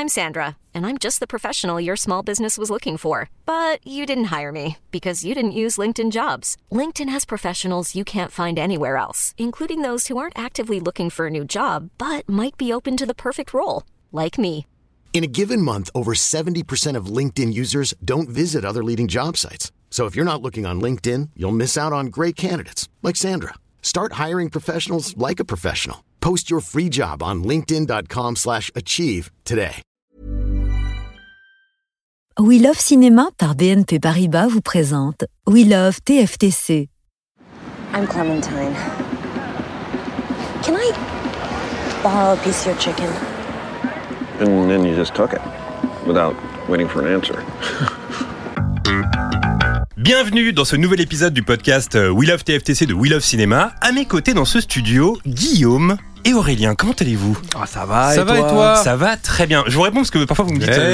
I'm Sandra, and I'm just the professional your small business was looking for. But you didn't hire me because you didn't use LinkedIn Jobs. LinkedIn has professionals you can't find anywhere else, including those who aren't actively looking for a new job, but might be open to the perfect role, like me. In a given month, over 70% of LinkedIn users don't visit other leading job sites. So if you're not looking on LinkedIn, you'll miss out on great candidates like Sandra. Start hiring professionals like a professional. Post your free job on linkedin.com/achieve today. We Love Cinéma par BNP Paribas vous présente We Love TFTC. I'm Clementine. Can I borrow a piece of your chicken? And then you just took it, without waiting for an answer. Bienvenue dans ce nouvel épisode du podcast We Love TFTC de We Love Cinéma. À mes côtés dans ce studio, Guillaume et Aurélien. Comment allez-vous ? Ça va et toi ? Ça va très bien. Je vous réponds parce que parfois vous me dites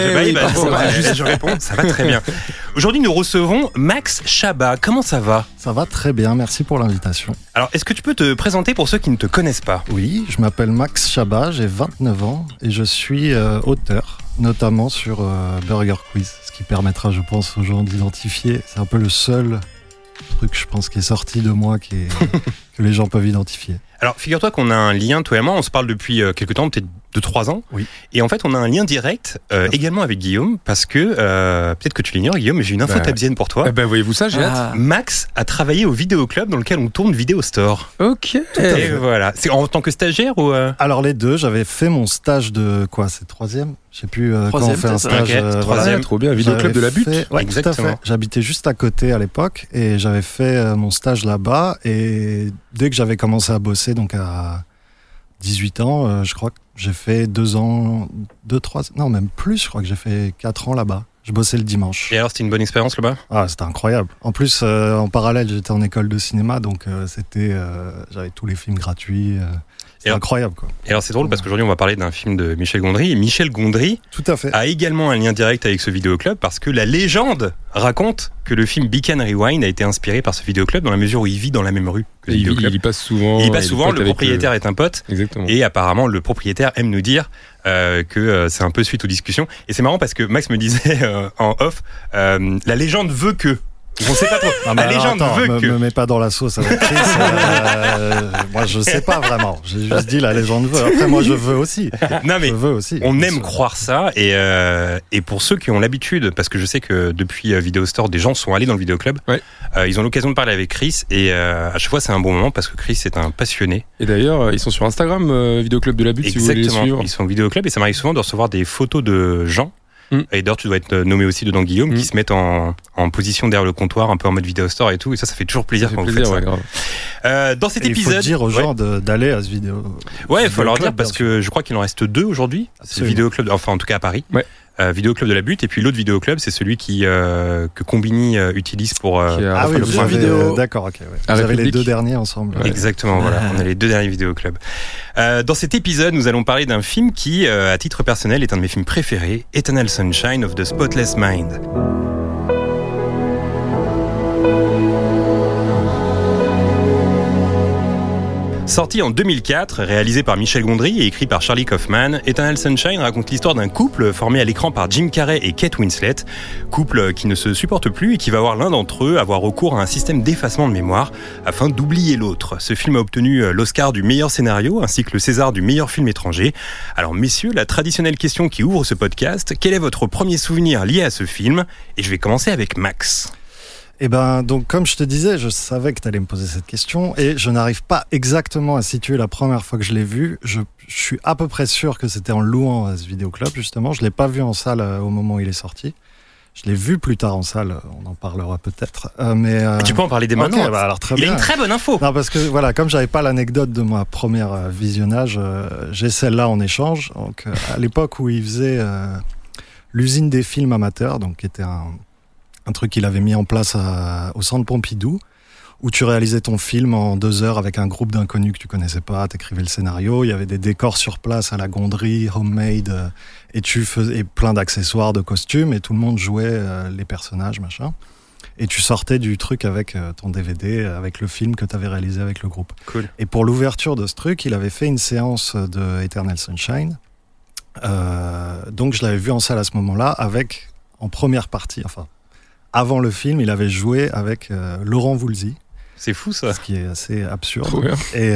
je réponds, ça va très bien. Aujourd'hui, nous recevons Max Chabat. Comment ça va ? Ça va très bien, merci pour l'invitation. Alors, est-ce que tu peux te présenter pour ceux qui ne te connaissent pas ? Oui, je m'appelle Max Chabat, j'ai 29 ans et je suis auteur, notamment sur Burger Quiz, ce qui permettra, je pense, aux gens d'identifier. C'est un peu le seul truc, je pense, qui est sorti de moi, que les gens peuvent identifier. Alors, figure-toi qu'on a un lien, toi et moi, on se parle depuis quelques temps, peut-être 2-3 ans. Oui. Et en fait, on a un lien direct également avec Guillaume, parce que, peut-être que tu l'ignores, Guillaume, mais j'ai une info tabzienne pour toi. Voyez-vous ça, j'ai hâte. Max a travaillé au Vidéo Club dans lequel on tourne Vidéo Store. Ok. Et voilà. C'est en tant que stagiaire ou Alors les deux, j'avais fait mon stage de quoi ? C'est troisième ? Je sais plus quand on fait un stage. Troisième. Trop bien, Vidéo Club de la Butte. Ouais, exactement. Tout à fait. J'habitais juste à côté à l'époque et j'avais fait mon stage là-bas. Et dès que j'avais commencé à bosser, donc à 18 ans, je crois que j'ai fait 2 ans, 3, non même plus, je crois que j'ai fait 4 ans là-bas. Je bossais le dimanche. Et alors, c'était une bonne expérience là-bas ? Ah, c'était incroyable. En plus, en parallèle, j'étais en école de cinéma, donc j'avais tous les films gratuits. C'est incroyable, quoi. Et alors, c'est drôle parce qu'aujourd'hui, on va parler d'un film de Michel Gondry. Et Michel Gondry tout à fait. a également un lien direct avec ce vidéoclub parce que la légende raconte que le film Beacon Rewind a été inspiré par ce vidéoclub dans la mesure où il vit dans la même rue que le vidéoclub. Il y passe souvent. Le propriétaire est un pote. Exactement. Et apparemment, le propriétaire aime nous dire que c'est un peu suite aux discussions. Et c'est marrant parce que Max me disait en off, la légende veut que... On sait pas trop. La légende veut que... me mets pas dans la sauce avec Chris. Moi, je sais pas vraiment. J'ai juste dit la légende veut. Après, moi, je veux aussi. Non, mais je veux aussi. On aime croire ça. Et pour ceux qui ont l'habitude, parce que je sais que depuis Vidéo Store, des gens sont allés dans le vidéoclub. Ouais. Ils ont l'occasion de parler avec Chris. Et à chaque fois, c'est un bon moment parce que Chris est un passionné. Et d'ailleurs, ils sont sur Instagram, Vidéoclub de la Butte, si vous voulez les suivre. Ils sont au vidéoclub et ça m'arrive souvent de recevoir des photos de gens. Et d'ailleurs, tu dois être nommé aussi dedans, Guillaume, qui se mettent en position derrière le comptoir, un peu en mode vidéo store et tout. Et ça fait toujours plaisir quand vous faites ça. Grave. Dans cet épisode, il faut dire aux gens d'aller à ce vidéo. Ouais, il faut leur dire parce que je crois qu'il en reste 2 aujourd'hui. C'est le vidéoclub, enfin en tout cas à Paris. Ouais. Vidéoclub de la Butte et puis l'autre vidéoclub, c'est celui que Combini utilise pour. le point vidéo. D'accord, ok. Ouais. Vous avez les 2 derniers ensemble. Ouais. Exactement, voilà. On a les 2 derniers vidéoclubs. Dans cet épisode, nous allons parler d'un film qui, à titre personnel, est un de mes films préférés, Eternal Sunshine of the Spotless Mind. Sorti en 2004, réalisé par Michel Gondry et écrit par Charlie Kaufman, Eternal Sunshine raconte l'histoire d'un couple formé à l'écran par Jim Carrey et Kate Winslet, couple qui ne se supporte plus et qui va voir l'un d'entre eux avoir recours à un système d'effacement de mémoire afin d'oublier l'autre. Ce film a obtenu l'Oscar du meilleur scénario ainsi que le César du meilleur film étranger. Alors messieurs, la traditionnelle question qui ouvre ce podcast, quel est votre premier souvenir lié à ce film ? Et je vais commencer avec Max. Donc comme je te disais, je savais que tu allais me poser cette question et je n'arrive pas exactement à situer la première fois que je l'ai vu. Je suis à peu près sûr que c'était en louant à ce vidéoclub, justement. Je l'ai pas vu en salle au moment où il est sorti. Je l'ai vu plus tard en salle, on en parlera peut-être. Tu peux en parler dès maintenant. Okay, alors très il bien. a une très bonne info. Non, parce que voilà, comme j'avais pas l'anecdote de ma première visionnage, j'ai celle-là en échange. Donc à l'époque où il faisait l'usine des films amateurs, donc qui était un truc qu'il avait mis en place au Centre Pompidou, où tu réalisais ton film en 2 heures avec un groupe d'inconnus que tu connaissais pas, t'écrivais le scénario, il y avait des décors sur place à la Gondry, homemade, et tu faisais plein d'accessoires, de costumes, et tout le monde jouait les personnages, machin. Et tu sortais du truc avec ton DVD, avec le film que tu avais réalisé avec le groupe. Cool. Et pour l'ouverture de ce truc, il avait fait une séance de Eternal Sunshine, Donc je l'avais vu en salle à ce moment-là en première partie, avant le film, il avait joué avec Laurent Voulzy. C'est fou ça. Ce qui est assez absurde. Et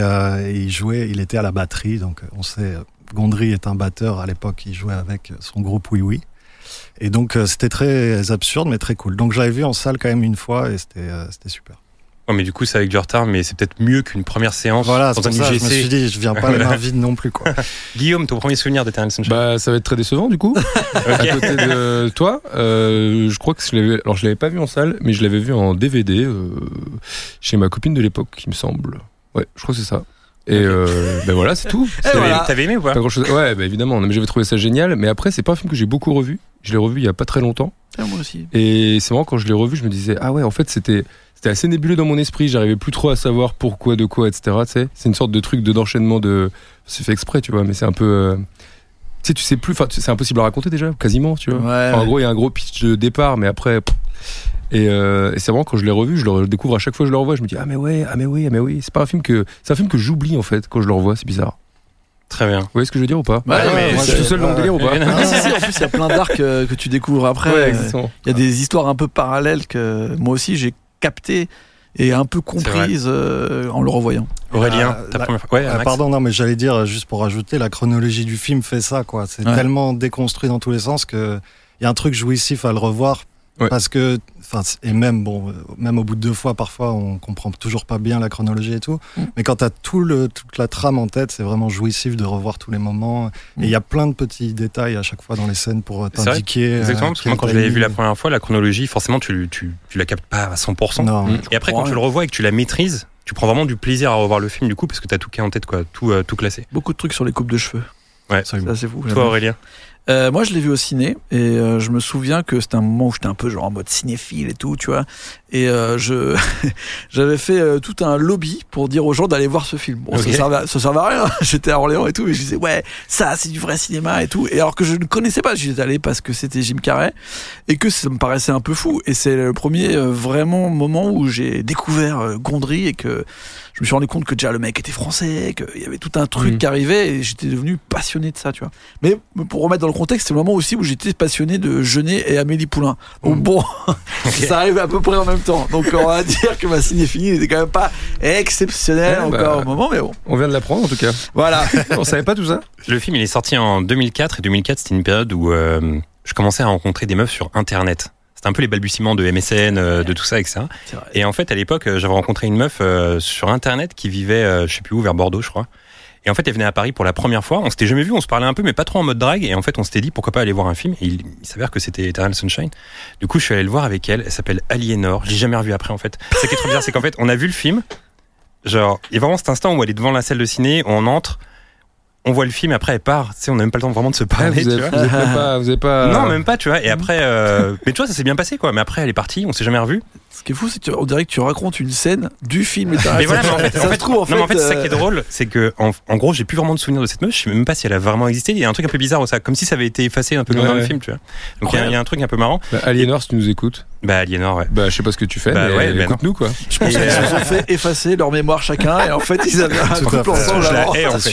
il était à la batterie, donc on sait, Gondry est un batteur à l'époque, il jouait avec son groupe Oui Oui. Et donc c'était très absurde mais très cool. Donc je l'avais vu en salle quand même une fois et c'était super. Oh, mais du coup c'est avec du retard, mais c'est peut-être mieux qu'une première séance. Voilà, dans c'est pour ça, je me suis dit, je viens pas les mains vides non plus, quoi. Guillaume, ton premier souvenir d'Eternal Sunshine? Bah, ça va être très décevant du coup. À côté de toi, je crois que je l'avais pas vu en salle, mais je l'avais vu en DVD chez ma copine de l'époque, il me semble. Ouais, je crois que c'est ça. Et ben voilà, c'est tout. T'avais aimé ou pas? Pas grand-chose. Ouais, bah évidemment, mais j'avais trouvé ça génial. Mais après, c'est pas un film que j'ai beaucoup revu. Je l'ai revu il y a pas très longtemps. Moi aussi. Et c'est vraiment quand je l'ai revu, je me disais ah ouais, en fait c'était assez nébuleux dans mon esprit. J'arrivais plus trop à savoir pourquoi, de quoi, etc. Tu sais, c'est une sorte de truc d'enchaînement c'est fait exprès, tu vois, mais c'est un peu. Tu sais plus. Enfin, c'est impossible à raconter déjà, quasiment, tu vois. Ouais, en gros, il y a un gros pitch de départ, mais après. Et c'est vraiment quand je l'ai revu, je le découvre à chaque fois que je le revois, je me dis ah mais oui. C'est un film que j'oublie en fait quand je le revois, c'est bizarre. Très bien. Vous voyez ce que je veux dire ou pas? Ouais, mais je suis tout seul dans le délire ou pas? Si, en plus il y a plein d'arcs que tu découvres après. Ouais, il y a des histoires un peu parallèles que moi aussi j'ai capté et un peu comprise en le revoyant. Aurélien, ta première fois. Ouais, pardon, non, mais j'allais dire, juste pour rajouter, la chronologie du film fait ça, quoi. C'est tellement déconstruit dans tous les sens que il y a un truc jouissif à le revoir. Ouais. Parce que, et même au bout de 2 fois, parfois, on comprend toujours pas bien la chronologie et tout. Mais quand t'as toute la trame en tête, c'est vraiment jouissif de revoir tous les moments. Et il y a plein de petits détails à chaque fois dans les scènes pour t'indiquer. Exactement, parce que moi, quand je l'avais vu la première fois, la chronologie, forcément, tu la captes pas à 100%. Non. Et après, quand tu le revois et que tu la maîtrises, tu prends vraiment du plaisir à revoir le film, du coup, parce que t'as tout en tête, quoi, tout classé. Beaucoup de trucs sur les coupes de cheveux. Ouais, ça c'est fou. Toi, Aurélien? Moi je l'ai vu au ciné et je me souviens que c'était un moment où j'étais un peu genre en mode cinéphile et tout, tu vois, et j'avais fait tout un lobby pour dire aux gens d'aller voir ce film. Bon, ça servait à rien. J'étais à Orléans et tout, mais je disais ouais, ça c'est du vrai cinéma et tout, et alors que je ne connaissais pas, j'y étais allé parce que c'était Jim Carrey et que ça me paraissait un peu fou, et c'est le premier vraiment moment où j'ai découvert Gondry et que je me suis rendu compte que déjà le mec était français, qu'il y avait tout un truc qui arrivait, et j'étais devenu passionné de ça, tu vois. Mais pour remettre dans le contexte, c'est le moment aussi où j'étais passionné de Jeunet et Amélie Poulain. Donc bon, ça arrivait à peu près en même temps. Donc on va dire que ma cinéphilie n'était quand même pas exceptionnelle au moment, mais bon. On vient de l'apprendre en tout cas. Voilà. On savait pas tout ça. Le film, il est sorti en 2004, et 2004, c'était une période où je commençais à rencontrer des meufs sur Internet. C'était un peu les balbutiements de MSN, de tout ça, etc. Et en fait, à l'époque, j'avais rencontré une meuf sur Internet qui vivait, je sais plus où, vers Bordeaux, je crois. Et en fait, elle venait à Paris pour la première fois. On s'était jamais vu, on se parlait un peu, mais pas trop en mode drague. Et en fait, on s'était dit pourquoi pas aller voir un film. Et il s'avère que c'était Eternal Sunshine. Du coup, je suis allé le voir avec elle. Elle s'appelle Aliénor. Je l'ai jamais revue après, en fait. Ce qui est trop bizarre, c'est qu'en fait, on a vu le film. Genre, il y a vraiment cet instant où elle est devant la salle de ciné, on entre. On voit le film, après elle part, tu sais, on n'a même pas le temps vraiment de se parler, vous avez pas... Non, même pas, tu vois, et après, mais tu vois, ça s'est bien passé, quoi, mais après elle est partie, on s'est jamais revu. Ce qui est fou, c'est qu'on dirait que tu racontes une scène du film. Mais voilà, mais en fait, c'est ça qui est drôle, c'est que, en gros, j'ai plus vraiment de souvenirs de cette meuf, je sais même pas si elle a vraiment existé, il y a un truc un peu bizarre, ça, comme si ça avait été effacé un peu dans le film, tu vois. Donc il y a un truc un peu marrant. Aliénor, si tu nous écoutes. Aliénor, ouais. Je sais pas ce que tu fais, mais écoute-nous, quoi. Je pense qu'ils se sont fait effacer leur mémoire chacun, et en fait, ils avaient un couple ensemble. Je la hais, en fait.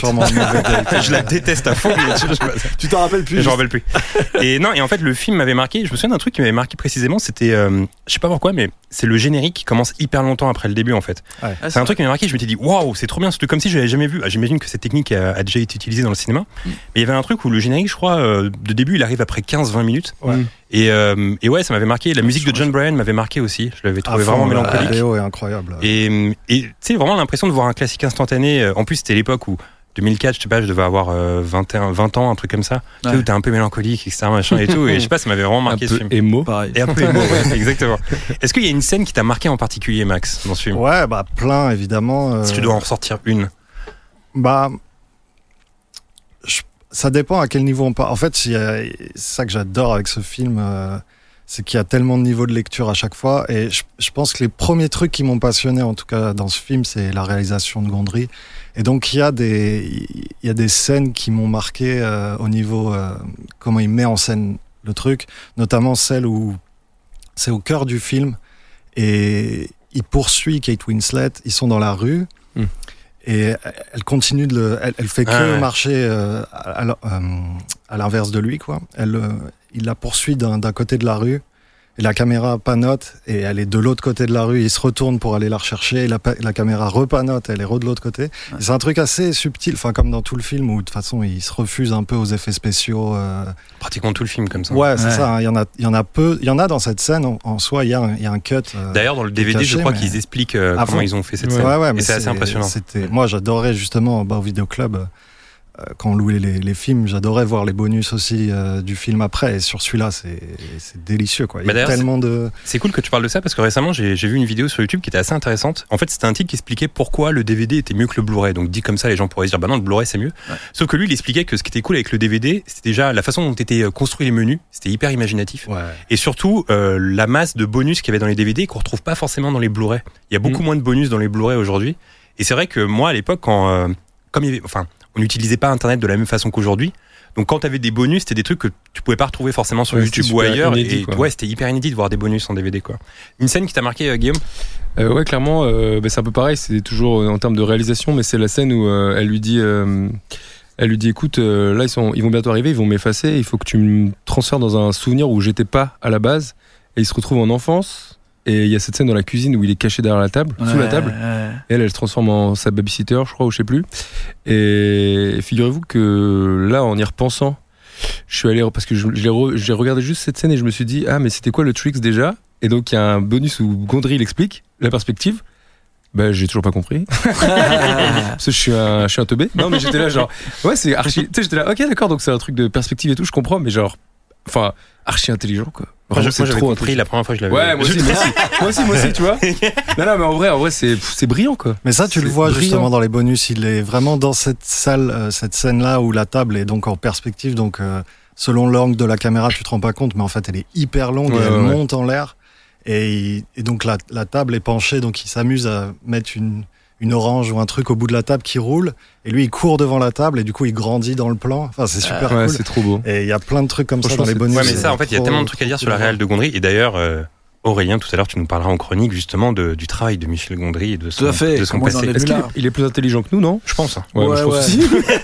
Je la déteste à fond. Tu t'en rappelles plus? Je m'en rappelle plus. Et non, et en fait, le film m'avait marqué, je me souviens d'un truc qui m'avait marqué précisément, c'était, je sais pas pourquoi, mais c'est le générique qui commence hyper longtemps après le début, en fait. Ouais. C'est un truc qui m'avait marqué, je m'étais dit, waouh, c'est trop bien, c'est comme si je l'avais jamais vu. J'imagine que cette technique a déjà été utilisée dans le cinéma. Mais il y avait un truc où le générique, je crois, de début, il arrive après 15-20 minutes. Ouais. Et ouais, ça m'avait marqué. La musique de John Bryan m'avait marqué aussi. Je l'avais trouvé vraiment mélancolique. La vidéo est incroyable. Et tu sais, vraiment l'impression de voir un classique instantané. En plus, c'était l'époque où 2004, je sais pas, je devais avoir 20 ans, un truc comme ça. Ouais. Tu sais, où t'es un peu mélancolique, etc., machin et tout. Et je sais pas, ça m'avait vraiment marqué ce film. Émo. Pareil. Et un peu émo, ouais, exactement. Est-ce qu'il y a une scène qui t'a marqué en particulier, Max, dans ce film? Ouais, plein, évidemment. Si tu dois en ressortir une. Ça dépend à quel niveau on part. En fait, c'est ça que j'adore avec ce film, c'est qu'il y a tellement de niveaux de lecture à chaque fois. Et je pense que les premiers trucs qui m'ont passionné, en tout cas dans ce film, c'est la réalisation de Gondry. Et donc il y a des scènes qui m'ont marqué au niveau comment il met en scène le truc, notamment celle où c'est au cœur du film et il poursuit Kate Winslet. Ils sont dans la rue. Et elle continue elle fait que marcher à l'inverse de lui, quoi. Il la poursuit d'un côté de la rue. Et la caméra panote et elle est de l'autre côté de la rue. Il se retourne pour aller la rechercher et la caméra repanote, elle est de l'autre côté. Ouais. C'est un truc assez subtil, enfin comme dans tout le film où de toute façon il se refuse un peu aux effets spéciaux. Pratiquement tout le film comme ça. Ouais, c'est ça. Hein, il y en a peu. Il y en a dans cette scène en soi. Il y a un cut. D'ailleurs, dans le DVD, caché, je crois qu'ils expliquent comment ils ont fait cette scène. Ouais, et c'est assez impressionnant. Moi, j'adorais justement au vidéoclub. Quand on louait les films, j'adorais voir les bonus aussi du film après. Et sur celui-là, c'est délicieux, quoi. Il y a tellement de... C'est cool que tu parles de ça parce que récemment, j'ai vu une vidéo sur YouTube qui était assez intéressante. En fait, c'était un type qui expliquait pourquoi le DVD était mieux que le Blu-ray. Donc, dit comme ça, les gens pourraient se dire, bah non, le Blu-ray c'est mieux. Ouais. Sauf que lui, il expliquait que ce qui était cool avec le DVD, c'était déjà la façon dont étaient construits les menus. C'était hyper imaginatif. Ouais. Et surtout, la masse de bonus qu'il y avait dans les DVD qu'on retrouve pas forcément dans les Blu-ray. Il y a beaucoup moins de bonus dans les Blu-ray aujourd'hui. Et c'est vrai que moi, à l'époque, comme il y avait, on n'utilisait pas Internet de la même façon qu'aujourd'hui. Donc quand tu avais des bonus, c'était des trucs que tu pouvais pas retrouver forcément sur YouTube ou ailleurs. Inédit, et c'était hyper inédit de voir des bonus en DVD, quoi. Une scène qui t'a marqué, Guillaume ? Ouais, clairement, c'est un peu pareil. C'est toujours en termes de réalisation, mais c'est la scène où elle lui dit, écoute, là ils vont bientôt arriver, ils vont m'effacer. Il faut que tu me transfères dans un souvenir où j'étais pas à la base. Et il se retrouve en enfance. Et il y a cette scène dans la cuisine où il est caché derrière la table, sous la table. Et elle se transforme en sa babysitter, je crois, ou je sais plus. Et figurez-vous que là, en y repensant, je suis allé, parce que j'ai regardé juste cette scène et je me suis dit, ah, mais c'était quoi le tricks déjà ? Et donc, il y a un bonus où Gondry l'explique, la perspective. Bah, j'ai toujours pas compris. Parce que je suis un teubé. Non, mais j'étais là, genre, ouais, c'est archi. Tu sais, j'étais là, ok, d'accord, donc c'est un truc de perspective et tout, je comprends, mais genre, archi intelligent, quoi. Moi, j'avais compris la première fois que je l'avais vu. Ouais, moi aussi, tu vois. Non, mais en vrai, c'est brillant, quoi. Mais ça, tu le vois brillant. Justement dans les bonus. Il est vraiment dans cette salle, cette scène-là où la table est donc en perspective. Donc, selon l'angle de la caméra, tu te rends pas compte, mais en fait, elle est hyper longue et elle monte en l'air. Et donc, la table est penchée. Donc, il s'amuse à mettre une orange ou un truc au bout de la table qui roule. Et lui, il court devant la table et du coup, il grandit dans le plan. Enfin, c'est super cool. C'est trop beau. Et il y a plein de trucs comme ça dans les bonus. Ouais, mais ça, en fait, il y a tellement de trucs à dire sur la réal de Gondry. Et d'ailleurs, Aurélien, tout à l'heure, tu nous parleras en chronique justement du travail de Michel Gondry et de son passé. Est-ce qu'il est plus intelligent que nous, non ? Je pense. Ouais, je pense aussi.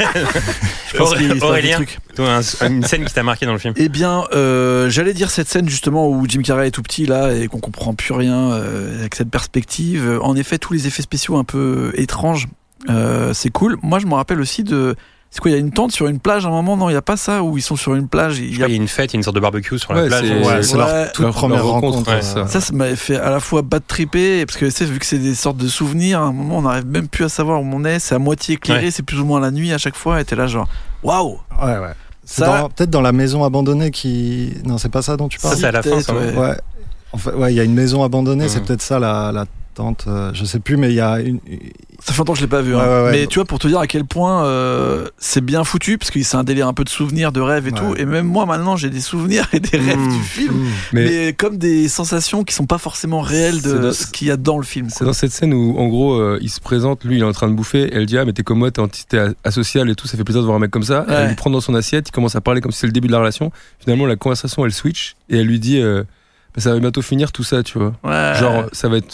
Aurélien, toi, une scène qui t'a marqué dans le film ? Eh bien, j'allais dire cette scène justement où Jim Carrey est tout petit là et qu'on comprend plus rien avec cette perspective. En effet, tous les effets spéciaux un peu étranges, c'est cool. Moi, je me rappelle aussi de... C'est quoi, il y a une tente sur une plage à un moment ? Non, il n'y a pas ça où ils sont sur une plage. Il y a une fête, il y a une sorte de barbecue sur la plage. C'est leur toute première rencontre. Ça m'avait fait à la fois bad tripper, parce que vu que c'est des sortes de souvenirs, à un moment on n'arrive même plus à savoir où on est, c'est à moitié éclairé, c'est plus ou moins la nuit à chaque fois, et t'es là genre, waouh ! Ouais. C'est peut-être dans la maison abandonnée qui... Non, c'est pas ça dont tu parles ? Ça, c'est à la fin, ça. Ouais. En fait, il y a une maison abandonnée, c'est peut-être ça la tente, je sais plus, mais il y a une... Ça fait longtemps que je l'ai pas vu, hein. Mais tu vois, pour te dire à quel point c'est bien foutu, parce que c'est un délire un peu de souvenirs, de rêves et tout, et même moi maintenant j'ai des souvenirs et des rêves du film, mais comme des sensations qui sont pas forcément réelles de ce qu'il y a dans le film. C'est dans cette scène où en gros il se présente, lui il est en train de bouffer, et elle dit, ah mais t'es comme moi, t'es asocial et tout, ça fait plaisir de voir un mec comme ça. Elle lui prend dans son assiette, il commence à parler comme si c'était le début de la relation, finalement la conversation elle switch et elle lui dit ça va bientôt finir tout ça, tu vois. Genre ça va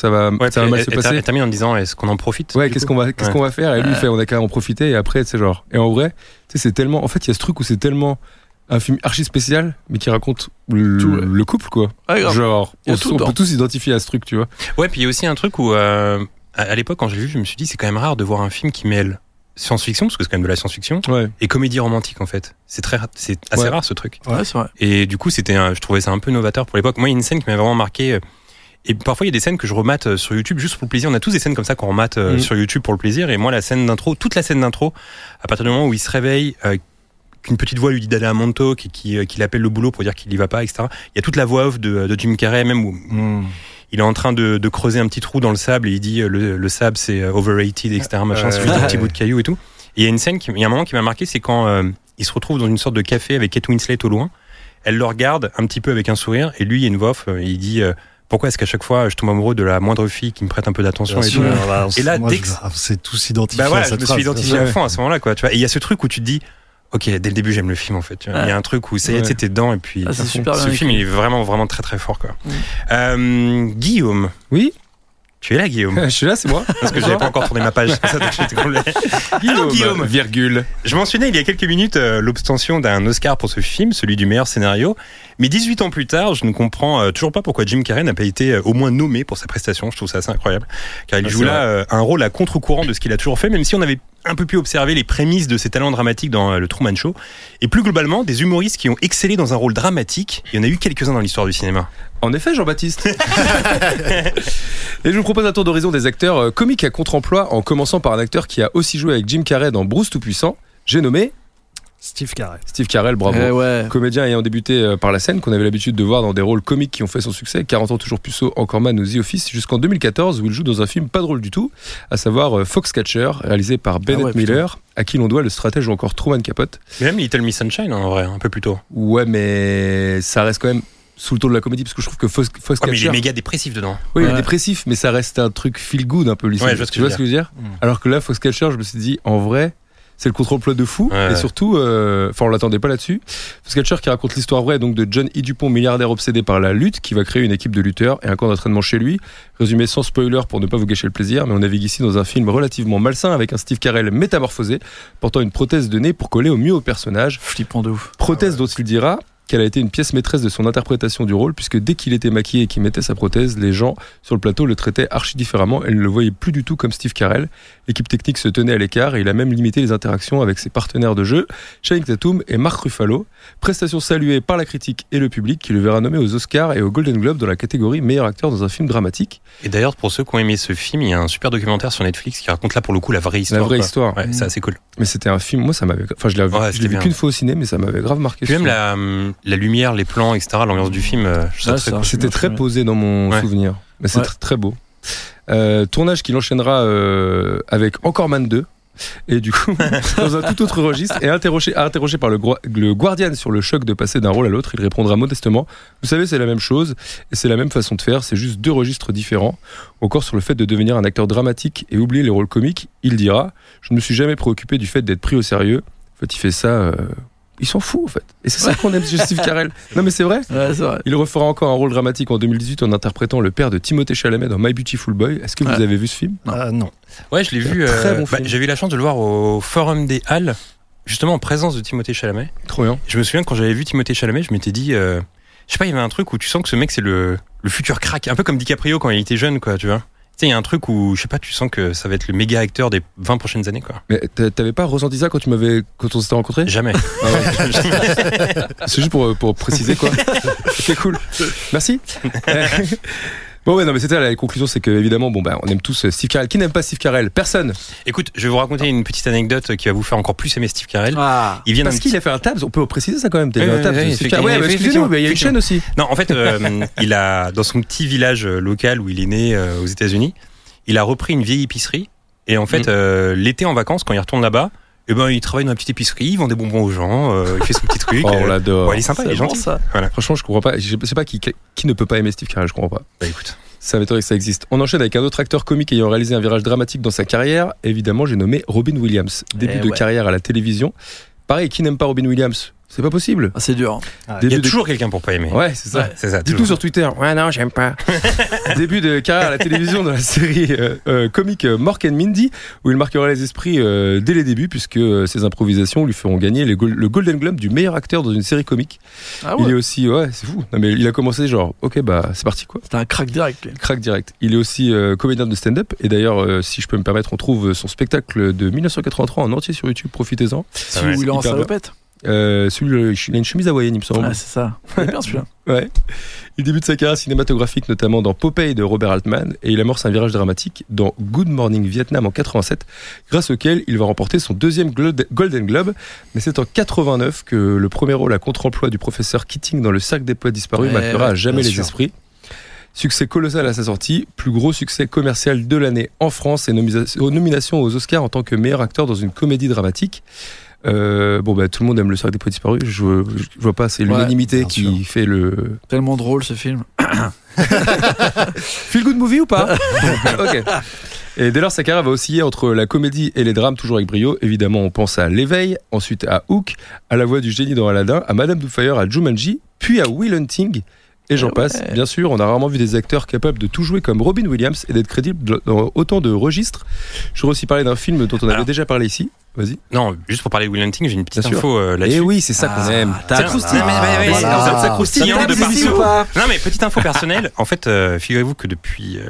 mal se passer. Elle termine en disant, est-ce qu'on en profite ? Ouais, qu'est-ce qu'on va faire ? Et lui il fait, on a qu'à en profiter. Et après c'est genre, et en vrai, tu sais, c'est tellement, en fait il y a ce truc où c'est tellement un film archi spécial, mais qui raconte le couple, quoi. Genre on peut tous s'identifier à ce truc, tu vois. Ouais, puis il y a aussi un truc où à l'époque quand je l'ai vu, je me suis dit c'est quand même rare de voir un film qui mêle science-fiction, parce que c'est quand même de la science-fiction, et comédie romantique en fait. C'est assez rare ce truc. Ouais, c'est vrai. Et du coup, je trouvais ça un peu novateur pour l'époque. Moi, il y a une scène qui m'a vraiment marqué. Et parfois, il y a des scènes que je remate sur YouTube juste pour le plaisir. On a tous des scènes comme ça qu'on remate sur YouTube pour le plaisir. Et moi, toute la scène d'intro, à partir du moment où il se réveille, qu'une petite voix lui dit d'aller à Montauk et qu'il appelle le boulot pour dire qu'il y va pas, etc. Il y a toute la voix off de Jim Carrey, même où il est en train de creuser un petit trou dans le sable et il dit le sable c'est overrated, etc. Machin, c'est juste un petit bout de caillou et tout. Et il y a une scène, il y a un moment qui m'a marqué, c'est quand il se retrouve dans une sorte de café avec Kate Winslet au loin. Elle le regarde un petit peu avec un sourire et lui, il y a une voix off, il dit pourquoi est-ce qu'à chaque fois je tombe amoureux de la moindre fille qui me prête un peu d'attention et tout. Et là, dès que c'est tous identifié. Bah voilà, je me suis identifié à fond à ce moment-là, quoi. Tu vois. Et il y a ce truc où tu te dis, ok, dès le début j'aime le film en fait. Tu vois. Il y a un truc où ça y est, t'es dedans et puis c'est super ce film il est vraiment vraiment très très fort, quoi. Guillaume. Oui. Tu es là, Guillaume? Je suis là, c'est moi. Parce que j'avais pas encore tourné ma page. C'est ça, donc j'étais complet. Guillaume, virgule. Je mentionnais il y a quelques minutes l'obtention d'un Oscar pour ce film, celui du meilleur scénario. Mais 18 ans plus tard, je ne comprends toujours pas pourquoi Jim Carrey n'a pas été au moins nommé pour sa prestation. Je trouve ça assez incroyable. Car il joue là un rôle à contre-courant de ce qu'il a toujours fait, même si on avait un peu pu observer les prémices de ses talents dramatiques dans le Truman Show. Et plus globalement, des humoristes qui ont excellé dans un rôle dramatique, il y en a eu quelques-uns dans l'histoire du cinéma. En effet, Jean-Baptiste. Et je vous propose un tour d'horizon des acteurs comiques à contre-emploi, en commençant par un acteur qui a aussi joué avec Jim Carrey dans Bruce Tout-Puissant. J'ai nommé Steve Carell. Steve Carell, bravo. Comédien ayant débuté par la scène, qu'on avait l'habitude de voir dans des rôles comiques qui ont fait son succès, 40 ans toujours puceau, Encore Man ou The Office, jusqu'en 2014 où il joue dans un film pas drôle du tout, à savoir Foxcatcher, réalisé par Bennett Miller, à qui l'on doit le stratège ou encore Truman Capote. Mais même Little Miss Sunshine, en vrai, un peu plus tôt. Ouais, mais ça reste quand même sous le ton de la comédie, parce que je trouve que Foxcatcher... mais il est méga dépressif dedans. Oui, il est dépressif, mais ça reste un truc feel good un peu. Ouais, je vois ce que je veux dire. Alors que là, Foxcatcher, je me suis dit, en vrai... C'est le contre-emploi de fou, et surtout, on l'attendait pas là-dessus. Foxcatcher qui raconte l'histoire vraie donc de John E. Dupont, milliardaire obsédé par la lutte, qui va créer une équipe de lutteurs et un camp d'entraînement chez lui. Résumé sans spoiler pour ne pas vous gâcher le plaisir, mais on navigue ici dans un film relativement malsain avec un Steve Carell métamorphosé, portant une prothèse de nez pour coller au mieux au personnage. Flippant de ouf. Prothèse dont il dira qu'elle a été une pièce maîtresse de son interprétation du rôle, puisque dès qu'il était maquillé et qu'il mettait sa prothèse, les gens sur le plateau le traitaient archi différemment et ne le voyaient plus du tout comme Steve Carell. L'équipe technique se tenait à l'écart et il a même limité les interactions avec ses partenaires de jeu, Channing Tatum et Mark Ruffalo. Prestation saluée par la critique et le public qui le verra nommé aux Oscars et aux Golden Globes dans la catégorie meilleur acteur dans un film dramatique. Et d'ailleurs, pour ceux qui ont aimé ce film, il y a un super documentaire sur Netflix qui raconte là pour le coup la vraie histoire. La vraie histoire. Ouais, c'est assez cool. Mais c'était un film, moi ça m'avait... Enfin, je l'ai vu qu'une fois au ciné, mais ça m'avait grave marqué. Puis même la lumière, les plans, etc., l'ambiance du film, c'était très posé dans mon souvenir. Mais c'est très beau. Tournage qu'il enchaînera avec Encore Man 2. Et du coup, dans un tout autre registre, et interrogé par le Guardian sur le choc de passer d'un rôle à l'autre, il répondra modestement: vous savez, c'est la même chose, et c'est la même façon de faire, c'est juste deux registres différents. Encore sur le fait de devenir un acteur dramatique et oublier les rôles comiques, il dira: je ne me suis jamais préoccupé du fait d'être pris au sérieux. En fait, il fait ça... Il s'en fout en fait. Et c'est ça qu'on aime chez Steve Carell. Non mais c'est vrai. Ouais, c'est vrai. Il refera encore un rôle dramatique en 2018 en interprétant le père de Timothée Chalamet dans My Beautiful Boy. Est-ce que vous avez vu ce film? Non. Ouais, je l'ai vu. Très bon film. J'ai eu la chance de le voir au Forum des Halles, justement en présence de Timothée Chalamet. Trop bien. Je me souviens quand j'avais vu Timothée Chalamet, je m'étais dit, je sais pas, il y avait un truc où tu sens que ce mec c'est le futur crack, un peu comme DiCaprio quand il était jeune, quoi, tu vois. Tu sais, il y a un truc où, je sais pas, tu sens que ça va être le méga acteur des 20 prochaines années, quoi. Mais t'avais pas ressenti ça quand on s'était rencontrés? Jamais. Ah ouais. C'est juste pour préciser, quoi. Ok, cool. Merci. Bon ouais, non mais c'était la conclusion, c'est que évidemment on aime tous Steve Carell. Qui n'aime pas Steve Carell? Personne. Écoute, je vais vous raconter une petite anecdote qui va vous faire encore plus aimer Steve Carell. Il vient parce qu'il a fait un Tabs, on peut préciser ça quand même. Un Tabs, excusez-nous, mais il y a une chaîne aussi. Non, en fait, il a dans son petit village local où il est né aux États-Unis, il a repris une vieille épicerie et en fait l'été en vacances quand il retourne là-bas, il travaille dans une petite épicerie, il vend des bonbons aux gens, il fait son petit truc. On l'adore. Ouais, il est sympa, il est gentil. Ça. Voilà. Franchement, je comprends pas. Je sais pas qui ne peut pas aimer Steve Carell, je comprends pas. Bah écoute. Ça m'étonnerait que ça existe. On enchaîne avec un autre acteur comique ayant réalisé un virage dramatique dans sa carrière. Évidemment, j'ai nommé Robin Williams. Début de carrière à la télévision. Pareil, qui n'aime pas Robin Williams? C'est pas possible. C'est dur. Il y a toujours quelqu'un pour pas aimer. Ouais, c'est ça. Ouais, c'est ça. Dites-nous sur Twitter. Ouais, non, j'aime pas. Début de carrière à la télévision dans la série comique Mork and Mindy, où il marquera les esprits dès les débuts, puisque ses improvisations lui feront gagner le Golden Globe du meilleur acteur dans une série comique. Ah ouais. Il est aussi, c'est fou. Non, mais il a commencé genre, ok, c'est parti quoi. C'était un crack direct. Crack direct. Il est aussi comédien de stand-up, et d'ailleurs, si je peux me permettre, on trouve son spectacle de 1983 en entier sur YouTube. Profitez-en. Celui où il est en salopette. Celui il a une chemise hawaïenne, il me semble. Ah, c'est ça. C'est bien celui-là. Ouais. Il débute sa carrière cinématographique notamment dans Popeye de Robert Altman et il amorce un virage dramatique dans Good Morning Vietnam en 87, grâce auquel il va remporter son deuxième Golden Globe. Mais c'est en 89 que le premier rôle à contre-emploi du professeur Keating dans Le Cercle des Poètes Disparus marquera à jamais les esprits. Succès colossal à sa sortie, plus gros succès commercial de l'année en France et nomination aux Oscars en tant que meilleur acteur dans une comédie dramatique. Tout le monde aime Le Cercle des Poètes Disparus. Je vois pas, c'est l'unanimité qui fait le. Tellement drôle ce film. Feel good movie ou pas? Ok. Et dès lors, sa carrière va osciller entre la comédie et les drames, toujours avec brio. Évidemment, on pense à L'Éveil, ensuite à Hook, à La Voix du génie dans Aladdin, à Madame Doubtfire, à Jumanji, puis à Will Hunting et j'en passe. Bien sûr, on a rarement vu des acteurs capables de tout jouer comme Robin Williams et d'être crédibles dans autant de registres. Je voudrais aussi parler d'un film dont on avait déjà parlé ici. Vas-y. Non, juste pour parler de Will Hunting, j'ai une petite info là-dessus. Et oui, c'est ça qu'on aime. Ça croustille de partout. Non, mais petite info personnelle. En fait, figurez-vous que depuis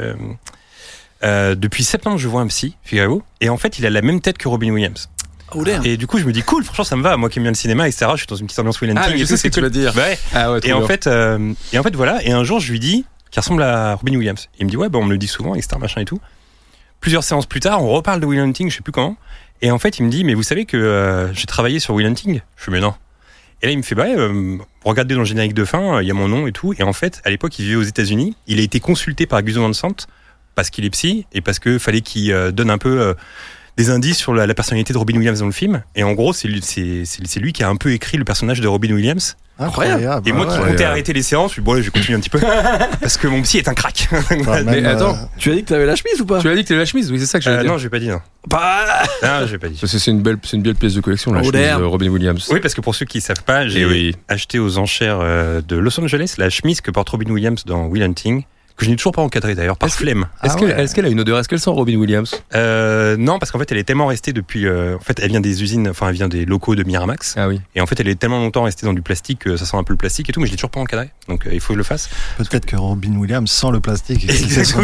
septembre, je vois un psy, figurez-vous. Et en fait, il a la même tête que Robin Williams. Et du coup, je me dis cool, franchement, ça me va. Moi qui aime bien le cinéma, etc. Je suis dans une petite ambiance Will Hunting. Je sais ce que tu vas dire. Ouais. Et en fait, voilà. Et un jour, je lui dis qu'il ressemble à Robin Williams. Il me dit ouais, on me le dit souvent, etc. Machin et tout. Plusieurs séances plus tard, on reparle de Will Hunting, je sais plus comment. Et en fait, il me dit mais vous savez que j'ai travaillé sur Will Hunting. Je fais mais non. Et là, il me fait regardez dans le générique de fin, il y a mon nom et tout. Et en fait, à l'époque, il vivait aux États-Unis. Il a été consulté par Gus Van Sant parce qu'il est psy et parce que fallait qu'il donne un peu des indices sur la personnalité de Robin Williams dans le film. Et en gros, c'est lui qui a un peu écrit le personnage de Robin Williams. Incroyable. Et moi qui comptais arrêter les séances, je vais continuer un petit peu parce que mon psy est un crack. Mais attends, tu as dit que t'avais la chemise ou pas? Tu as dit que t'avais la chemise, oui, c'est ça que j'allais dire. Non, j'ai pas dit. Non, j'ai pas dit. Parce que c'est une belle pièce de collection, la chemise de Robin Williams. Oui, parce que pour ceux qui savent pas, j'ai acheté aux enchères de Los Angeles la chemise que porte Robin Williams dans Will Hunting. Que je n'ai toujours pas encadrée d'ailleurs, par flemme. Est-ce qu'elle a une odeur? Est-ce qu'elle sent Robin Williams? Non, parce qu'en fait, elle est tellement restée depuis. En fait, elle vient des usines, elle vient des locaux de Miramax. Ah oui. Et en fait, elle est tellement longtemps restée dans du plastique que ça sent un peu le plastique et tout, mais je l'ai toujours pas encadrée. Donc, il faut que je le fasse. Peut-être que Robin Williams sent le plastique. Oui,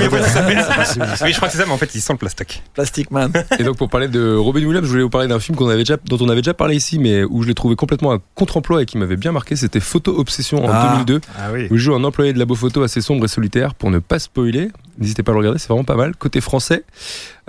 je crois que c'est ça, mais en fait, il sent le plastique. Plastic Man. Et donc, pour parler de Robin Williams, je voulais vous parler d'un film dont on avait déjà parlé ici, mais où je l'ai trouvé complètement un contre-emploi et qui m'avait bien marqué. C'était Photo Obsession en 2002. Où il joue un employé de labo photo assez sombre et solitaire. Pour ne pas spoiler, n'hésitez pas à le regarder, c'est vraiment pas mal. Côté français, tout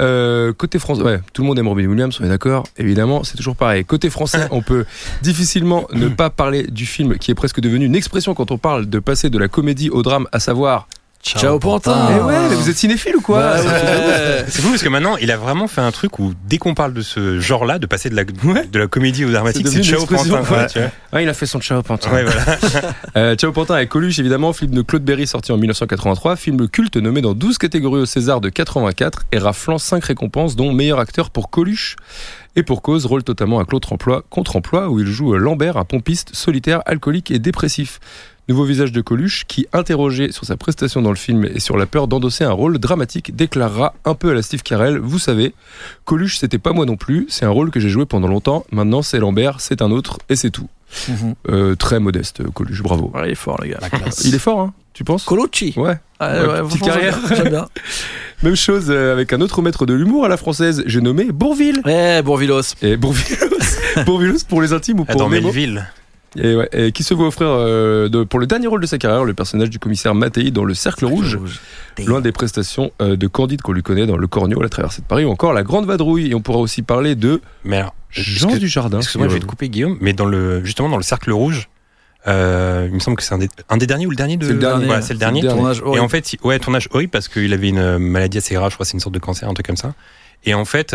le monde aime Robin Williams, on est d'accord. Évidemment, c'est toujours pareil. Côté français, on peut difficilement ne pas parler du film qui est presque devenu une expression quand on parle de passer de la comédie au drame, à savoir Ciao Pantin. Mais ouais, vous êtes cinéphile ou quoi? C'est fou parce que maintenant il a vraiment fait un truc où dès qu'on parle de ce genre-là, de passer de la comédie au dramatique, c'est Ciao Pantin. Il a fait son Ciao Pantin. Ouais, voilà. Ciao Pantin avec Coluche évidemment, film de Claude Berry sorti en 1983, film culte nommé dans 12 catégories au César de 84 et raflant 5 récompenses dont meilleur acteur pour Coluche. Et pour cause, rôle totalement à contre-emploi où il joue Lambert, un pompiste solitaire, alcoolique et dépressif. Nouveau visage de Coluche qui, interrogé sur sa prestation dans le film et sur la peur d'endosser un rôle dramatique, déclarera un peu à la Steve Carell: vous savez, Coluche c'était pas moi non plus, c'est un rôle que j'ai joué pendant longtemps, maintenant c'est Lambert, c'est un autre et c'est tout. Très modeste Coluche, bravo. Ouais, il est fort les gars. Il est fort, hein, tu penses? Colucci. Ouais, petite carrière. J'aime bien. Même chose avec un autre maître de l'humour à la française, j'ai nommé Bourvil. Bourvilos. Et Bourvilos pour les intimes ou pour dans Nemo. Melville. Et qui se voit offrir pour le dernier rôle de sa carrière le personnage du commissaire Mattei dans Le Cercle Rouge, loin des prestations de Candide qu'on lui connaît dans Le Corneau, La Traversée de Paris ou encore La Grande Vadrouille. Et on pourra aussi parler de Jean Dujardin. Excuse-moi, je vais te couper Guillaume, mais justement dans Le Cercle Rouge, il me semble que c'est un des derniers ou le dernier de... C'est le dernier. Voilà, c'est le dernier. Tournage horrible. Et en fait, tournage horrible parce qu'il avait une maladie assez grave, je crois que c'est une sorte de cancer, un truc comme ça. Et en fait,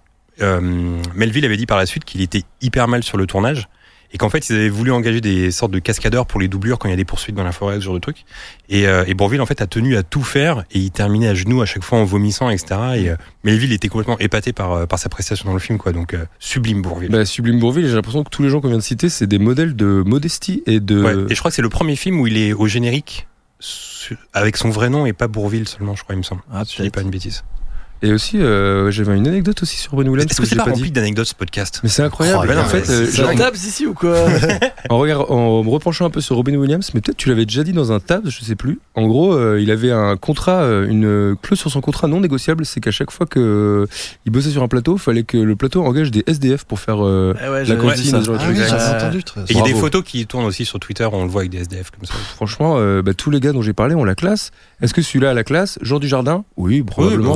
Melville avait dit par la suite qu'il était hyper mal sur le tournage. Et qu'en fait, ils avaient voulu engager des sortes de cascadeurs pour les doublures quand il y a des poursuites dans la forêt, ce genre de truc. Et Bourvil, en fait, a tenu à tout faire et il terminait à genoux à chaque fois en vomissant, etc. Et Melville était complètement épaté par sa prestation dans le film, quoi. Donc, sublime Bourvil. Sublime Bourvil, j'ai l'impression que tous les gens qu'on vient de citer, c'est des modèles de modestie et de... Ouais, et je crois que c'est le premier film où il est au générique avec son vrai nom et pas Bourvil seulement, je crois, il me semble. Si je dis pas une bêtise. Et aussi, j'avais une anecdote aussi sur Robin Williams. Est-ce que c'est pas rempli d'anecdotes ce podcast? Mais c'est incroyable. En fait, c'est un tabs ici ou quoi? en me repenchant un peu sur Robin Williams, mais peut-être tu l'avais déjà dit dans un tabs, je sais plus. En gros, il avait un contrat, une clause sur son contrat non négociable, c'est qu'à chaque fois que il bossait sur un plateau, il fallait que le plateau engage des SDF pour faire la cantine. J'avais entendu. Et il y a des photos qui tournent aussi sur Twitter, on le voit avec des SDF comme ça. Franchement, tous les gars dont j'ai parlé ont la classe. Est-ce que celui-là a la classe? Jean Dujardin? Oui, probablement.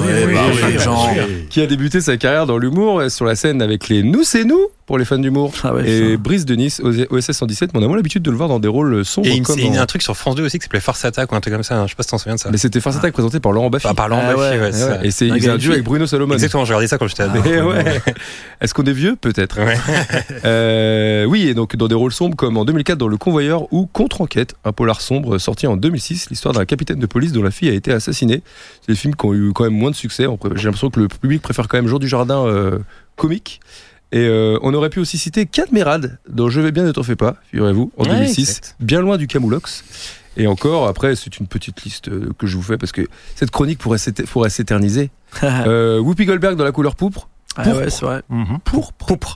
Qui a débuté sa carrière dans l'humour sur la scène avec les Nous c'est nous pour les fans d'humour et Brice de Nice OSS 117, mais on a moins l'habitude de le voir dans des rôles sombres. Et il y a un truc sur France 2 aussi qui s'appelait Farce Attack ou un truc comme ça, je sais pas si t'en souviens de ça. Mais c'était Farce Attack présenté par Laurent Baffy. Par Laurent Baffy, et il faisait un duo avec Bruno Salomon. Exactement, j'ai regardé ça quand j'étais ado. Est-ce qu'on est vieux? Peut-être. Oui, et donc dans des rôles sombres comme en 2004 dans Le Convoyeur ou Contre-enquête, un polar sombre sorti en 2006, l'histoire d'un capitaine de police dont la fille a été assassinée. C'est des films qui ont eu quand même moins de succès. J'ai l'impression que le public préfère quand même Jean Dujardin comique. Et on aurait pu aussi citer Cadmerade, dont Je vais bien ne t'en fais pas, figurez-vous, en 2006, bien loin du Camoulox. Et encore, après, c'est une petite liste que je vous fais parce que cette chronique pourrait s'éterniser. Whoopi Goldberg dans La couleur pourpre. Ah ouais, c'est vrai. Pourpre.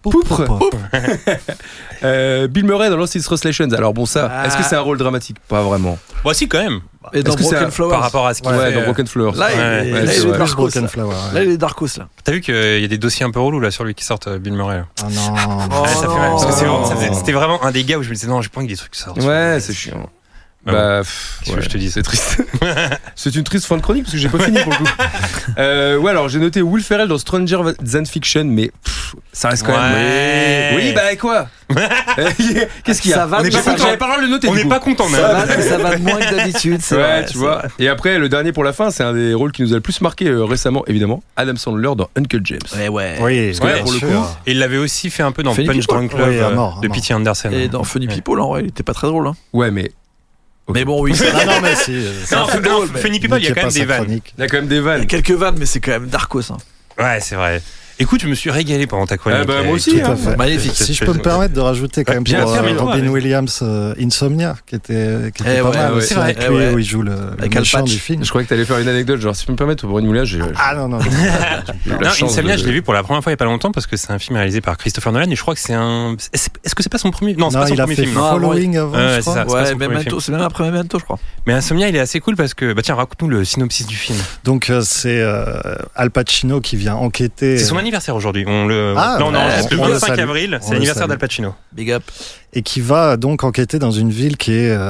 Bill Murray dans Lost in Translation. Alors bon, ça, est-ce que c'est un rôle dramatique? Pas vraiment. Bah si, quand même. Et dans Broken Flowers. Par rapport à ce qu'il fait. Dans Broken Flowers. Là, il est Darkos. Là, il est Darkos, là. T'as vu qu'il y a des dossiers un peu relous là sur lui qui sortent, Bill Murray là. Ah non. Ça fait mal. Parce que c'était vraiment un des gars où je me disais non, j'ai pas envie que des trucs sortent. Ouais, c'est chiant. Qu'est-ce que je te dis, c'est triste. C'est une triste fin de chronique parce que j'ai pas fini pour le coup. Ouais, alors j'ai noté Will Ferrell dans Stranger Than Fiction, mais ça reste quand même. Oui, bah quoi? Qu'est-ce qu'il y a? On n'est pas content. J'avais pas le droit de le noter. On n'est pas content même. Ça va de moins que d'habitude. Ouais, tu vois. Et après, le dernier pour la fin, c'est un des rôles qui nous a le plus marqué récemment, évidemment. Adam Sandler dans Uncle James. Ouais. Oui, parce que là, pour le coup. Et il l'avait aussi fait un peu dans Punch Drunk Love de P.T. Anderson. Et dans Funny People, en vrai, il était pas très drôle. Ouais, mais. Mais bon, oui. Non, mais si. Funny People, il y a quand même des vannes. Il y a quand même des vannes. Il y a quelques vannes, mais c'est quand même Darkos. Ouais, c'est vrai. Écoute, je me suis régalé pendant ta chronique. Moi aussi, tout à fait. Magnifique. Si je peux me permettre de rajouter quand même pour Robin Williams, Insomnia, qui était pas mal aussi, avec lui, où il joue le méchant du film. Je croyais que t'allais faire une anecdote, genre si je peux me permettre, pour Robin Williams, Ah non. Insomnia, je l'ai vu pour la première fois il y a pas longtemps parce que c'est un film réalisé par Christopher Nolan et je crois que c'est un. Est-ce que c'est pas son premier? Non, c'est pas son premier film. Il a fait Following avant, je crois. Ouais, Memento, c'est même après Memento, je crois. Mais Insomnia, il est assez cool parce que, tiens, raconte-nous le synopsis du film. Donc c'est Al Pacino qui vient enquêter. C'est son anniversaire aujourd'hui. Là, on enregistre le 25 avril, c'est l'anniversaire d'Al Pacino. Big up. Et qui va donc enquêter dans une ville qui est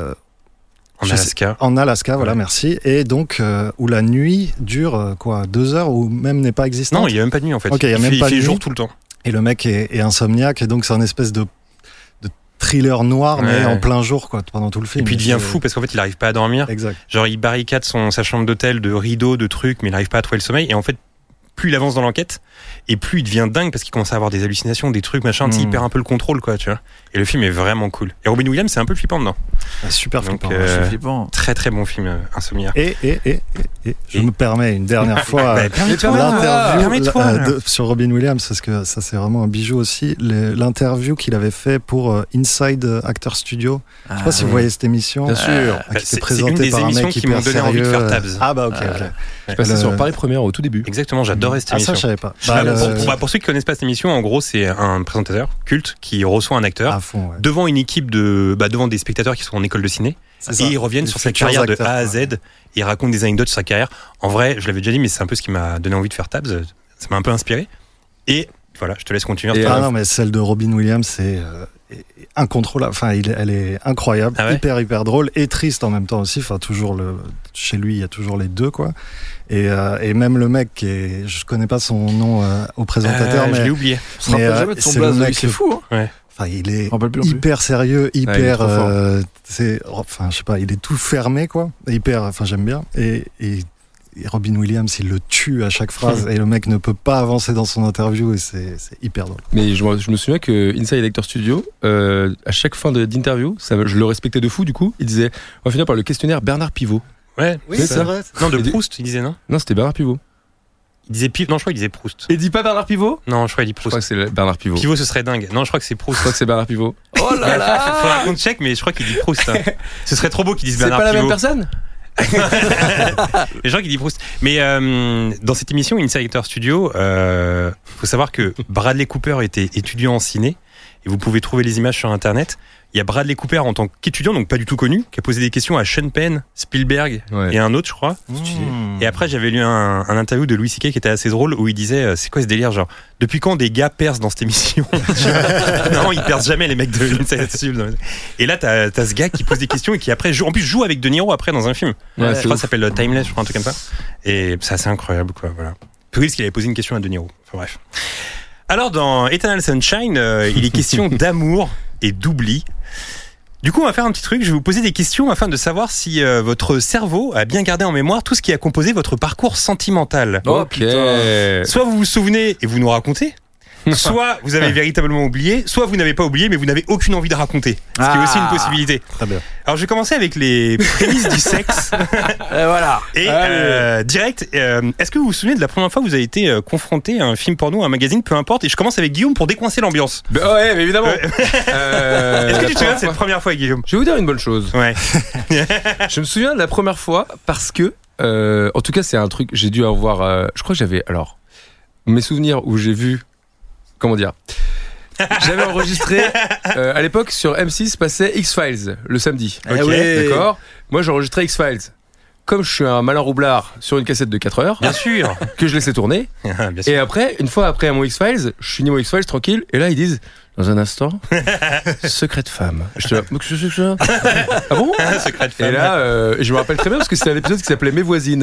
en Alaska. Voilà, merci. Et donc où la nuit dure 2 heures ou même n'est pas existante. Non, il y a même pas de nuit en fait. Okay, il fait jour tout le temps. Et le mec est insomniaque et donc c'est un espèce de thriller noir mais en plein jour pendant tout le film. Et puis il devient fou parce qu'en fait il arrive pas à dormir. Exact. Genre il barricade sa chambre d'hôtel de rideaux, de trucs, mais il arrive pas à trouver le sommeil. Et en fait plus il avance dans l'enquête et plus il devient dingue parce qu'il commence à avoir des hallucinations, des trucs machin, il perd un peu le contrôle tu vois. Et le film est vraiment cool. Et Robin Williams c'est un peu flippant dedans. Super donc, flippant. Très très bon film, Insomnia. Et je me permets une dernière fois l'interview sur Robin Williams parce que ça c'est vraiment un bijou aussi, l'interview qu'il avait fait pour Inside Actor Studio. Je sais pas si vous voyez cette émission. Bien sûr. Qui était présentée par un mec qui m'ont donné envie de faire Tabs. Ah bah ok. Je passais sur Paris Première au tout début. Exactement, j'adorais cette émission. Ah ça je savais pas. Pour ceux qui connaissent pas cette émission, en gros c'est un présentateur culte qui reçoit un acteur devant une équipe devant des spectateurs qui sont en école de ciné et ils reviennent sur sa carrière de A à Z. Ils racontent des anecdotes sur sa carrière. En vrai, je l'avais déjà dit, mais c'est un peu ce qui m'a donné envie de faire Tabs. Ça m'a un peu inspiré. Et voilà, je te laisse continuer. Non, mais celle de Robin Williams, c'est incontrôlable. Enfin, elle est incroyable, hyper drôle et triste en même temps aussi. Enfin, chez lui, il y a toujours les deux, quoi. Et même le mec je connais pas son nom au présentateur, mais je l'ai oublié. On se rappelle jamais de son blaze, c'est fou. Ouais. Enfin, il est hyper sérieux, hyper. Je sais pas, il est tout fermé, quoi. J'aime bien. Et Robin Williams, il le tue à chaque phrase et le mec ne peut pas avancer dans son interview et c'est hyper drôle. Mais je me souviens que Inside Actor Studio, à chaque fin d'interview, je le respectais de fou du coup, il disait on va finir par le questionnaire Bernard Pivot. Ouais, oui, c'est vrai. Non, de Proust, il disait non. Non, c'était Bernard Pivot. Il disait non, je crois qu'il disait Proust. Il dit pas Bernard Pivot? Non, je crois qu'il dit Proust. Je crois que c'est Bernard Pivot. Pivot, ce serait dingue. Non, je crois que c'est Proust. Je crois que c'est Bernard Pivot. Oh là là. Faudra qu'on check, mais je crois qu'il dit Proust. Ce serait trop beau qu'il dise Bernard Pivot. C'est pas la même personne? Les gens qui disent Proust. Mais dans cette émission Inside Actor Studio, faut savoir que Bradley Cooper était étudiant en ciné et vous pouvez trouver les images sur internet. Il y a Bradley Cooper en tant qu'étudiant, donc pas du tout connu, qui a posé des questions à Sean Penn, Spielberg et un autre, je crois. Et après, j'avais lu un interview de Louis C.K. qui était assez drôle où il disait c'est quoi ce délire, genre depuis quand des gars percent dans cette émission? Non, ils percent jamais les mecs de Inside Studio. Et là, t'as ce gars qui pose des questions et qui après joue avec De Niro après dans un film. Je crois que ça s'appelle Timeless, je crois, un truc comme ça. Et c'est assez incroyable, quoi. Voilà. Parce qu'il avait posé une question à De Niro. Enfin bref. Alors dans Eternal Sunshine, il est question d'amour et d'oubli. Du coup, on va faire un petit truc. Je vais vous poser des questions afin de savoir si votre cerveau a bien gardé en mémoire tout ce qui a composé votre parcours sentimental. Ok. Soit vous vous souvenez et vous nous racontez, soit vous avez véritablement oublié, soit vous n'avez pas oublié, mais vous n'avez aucune envie de raconter. Ce qui est aussi une possibilité. Très bien. Alors je vais commencer avec les prémices du sexe. Et voilà. Et direct, est-ce que vous vous souvenez de la première fois que vous avez été confronté à un film porno, à un magazine, peu importe. Et je commence avec Guillaume pour décoincer l'ambiance. Ouais, mais évidemment. Est-ce que tu te souviens de cette première fois, Guillaume? Je vais vous dire une bonne chose. Ouais. Je me souviens de la première fois parce que, en tout cas, c'est un truc, j'ai dû avoir, je crois que j'avais, alors, mes souvenirs où j'ai vu, comment dire, j'avais enregistré, à l'époque, sur M6 passait X-Files, le samedi. Ok, d'accord. Moi, j'enregistrais X-Files. Comme je suis un malin roublard sur une cassette de 4 heures, Bien sûr. que je laissais tourner. Bien sûr. Et après, une fois après mon X-Files, je finis mon X-Files tranquille, et là, ils disent, dans un instant, secret de femme. Je te ah bon? Secret de femme. Et là, je me rappelle très bien parce que c'était un épisode qui s'appelait Mes voisines.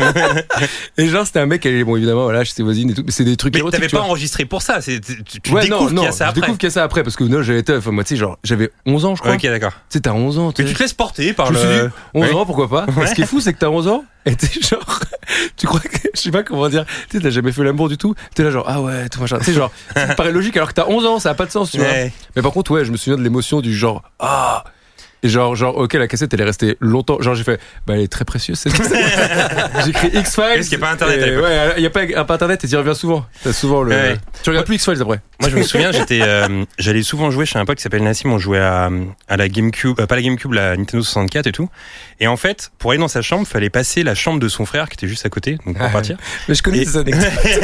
Et genre, c'était un mec qui allait, bon, évidemment, voilà, chez ses voisines et tout, mais c'est des trucs Mais érotiques. t'avais tu pas vois. enregistré pour ça, tu Ouais, découvres qu'il y a ça je après. découvre qu'il y a ça après parce que non, j'avais teuf. Moi, tu sais, genre, j'avais 11 ans, je crois. Ok, d'accord. Tu sais, t'as 11 ans. Mais tu te laisses porter par Je me suis dit, le... 11 Ouais. ans, pourquoi pas? Mais ce qui est fou, c'est que t'as 11 ans et t'es genre, tu crois que, je sais pas comment dire, tu sais, t'as jamais fait l'amour du tout. T'es là, genre, ah ouais, tout machin. Tu sais, genre, ça te paraît logique alors que t'as 11 ans, ça a pas de sens, tu vois. Ouais. Mais par contre, ouais, je me souviens de l'émotion du genre, ah! Et genre, ok, la cassette, elle est restée longtemps. Genre, j'ai fait, bah, elle est très précieuse, cette cassette. J'ai écrit X-Files. Est-ce qu'il y a pas Internet à l'époque? Ouais, il y a pas Internet et tu y reviens souvent. T'as souvent le. Ouais. Tu regardes plus X-Files après. Moi, je me souviens, j'allais souvent jouer chez un pote qui s'appelle Nassim. On jouait à la GameCube, pas la GameCube, la Nintendo 64 et tout. Et en fait, pour aller dans sa chambre, fallait passer la chambre de son frère qui était juste à côté, donc pour partir. Mais je connais ces anecdotes.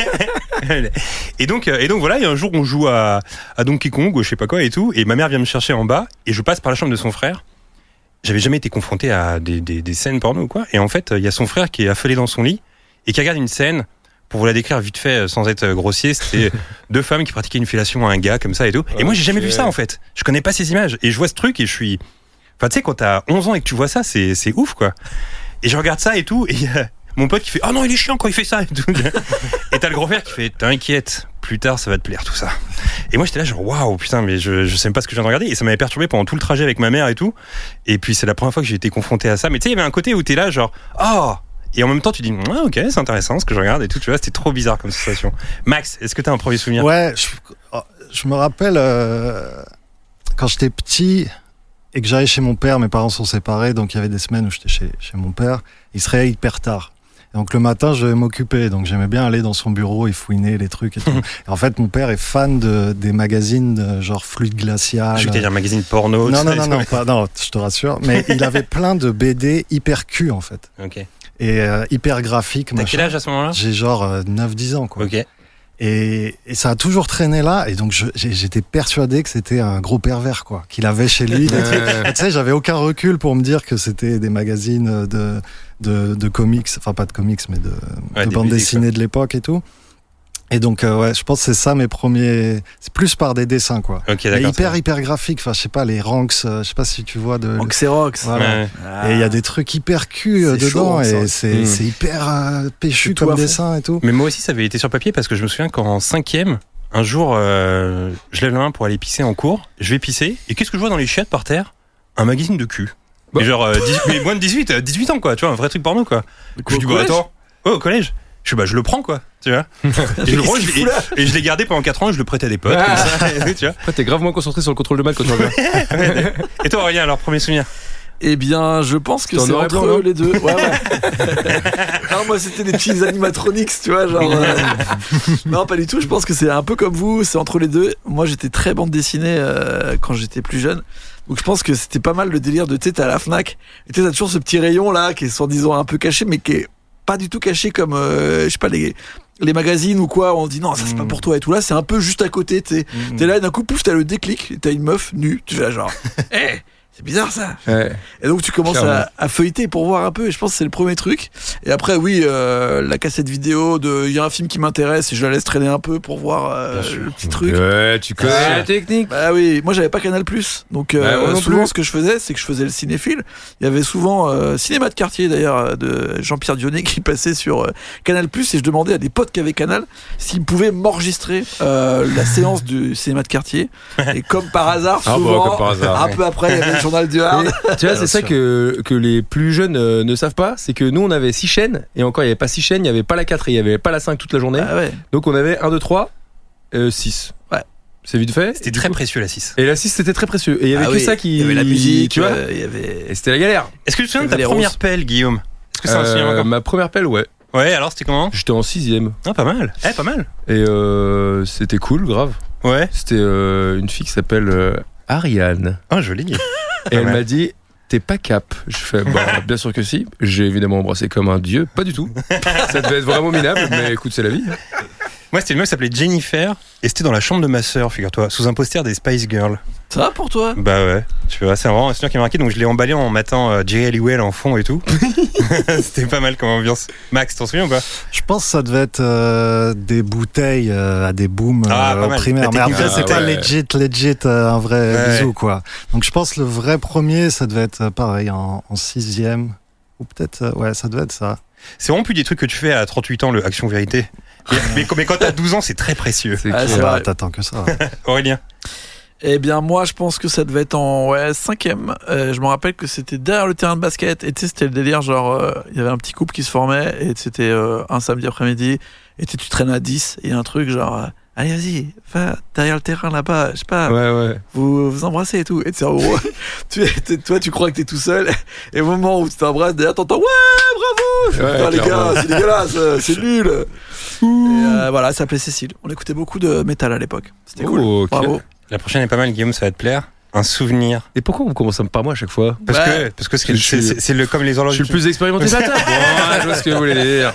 Et donc voilà, et un jour on joue à Donkey Kong ou je sais pas quoi et tout, et ma mère vient me chercher en bas et je passe par la chambre de son frère. J'avais jamais été confronté à des scènes porno ou quoi, et en fait il y a son frère qui est affolé dans son lit et qui regarde une scène. Pour vous la décrire vite fait sans être grossier, c'était deux femmes qui pratiquaient une fellation à un gars comme ça et tout. Et moi j'ai jamais vu ça en fait. Je connais pas ces images et je vois ce truc et je suis, enfin tu sais quand t'as 11 ans et que tu vois ça, c'est ouf quoi. Et je regarde ça et tout, et il y a mon pote qui fait, oh non il est chiant quand il fait ça et tout. Et t'as le grand frère qui fait, t'inquiète, plus tard ça va te plaire tout ça. Et moi j'étais là genre waouh putain, mais je sais même pas ce que je viens de regarder, et ça m'avait perturbé pendant tout le trajet avec ma mère et tout. Et puis c'est la première fois que j'ai été confronté à ça, mais tu sais il y avait un côté où t'es là genre oh, et en même temps tu dis ah ok c'est intéressant ce que je regarde et tout, tu vois, c'était trop bizarre comme sensation. Max, est-ce que t'as un premier souvenir? Ouais, je me rappelle quand j'étais petit et que j'allais chez mon père, mes parents sont séparés, donc il y avait des semaines où j'étais chez mon père, il se réveillait hyper tard. Et donc le matin, je devais m'occuper, donc j'aimais bien aller dans son bureau et fouiner les trucs et tout. Et en fait, mon père est fan des magazines de genre Fluide Glacial. Je vais te dire magazine porno. Non, je te rassure. Mais il avait plein de BD hyper cul en fait. Ok. Et hyper graphiques. T'as quel âge à ce moment-là? J'ai genre 9-10 ans quoi. Ok. Et ça a toujours traîné là, et donc j'étais persuadé que c'était un gros pervers quoi, qu'il avait chez lui. Tu sais, j'avais aucun recul pour me dire que c'était des magazines de comics, enfin pas de comics, mais de bande dessinée de l'époque et tout. Et donc ouais, je pense que c'est ça mes premiers, c'est plus par des dessins quoi. Ok, d'accord. Hyper graphique, enfin je sais pas, les ranks, je sais pas si tu vois de Xerox. Voilà. Ouais. Et il y a des trucs hyper cul dedans, et c'est hyper péchu comme dessin et tout. Mais moi aussi ça avait été sur papier, parce que je me souviens qu'en 5e, un jour je lève la main pour aller pisser en cours, je vais pisser et qu'est-ce que je vois dans les chiottes par terre? Un magazine de cul. Bah. Et genre mais moins de 18 ans quoi, tu vois, un vrai truc porno quoi. Je dis bah attends, au collège. Je suis je le prends quoi, tu vois. Et je le prends, et je l'ai gardé pendant 4 ans, et je le prêtais à des potes comme ça, tu vois. Après, t'es grave moins concentré sur le contrôle de balle quand tu reviens. Et toi Aurélien, alors premier souvenir? Eh bien, je pense que C'est en c'est noir et entre blanc, non les deux. Ouais. Non, moi, c'était des petits animatronics, tu vois, genre. Non, pas du tout. Je pense que c'est un peu comme vous, c'est entre les deux. Moi, j'étais très bande dessinée quand j'étais plus jeune. Donc, je pense que c'était pas mal le délire de, tu sais, t'as la Fnac. Et tu sais, t'as toujours ce petit rayon là qui est soi-disant un peu caché, mais qui est pas du tout caché comme, je sais pas, les magazines ou quoi, on dit non, ça c'est pas pour toi et tout. Là, c'est un peu juste à côté, tu sais. T'es là, et d'un coup, pouf, t'as le déclic, t'as une meuf nue, tu fais genre, hé, c'est bizarre ça. Ouais. Et donc tu commences à feuilleter pour voir un peu, et je pense que c'est le premier truc. Et après oui, la cassette vidéo il y a un film qui m'intéresse et je la laisse traîner un peu pour voir le petit truc. Ouais, tu connais la technique. Bah oui, moi j'avais pas Canal+, donc non souvent plus. ce que je faisais, c'est que je faisais le cinéphile. Il y avait souvent Cinéma de quartier d'ailleurs de Jean-Pierre Dionnet qui passait sur Canal+, et je demandais à des potes qui avaient Canal s'ils pouvaient m'enregistrer la séance du Cinéma de quartier. Et comme par hasard, souvent, comme par hasard, un peu après, il y avait le journal du Hard. Tu vois, c'est ça que les plus jeunes ne savent pas, c'est que nous on avait 6 chaînes, et encore il n'y avait pas 6 chaînes, il n'y avait pas la 4 et il n'y avait pas la 5 toute la journée. Ah ouais. Donc on avait 1, 2, 3, 6. Ouais. C'est vite fait. C'était très précieux la 6. Et la 6 c'était très précieux. Et il y avait que ça qui. Il y avait la musique, tu vois. il y avait. Et c'était la galère. Est-ce que tu te souviens de Il y avait ta les première roses. pelle, Guillaume? Est-ce que c'est un souvenir encore? Ma première pelle, ouais. Ouais, alors c'était comment? J'étais en 6ème. Ah, pas mal. Pas mal. Et c'était cool, grave. Ouais. C'était une fille qui s'appelle Ariane. Oh, joli. Et elle m'a dit, t'es pas cap. Je fais, bah, bien sûr que si. J'ai évidemment embrassé comme un dieu. Pas du tout. Ça devait être vraiment minable, mais écoute, c'est la vie. Moi, c'était une meuf qui s'appelait Jennifer et c'était dans la chambre de ma sœur, figure-toi, sous un poster des Spice Girls. Ça va pour toi? Bah ouais, tu vois, c'est vraiment un souvenir qui m'a marqué, donc je l'ai emballé en matant Jerry Halliwell en fond et tout. C'était pas mal comme ambiance. Max, t'en souviens ou pas? Je pense que ça devait être des bouteilles à des booms pas au mal. primaire. Mais après, c'est pas ouais. legit un vrai bisou, quoi. Donc je pense que le vrai premier, ça devait être pareil, en 6ème. Ou peut-être, ouais, ça devait être ça. C'est vraiment plus des trucs que tu fais à 38 ans, le Action Vérité. Mais quand t'as 12 ans, c'est très précieux. C'est Ah, clair. c'est vrai. T'attends que ça. Aurélien? Eh bien, moi, je pense que ça devait être en 5ème. Je me rappelle que c'était derrière le terrain de basket. Et tu sais, c'était le délire, genre, il y avait un petit couple qui se formait. Et c'était un samedi après-midi. Et tu traînes à 10. Et un truc, genre, allez, vas-y, va derrière le terrain là-bas. Je sais pas. Ouais. Vous embrassez et tout. Et tu sais, en gros, toi, tu crois que t'es tout seul. Et au moment où tu t'embrasses, derrière, t'entends, ouais, bravo! Putain, les clairement. gars, c'est dégueulasse, c'est nul. Et voilà, elle s'appelait Cécile. On écoutait beaucoup de métal à l'époque. C'était cool. Ok. Bravo. La prochaine est pas mal, Guillaume, ça va te plaire. Un souvenir. Et pourquoi vous commencez par moi à chaque fois? Parce Ouais. que c'est le comme les Je horloges. suis le plus expérimenté de la table. Ouais, je vois ce que vous voulez dire.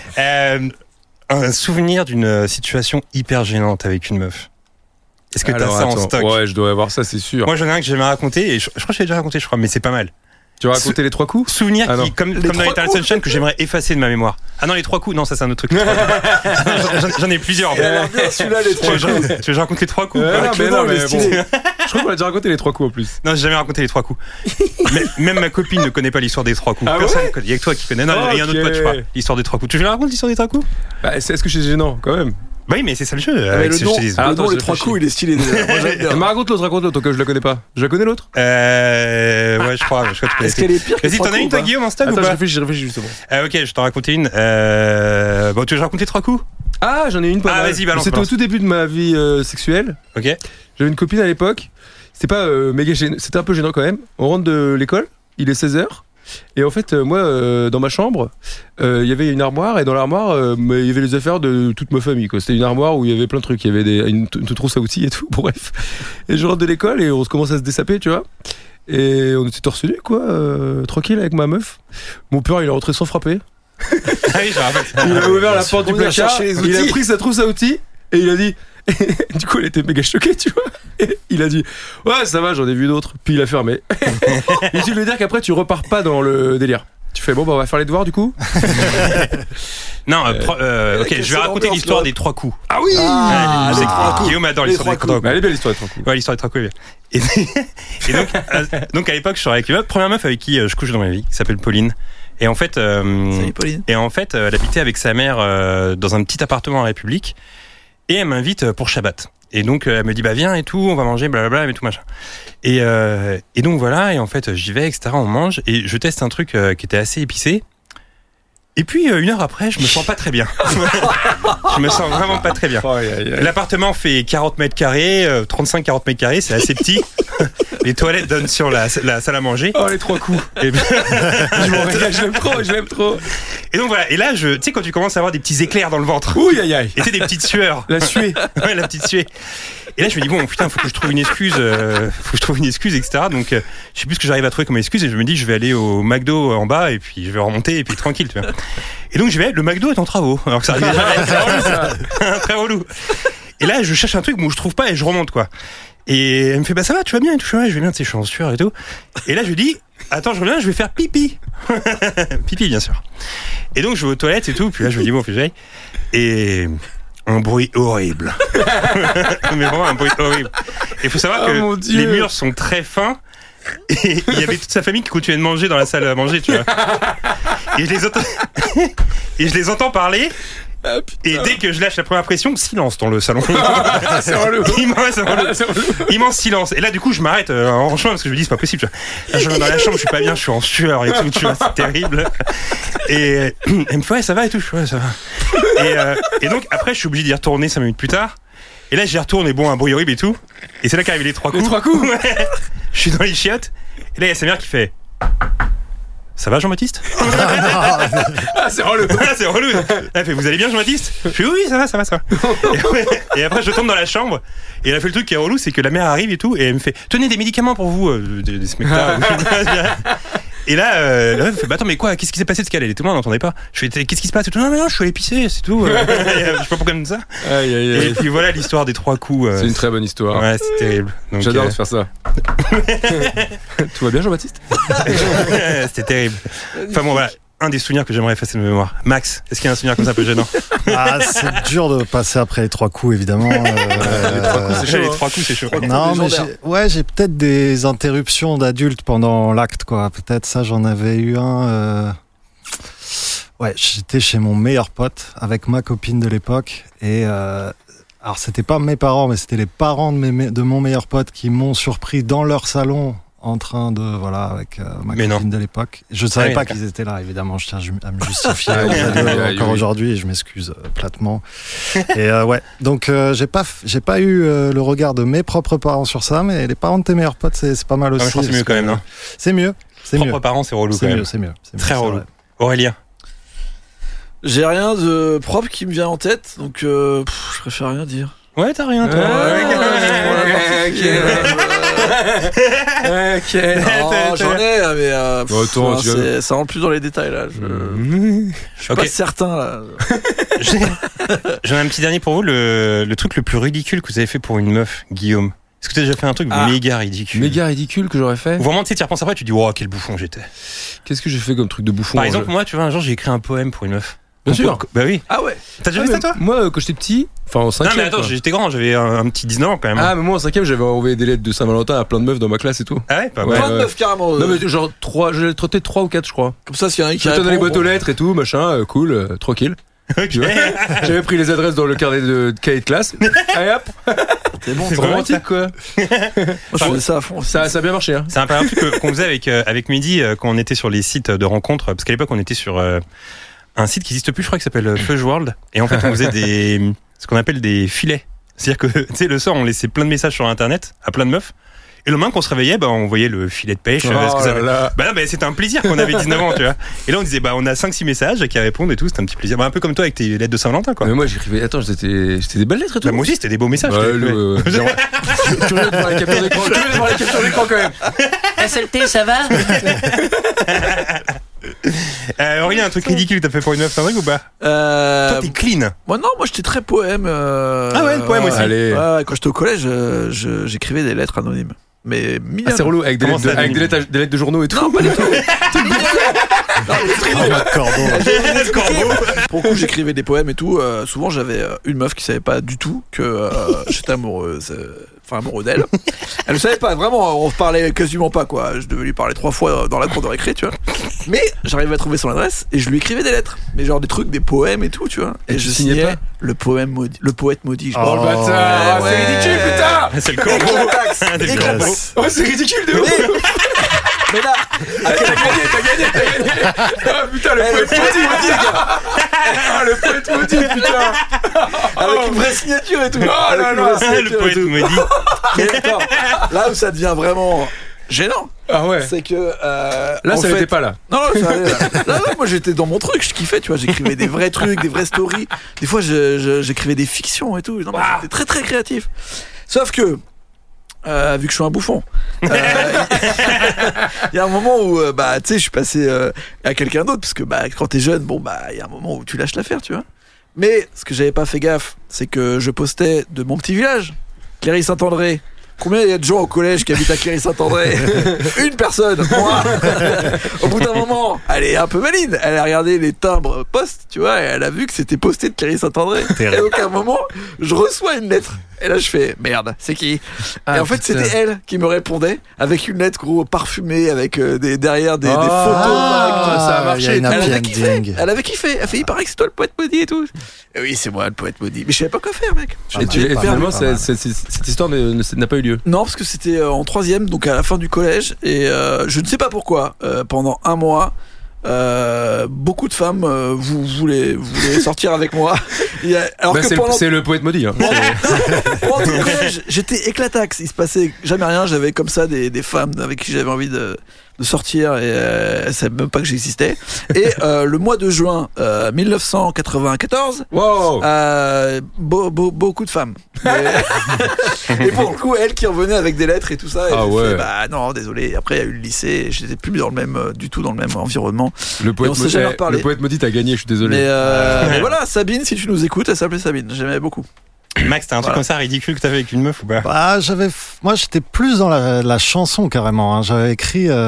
Un souvenir d'une situation hyper gênante avec une meuf. Est-ce que t'as Alors, ça en attends. stock? Ouais, je dois avoir ça, c'est sûr. Moi, j'en ai un que j'ai jamais raconté, et je crois que je l'ai déjà raconté, mais c'est pas mal. Tu vas raconter les 3 coups? Souvenir Ah non. qui, comme dans trois Eternal coups. Sunshine, que j'aimerais effacer de ma mémoire. Ah non, les 3 coups, non, ça c'est un autre truc. J'en ai plusieurs en fait. Alors, bien celui-là, les Tu veux que je raconte les 3 coups? Ouais, ou pas? non, mais Claude, il est bon. stylé. Je crois qu'on a déjà raconté les 3 coups en plus. Non, j'ai jamais raconté les 3 coups. Mais, même ma copine ne connaît pas l'histoire des 3 coups. Ah Personne ouais ne connaît. Il y a que toi qui connais. Non, il y a un autre Ok. pote, je crois. L'histoire des 3 coups. Tu veux la raconter l'histoire des 3 coups? Bah, est-ce que c'est gênant quand même? Bah oui, mais c'est ça le jeu. Mais avec le ce nom, que je te dis. Ah, le attends, nom, je les 3 réfléchis. coups, il est stylé déjà. Moi, j'aime bien. Mais raconte l'autre, au cas où je la connais pas. Je la connais l'autre? Ouais, je crois que tu connais. Est-ce qu'elle est pire que les Vas-y, 3 t'en as une coups, toi, ou pas? Guillaume, en stock ou Attends, pas? je réfléchis justement. Ok, je t'en racontais une. Bon, tu veux que je raconte les 3 coups? Ah, j'en ai une pas Ah, mal. vas-y, balance, C'était balance. au tout début de ma vie sexuelle. Ok. J'avais une copine à l'époque. C'était pas méga gênant, c'était un peu gênant quand même. On rentre de l'école, il est 16h. Et en fait, moi, dans ma chambre, il y avait une armoire. Et dans l'armoire, il y avait les affaires de toute ma famille, quoi. C'était une armoire où il y avait plein de trucs. Il y avait une trousse à outils et tout. Bref. Et je rentre de l'école et on se commence à se dessaper, tu vois. Et on était torse nu, quoi, tranquille avec ma meuf. Mon père, il est rentré sans frapper. Ah oui, je me rappelle. Il a ouvert la porte du On vient placard, chercher les il a outils. pris sa trousse à outils et il a dit. Du coup, elle était méga choquée, tu vois. Et il a dit ouais, ça va, j'en ai vu d'autres. Puis il a fermé. Et tu veux dire qu'après, tu repars pas dans le délire. Tu fais bon, bah on va faire les devoirs du coup. Non, ok, quelle je vais raconter ambiance, l'histoire là. des 3 coups. Ah oui. Ah, les 3 coups. Guillaume adore Les l'histoire des 3 coups. Mais elle est belle l'histoire, tranquille. Ouais, l'histoire des 3 coups est bien. Et donc à l'époque, je suis avec une première meuf avec qui je couche dans ma vie, qui s'appelle Pauline. Et en fait, Salut, Pauline. elle habitait avec sa mère dans un petit appartement en République. Et elle m'invite pour Shabbat. Et donc elle me dit bah viens et tout, on va manger blablabla et tout machin. Et donc voilà, et en fait j'y vais, etc. On mange et je teste un truc qui était assez épicé. Et puis une heure après, je me sens pas très bien. Je me sens vraiment pas très bien. L'appartement fait 40 mètres carrés, 35-40 mètres carrés, c'est assez petit. Les toilettes donnent sur la salle à manger. Oh les 3 coups. Et, Je m'en régale, je l'aime trop. et donc voilà, et là tu sais quand tu commences à avoir des petits éclairs dans le ventre. Ouh aïe aïe. Et tu sais, des petites sueurs. La suée. Ouais, la petite suée. Et là, je me dis, bon, putain, faut que je trouve une excuse, etc. Donc, je sais plus ce que j'arrive à trouver comme excuse, et je me dis, je vais aller au McDo en bas, et puis je vais remonter, et puis tranquille, tu vois. Et donc, je vais, le McDo est en travaux. Alors que ça arrive déjà. C'est relou, ça. Très relou. Et là, je cherche un truc où je trouve pas, et je remonte, quoi. Et elle me fait, bah, ça va, tu vas bien, et tout, je vais bien, tu sais, je suis en sueur et tout. Et là, je lui dis, attends, je reviens, je vais faire pipi. Pipi, bien sûr. Et donc, je vais aux toilettes et tout, puis là, je me dis, bon, faut que j'aille. Et un bruit horrible. Mais vraiment un bruit horrible. Et il faut savoir mon que Dieu. les murs sont très fins. Et il y avait toute sa famille qui continuait de manger dans la salle à manger, tu vois. Et je les entends parler. Et dès que je lâche la première pression, silence dans le salon. C'est relou. Immense silence. Et là, du coup, je m'arrête en chemin parce que je me dis, c'est pas possible. Tu vois. Là, je rentre dans la chambre, je suis pas bien, je suis en sueur et tout, tu vois, c'est terrible. Et elle me fait, ouais, ça va et tout. Je fais, ouais, ça va. Et donc, après, je suis obligé d'y retourner 5 minutes plus tard. Et là, j'y retourne et bon, un bruit horrible et tout. Et c'est là qu'arrivent les 3 coups. Les 3 coups. Ouais. Je suis dans les chiottes. Et là, il y a sa mère qui fait. Ça va Jean-Baptiste? Ah, c'est relou. C'est relou. Elle fait, vous allez bien Jean-Baptiste? Je fais, oui, ça va. Et après, je tombe dans la chambre. Et elle a fait le truc qui est relou, c'est que la mère arrive et tout. Et elle me fait, tenez des médicaments pour vous, des smecta. Et là, la meuf fait, bah attends, mais quoi, qu'est-ce qui s'est passé de ce qu'elle était loin, on n'entendait pas. Je fais, qu'est-ce qui se passe? Non, mais non, je suis allé pisser, c'est tout. Je sais pas pourquoi comme ça. Aïe. Et puis voilà l'histoire des 3 coups. C'est une très bonne histoire. Ouais, c'est terrible. Donc, j'adore de faire ça. Tout va bien, Jean-Baptiste? C'était terrible. Enfin bon, voilà. Un des souvenirs que j'aimerais effacer de ma mémoire. Max, est-ce qu'il y a un souvenir comme ça un peu gênant? C'est dur de passer après les 3 coups, évidemment. Les 3 coups, c'est chaud. Les 3 coups, c'est chaud. Non, mais j'ai peut-être des interruptions d'adultes pendant l'acte, quoi. Peut-être ça, j'en avais eu un. Ouais, j'étais chez mon meilleur pote avec ma copine de l'époque. Et alors, c'était pas mes parents, mais c'était les parents de mon meilleur pote qui m'ont surpris dans leur salon. En train de, avec ma copine de l'époque. Je ne savais pas qu'ils étaient là, évidemment. Je tiens à me justifier encore aujourd'hui et je m'excuse platement. Et donc j'ai pas eu le regard de mes propres parents sur ça, mais les parents de tes meilleurs potes, c'est pas mal aussi. Je pense que c'est mieux quand même, non? C'est mieux. Propres parents, c'est relou quand même. C'est mieux. Très relou. Aurélien? J'ai rien de propre qui me vient en tête, donc je préfère rien dire. Ouais, t'as rien, toi. Ok. Non, j'en ai, mais attends, ça rentre plus dans les détails là. Je suis pas certain là. J'en ai un petit dernier pour vous. Le truc le plus ridicule que vous avez fait pour une meuf, Guillaume. Est-ce que t'as déjà fait un truc méga ridicule? Méga ridicule que j'aurais fait? Ou vraiment, tu sais, tu y repenses après, tu dis, oh, quel bouffon j'étais. Qu'est-ce que j'ai fait comme truc de bouffon? Par exemple, moi, tu vois, un jour, j'ai écrit un poème pour une meuf. Bien sûr. Bah oui. Ah ouais. T'as déjà fait ça, toi? Moi, quand j'étais petit, enfin en 5ème. Non, mais attends, j'étais grand, j'avais un petit 19 ans quand même. Ah, mais moi en 5ème, j'avais envoyé des lettres de Saint-Valentin à plein de meufs dans ma classe et tout. Ah ouais, pas mal. Plein de meufs carrément. Non, mais genre 3, j'avais traité 3 ou 4, je crois. Comme ça, s'il y en a un qui répond. Dans les boîtes aux lettres et tout, machin, cool, tranquille. Ok. J'avais pris les adresses dans le carnet de cahier de classe. Allez hop. C'est bon, c'est romantique quoi. Moi, je faisais ça à fond. Ça a bien marché. Hein. C'est un peu un truc qu'on faisait avec Mehdi quand on était sur les sites de rencontres. Parce qu'à l'époque, on était sur un site qui n'existe plus, je crois, qui s'appelle Fudge World. Et en fait, on faisait ce qu'on appelle des filets. C'est-à-dire que, tu sais, le soir, on laissait plein de messages sur Internet à plein de meufs. Et le lendemain qu'on se réveillait, on voyait le filet de pêche. C'était un plaisir qu'on avait 19 ans, tu vois. Et là, on disait, on a 5-6 messages qui répondent et tout, c'était un petit plaisir. Un peu comme toi avec tes lettres de Saint-Valentin, quoi. Mais moi, j'écrivais, c'était des belles lettres et tout. Moi aussi, c'était des beaux messages. Curieux de voir la capture d'écran quand même. SLT, ça va? Aurélien, un truc ridicule que t'as fait pour une meuf, c'est un truc ou pas? Toi, t'es clean. Moi, non, moi, j'étais très poème. Ah ouais, le poème aussi. Allez. Quand j'étais au collège, j'écrivais des lettres anonymes. Mais c'est relou, avec des lettres de journaux et tout. Non, pas du tout. Pour le coup, j'écrivais des poèmes et tout. Souvent, j'avais une meuf qui savait pas du tout que j'étais amoureux d'elle. Elle ne savait pas, vraiment, on se parlait quasiment pas, quoi. Je devais lui parler 3 fois dans la cour de récré, tu vois. Mais j'arrivais à trouver son adresse et je lui écrivais des lettres. Mais genre des trucs, des poèmes et tout, tu vois. Et je signais pas le poète maudit. Oh le bâtard, c'est ridicule, putain. C'est le corbeau. Oh, c'est ridicule de ouf. Mais là, t'as gagné. Ah putain, le poète maudit, gars. Ah, le poète maudit, putain. Avec une vraie signature et tout. Oh là là, le poète maudit. Mais d'accord, là où ça devient vraiment gênant. Ah ouais. C'est que là, ça n'était pas là. Non, ça allait là. Là, moi, j'étais dans mon truc, je kiffais, tu vois. J'écrivais des vrais trucs, des vraies stories. Des fois, j'écrivais des fictions et tout. Non, j'étais très très créatif. Sauf que vu que je suis un bouffon, il y a un moment où tu sais, je suis passé à quelqu'un d'autre parce que quand t'es jeune, il y a un moment où tu lâches l'affaire, tu vois. Mais ce que j'avais pas fait gaffe, c'est que je postais de mon petit village, Cléry-Saint-André. Combien il y a de gens au collège qui habitent à Cléry-Saint-André? Une personne, moi. Au bout d'un moment, elle est un peu maline. Elle a regardé les timbres poste, tu vois, et elle a vu que c'était posté de Cléry-Saint-André. Et donc à un moment, je reçois une lettre. Et là, je fais merde, c'est qui? Et en fait, c'était elle qui me répondait avec une lettre gros parfumée, avec derrière des photos. Ça a marché. Elle avait kiffé. Elle fait, il paraît que c'est toi le poète maudit et tout. Et oui, c'est moi le poète maudit. Mais je savais pas quoi faire, mec. Et finalement, cette histoire n'a pas eu lieu. Non, parce que c'était en 3ème, donc à la fin du collège. Et je ne sais pas pourquoi, pendant un mois, beaucoup de femmes vous voulez sortir avec moi. Alors que c'est le poète maudit. Hein. Pendant tout le collège, j'étais éclataxe. Il se passait jamais rien. J'avais comme ça des femmes avec qui j'avais envie de sortir et elles savaient même pas que j'existais. Et le mois de juin 1994, wow. Beaucoup de femmes. Et pour le coup, elles qui revenaient avec des lettres et tout ça. Et j'ai fait, non, désolé. Après, il y a eu le lycée. J'étais plus du tout dans le même environnement. Le poète maudit a gagné. Je suis désolé. Mais voilà, Sabine, si tu nous écoutes, elle s'appelait Sabine. J'aimais beaucoup. Max, t'as un truc comme ça ridicule que t'avais avec une meuf ou pas? Moi j'étais plus dans la chanson carrément. Hein. J'avais écrit. Ouais.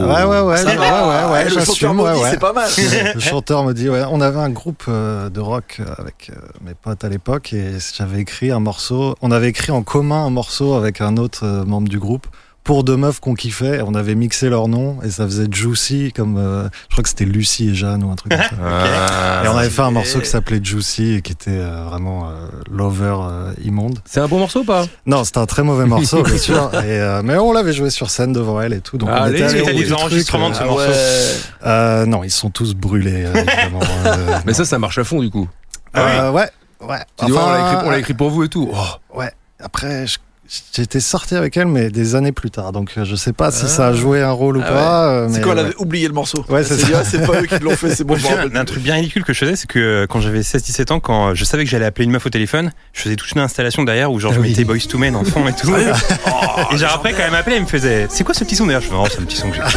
Le chanteur maudit, c'est pas mal. Le chanteur me dit, on avait un groupe de rock avec mes potes à l'époque et j'avais écrit un morceau. On avait écrit en commun un morceau avec un autre membre du groupe. Pour deux meufs qu'on kiffait, on avait mixé leurs noms et ça faisait Juicy comme je crois que c'était Lucie et Jeanne ou un truc comme ça. Et on avait fait un morceau qui s'appelait Juicy et qui était vraiment lover immonde. C'est un bon morceau ou pas? Non, c'était un très mauvais morceau bien sûr. Mais on l'avait joué sur scène devant elle et tout. Donc on était allé au bout des enregistrements de ce morceau. Non, ils sont tous brûlés évidemment. Mais ça marche à fond du coup. Ouais. Tu dis, on l'a écrit pour vous et tout. Oh. Ouais. Après j'étais sorti avec elle, mais des années plus tard. Donc, je sais pas si ça a joué un rôle ou pas. C'est quoi, elle avait oublié le morceau. Ouais, c'est ça. C'est pas eux qui l'ont fait, c'est bon. Un truc bien ridicule que je faisais, c'est que quand j'avais 16-17 ans, quand je savais que j'allais appeler une meuf au téléphone, je faisais toute une installation derrière où genre je mettais Boyz II Men en fond et tout. Et genre après, quand elle m'appelait, elle me faisait, c'est quoi ce petit son d'ailleurs? Je fais, non, c'est un petit son que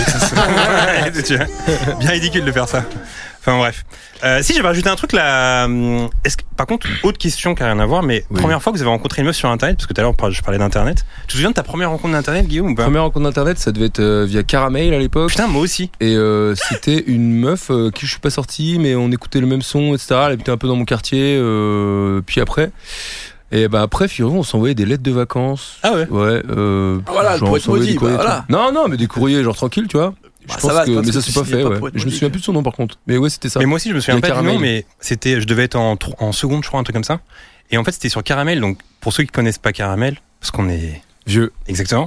j'ai fait. Bien ridicule de faire ça. Enfin bref. Si j'avais rajouté un truc là. Par contre, autre question qui n'a rien à voir, mais première fois que vous avez rencontré une meuf sur internet, parce que tout à l'heure je parlais d'internet. Tu te souviens de ta première rencontre d'internet, Guillaume, ou pas? Première rencontre d'internet, ça devait être via Caramel à l'époque. Putain, moi aussi. Et c'était une meuf qui je suis pas sorti, mais on écoutait le même son, etc. Elle habitait un peu dans mon quartier. Puis après. Et après, figurez-vous, on s'envoyait des lettres de vacances. Ah ouais. Ouais. Voilà, le poète maudit. Voilà. Non, mais des courriers genre tranquille, tu vois. Je pense que, mais ça s'est pas fait. Je me souviens plus de son nom par contre. Mais ouais, c'était ça. Mais moi aussi, je me souviens pas du nom, mais je devais être en seconde, je crois, un truc comme ça. Et en fait, c'était sur Caramel. Donc, pour ceux qui connaissent pas Caramel, parce qu'on est vieux, exactement.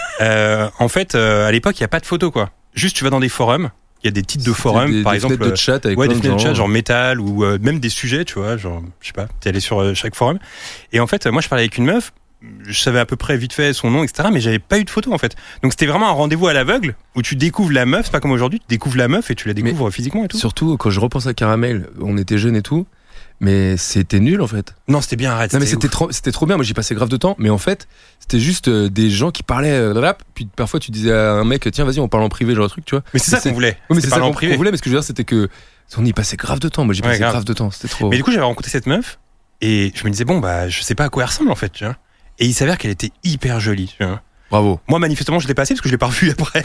En fait, à l'époque, il y a pas de photos, quoi. Juste, tu vas dans des forums. Il y a des titres de forums, par exemple. Des fenêtres de chat avec des fenêtres de chat, genre métal ou même des sujets, tu vois, genre, je sais pas. T'es allé sur chaque forum. Et en fait, moi, je parlais avec une meuf. Je savais à peu près vite fait son nom, etc. Mais j'avais pas eu de photo en fait. Donc c'était vraiment un rendez-vous à l'aveugle où tu découvres la meuf. C'est pas comme aujourd'hui, tu découvres la meuf et tu la découvres physiquement et tout. Surtout quand je repense à Caramel, on était jeunes et tout. Mais c'était nul en fait. Non, c'était bien arrête. Non, mais c'était trop bien. Moi, j'y passais grave de temps. Mais en fait, c'était juste des gens qui parlaient rap. Puis parfois, tu disais à un mec, tiens, vas-y, on parle en privé, genre un truc, tu vois. Mais c'est ça qu'on voulait. Oui, mais c'est ça qu'on voulait. Mais ce que je veux dire, c'était que on y passait grave de temps. Moi, j'y passais grave de temps. C'était trop. Mais du coup, j'avais rencontré cette meuf et je me disais, bon, je sais pas à quoi elle ressemble en fait, tu vois. Et il s'avère qu'elle était hyper jolie, tu vois. Bravo. Moi, manifestement, je l'ai passée parce que je l'ai pas revue après.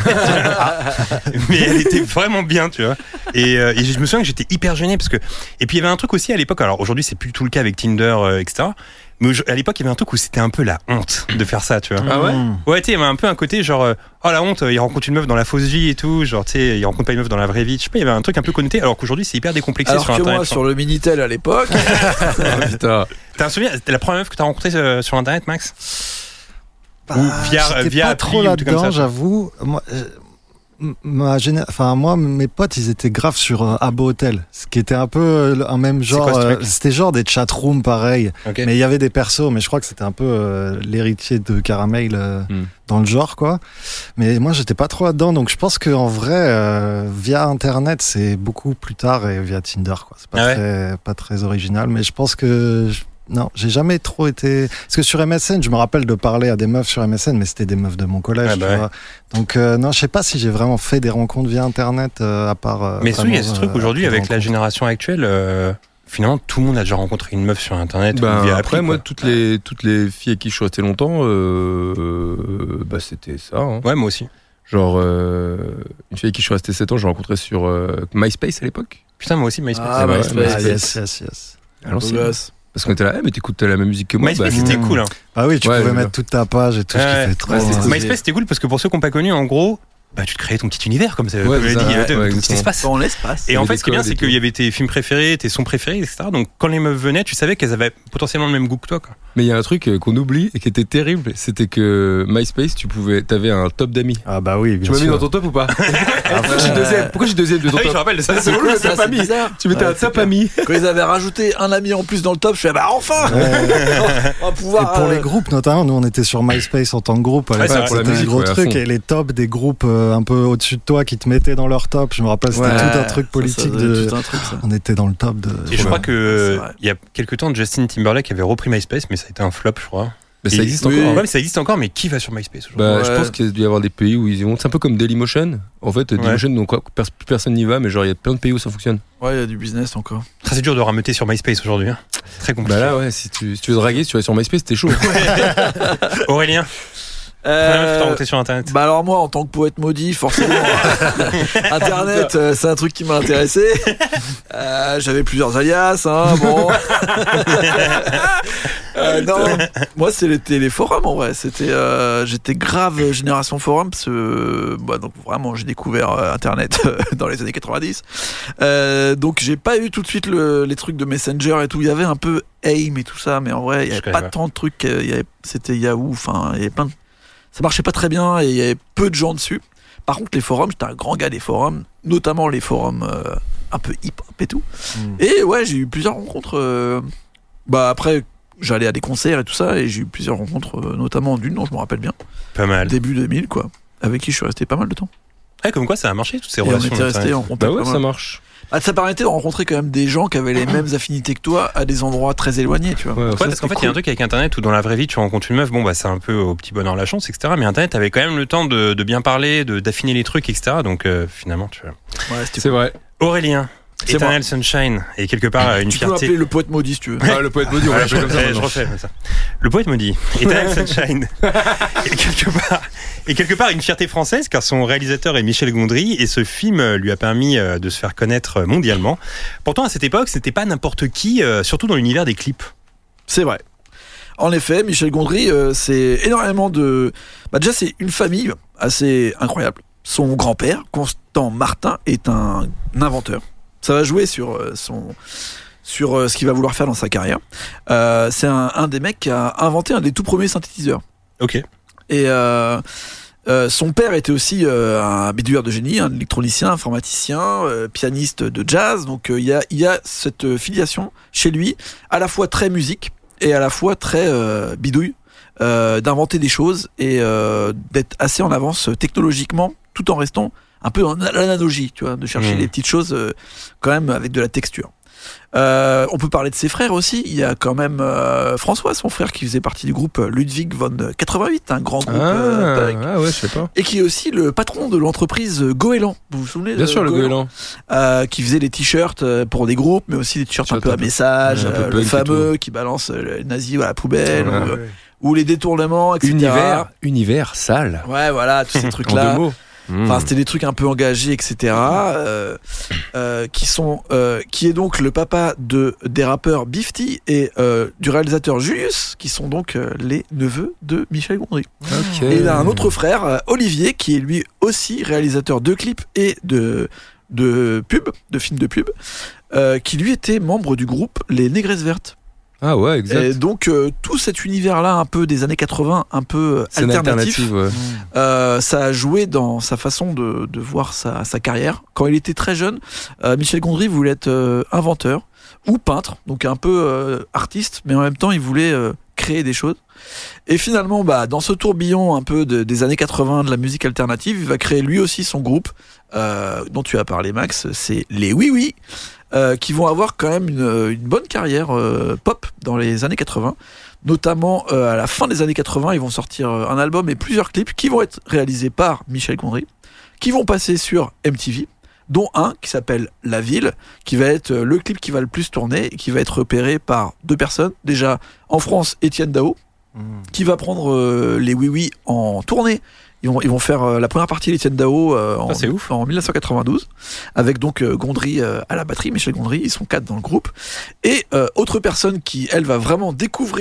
Mais elle était vraiment bien, tu vois. Et je me souviens que j'étais hyper gêné parce que. Et puis il y avait un truc aussi à l'époque. Alors aujourd'hui, c'est plus tout le cas avec Tinder, etc. Mais à l'époque, il y avait un truc où c'était un peu la honte de faire ça, tu vois. Ah ouais? Ouais, tu sais, il y avait un peu un côté genre, oh la honte, il rencontre une meuf dans la fausse vie et tout, genre, tu sais, il rencontre pas une meuf dans la vraie vie. Je sais pas, il y avait un truc un peu connoté, alors qu'aujourd'hui, c'est hyper décomplexé alors sur que Internet. Moi, sur le Minitel à l'époque. Putain. T'as un souvenir, c'était la première meuf que t'as rencontrée sur Internet, Max? Ou via pas trop là-dedans, j'avoue. Moi, mes potes, ils étaient graves sur Abo Hotel, ce qui était un peu un même genre. C'était genre des chatrooms pareil, okay. Mais il y avait des persos, mais je crois que c'était un peu l'héritier de Caramel dans le genre, quoi. Mais moi, j'étais pas trop là-dedans, donc je pense qu'en vrai, via Internet, c'est beaucoup plus tard et via Tinder, quoi. C'est pas très original, mais je pense que. Non, j'ai jamais trop été. Parce que sur MSN, je me rappelle de parler à des meufs sur MSN, mais c'était des meufs de mon collège, tu vois. Donc, non, je sais pas si j'ai vraiment fait des rencontres via Internet, à part. Mais il y a ce truc aujourd'hui avec la génération actuelle. Finalement, tout le monde a déjà rencontré une meuf sur Internet. Via après, moi, toutes les filles avec qui je suis resté longtemps, c'était ça. Hein. Ouais, moi aussi. Genre, une fille avec qui je suis resté 7 ans, j'ai rencontré sur MySpace à l'époque. Putain, moi aussi, MySpace. Ah, MySpace. Yes. Alors, parce qu'on était là, mais t'écoutes la même musique que moi. MySpace, c'était cool. Hein. Ah oui, tu pouvais mettre toute ta page et tout ce qui fait trop. MySpace, c'était cool parce que pour ceux qui n'ont pas connu, en gros, tu te créais ton petit univers, comme ça, Ouais, comme je l'ai dit, ton petit espace. Dans l'espace. Et en fait, ce qui est bien, codes c'est et qu'il y tout. avait tes films préférés, tes sons préférés, etc. Donc, quand les meufs venaient, tu savais qu'elles avaient potentiellement le même goût que toi, quoi. Mais il y a un truc qu'on oublie et qui était terrible, c'était que MySpace, t'avais un top d'amis. Ah bah oui, Tu bien m'as mis sûr. dans ton top ou pas? Pourquoi je suis deuxième de ton Ah oui, je me top? rappelle de ça. C'est cool, le ça, top c'est ami. bizarre. Tu mettais Ouais, un c'est top clair. ami. Quand ils avaient rajouté un ami en plus dans le top, je fais enfin on va pouvoir. Et pour les groupes notamment, nous on était sur MySpace en tant que groupe. À Ouais, c'est l'époque, vrai, pour la c'était un musique, gros ouais, à truc. fond. Et les tops des groupes un peu au-dessus de toi qui te mettaient dans leur top. Je me rappelle, c'était Ouais, tout un truc politique de. Tout un truc, ça. On était dans le top de. Et je crois que c'est vrai. il y a quelques temps, Justin Timberlake avait repris MySpace, mais ça a été un flop, je crois. Mais ça Et- existe oui. encore. Ouais, hein. mais ça existe encore, mais qui va sur MySpace aujourd'hui? Bah, Ouais. je pense qu'il doit y avoir des pays où ils y vont. C'est un peu comme Dailymotion. En fait, Dailymotion, donc plus personne n'y va, mais genre il y a plein de pays où ça fonctionne. Ouais, il y a du business encore. C'est dur de rameuter sur MySpace aujourd'hui. Hein. Très compliqué. Bah là, ouais, si tu veux draguer, tu vas sur MySpace, t'es chaud. Aurélien, première fois que t'as monté sur Internet. Bah alors moi en tant que poète maudit forcément Internet c'est un truc qui m'a intéressé. J'avais plusieurs alias bon. Non, moi c'était les forums en vrai, c'était j'étais grave génération forum parce que donc vraiment j'ai découvert Internet dans les années 90. Donc j'ai pas eu tout de suite les trucs de Messenger et tout, il y avait un peu AIM et tout ça, mais en vrai il y avait pas tant de trucs, c'était Yahoo, enfin il y avait plein de... Ça marchait pas très bien et il y avait peu de gens dessus. Par contre, les forums, j'étais un grand gars des forums, notamment les forums un peu hip-hop et tout. Et ouais, j'ai eu plusieurs rencontres. Après, j'allais à des concerts et tout ça, et j'ai eu plusieurs rencontres, notamment d'une dont je me rappelle bien. Pas mal. Début 2000, quoi. Avec qui je suis resté pas mal de temps. Ouais, comme quoi ça a marché, toutes ces Et on relations. était resté en contact. Bah ouais, pas ça mal. marche. Ça permettait de rencontrer quand même des gens qui avaient les mêmes affinités que toi à des endroits très éloignés, tu vois. Ouais, Ouais, parce qu'en fait, il y a un truc avec Internet où dans la vraie vie, tu rencontres une meuf, c'est un peu au petit bonheur la chance, etc. Mais Internet avait quand même le temps de bien parler, d'affiner les trucs, etc. Donc finalement, tu vois. Ouais, c'était C'est vrai. Aurélien, C'est Eternal Sunshine, et quelque part une Tu peux fierté. m'appeler le poète maudit si tu veux. Ah, le poète maudit, on Ouais, l'appelle comme ça. je maintenant. refais comme ça. Le poète maudit, Eternal Sunshine, et quelque part une fierté française, car son réalisateur est Michel Gondry, et ce film lui a permis de se faire connaître mondialement. Pourtant, à cette époque, c'était pas n'importe qui, surtout dans l'univers des clips. C'est vrai. En effet, Michel Gondry, c'est énormément de... déjà, c'est une famille assez incroyable. Son grand-père, Constant Martin, est un inventeur. Ça va jouer sur ce qu'il va vouloir faire dans sa carrière. C'est un des mecs qui a inventé un des tout premiers synthétiseurs. Ok. Et son père était aussi un bidouilleur de génie, un électronicien, informaticien, pianiste de jazz. Donc il y a cette filiation chez lui, à la fois très musique et à la fois très bidouille, d'inventer des choses et d'être assez en avance technologiquement, tout en restant un peu dans l'analogie, tu vois, de chercher les petites choses quand même avec de la texture. On peut parler de ses frères aussi. Il y a quand même François, son frère, qui faisait partie du groupe Ludwig von 88, un grand groupe punk, ouais, je sais pas. et qui est aussi le patron de l'entreprise Goéland. Vous vous souvenez Bien de sûr, le Goéland, qui faisait des t-shirts pour des groupes, mais aussi des t-shirts un peu à message, un peu le punk et fameux qui balance les nazis à la poubelle, Ouais. ou les détournements, etc. Univers sale. Ouais, voilà, tous ces En trucs-là. 2 mots. Enfin, c'était des trucs un peu engagés, etc. Qui est donc le papa des rappeurs Bifty et du réalisateur Julius, qui sont donc les neveux de Michel Gondry. Ok. Et il a un autre frère, Olivier, qui est lui aussi réalisateur de clips et de pubs, de films de pub, qui lui était membre du groupe Les Négresses Vertes. Ah ouais, exact. Et donc tout cet univers-là, un peu des années 80, un peu C'est une alternatif. alternative, ouais. Ça a joué dans sa façon de voir sa carrière. Quand il était très jeune, Michel Gondry voulait être inventeur ou peintre, donc un peu artiste, mais en même temps il voulait créer des choses. Et finalement, dans ce tourbillon un peu des années 80 de la musique alternative, il va créer lui aussi son groupe dont tu as parlé, Max, c'est les Oui Oui, qui vont avoir quand même une bonne carrière pop dans les années 80. Notamment à la fin des années 80, ils vont sortir un album et plusieurs clips qui vont être réalisés par Michel Gondry, qui vont passer sur MTV, dont un qui s'appelle La Ville, qui va être le clip qui va le plus tourner et qui va être repéré par 2 personnes. Déjà, en France, Étienne Dao, qui va prendre les Oui Oui en tournée. Ils vont faire la première partie d'Étienne Dao c'est ouf. en 1992, avec donc Gondry à la batterie, Michel Gondry, ils sont 4 dans le groupe. Et autre personne qui, elle, va vraiment découvrir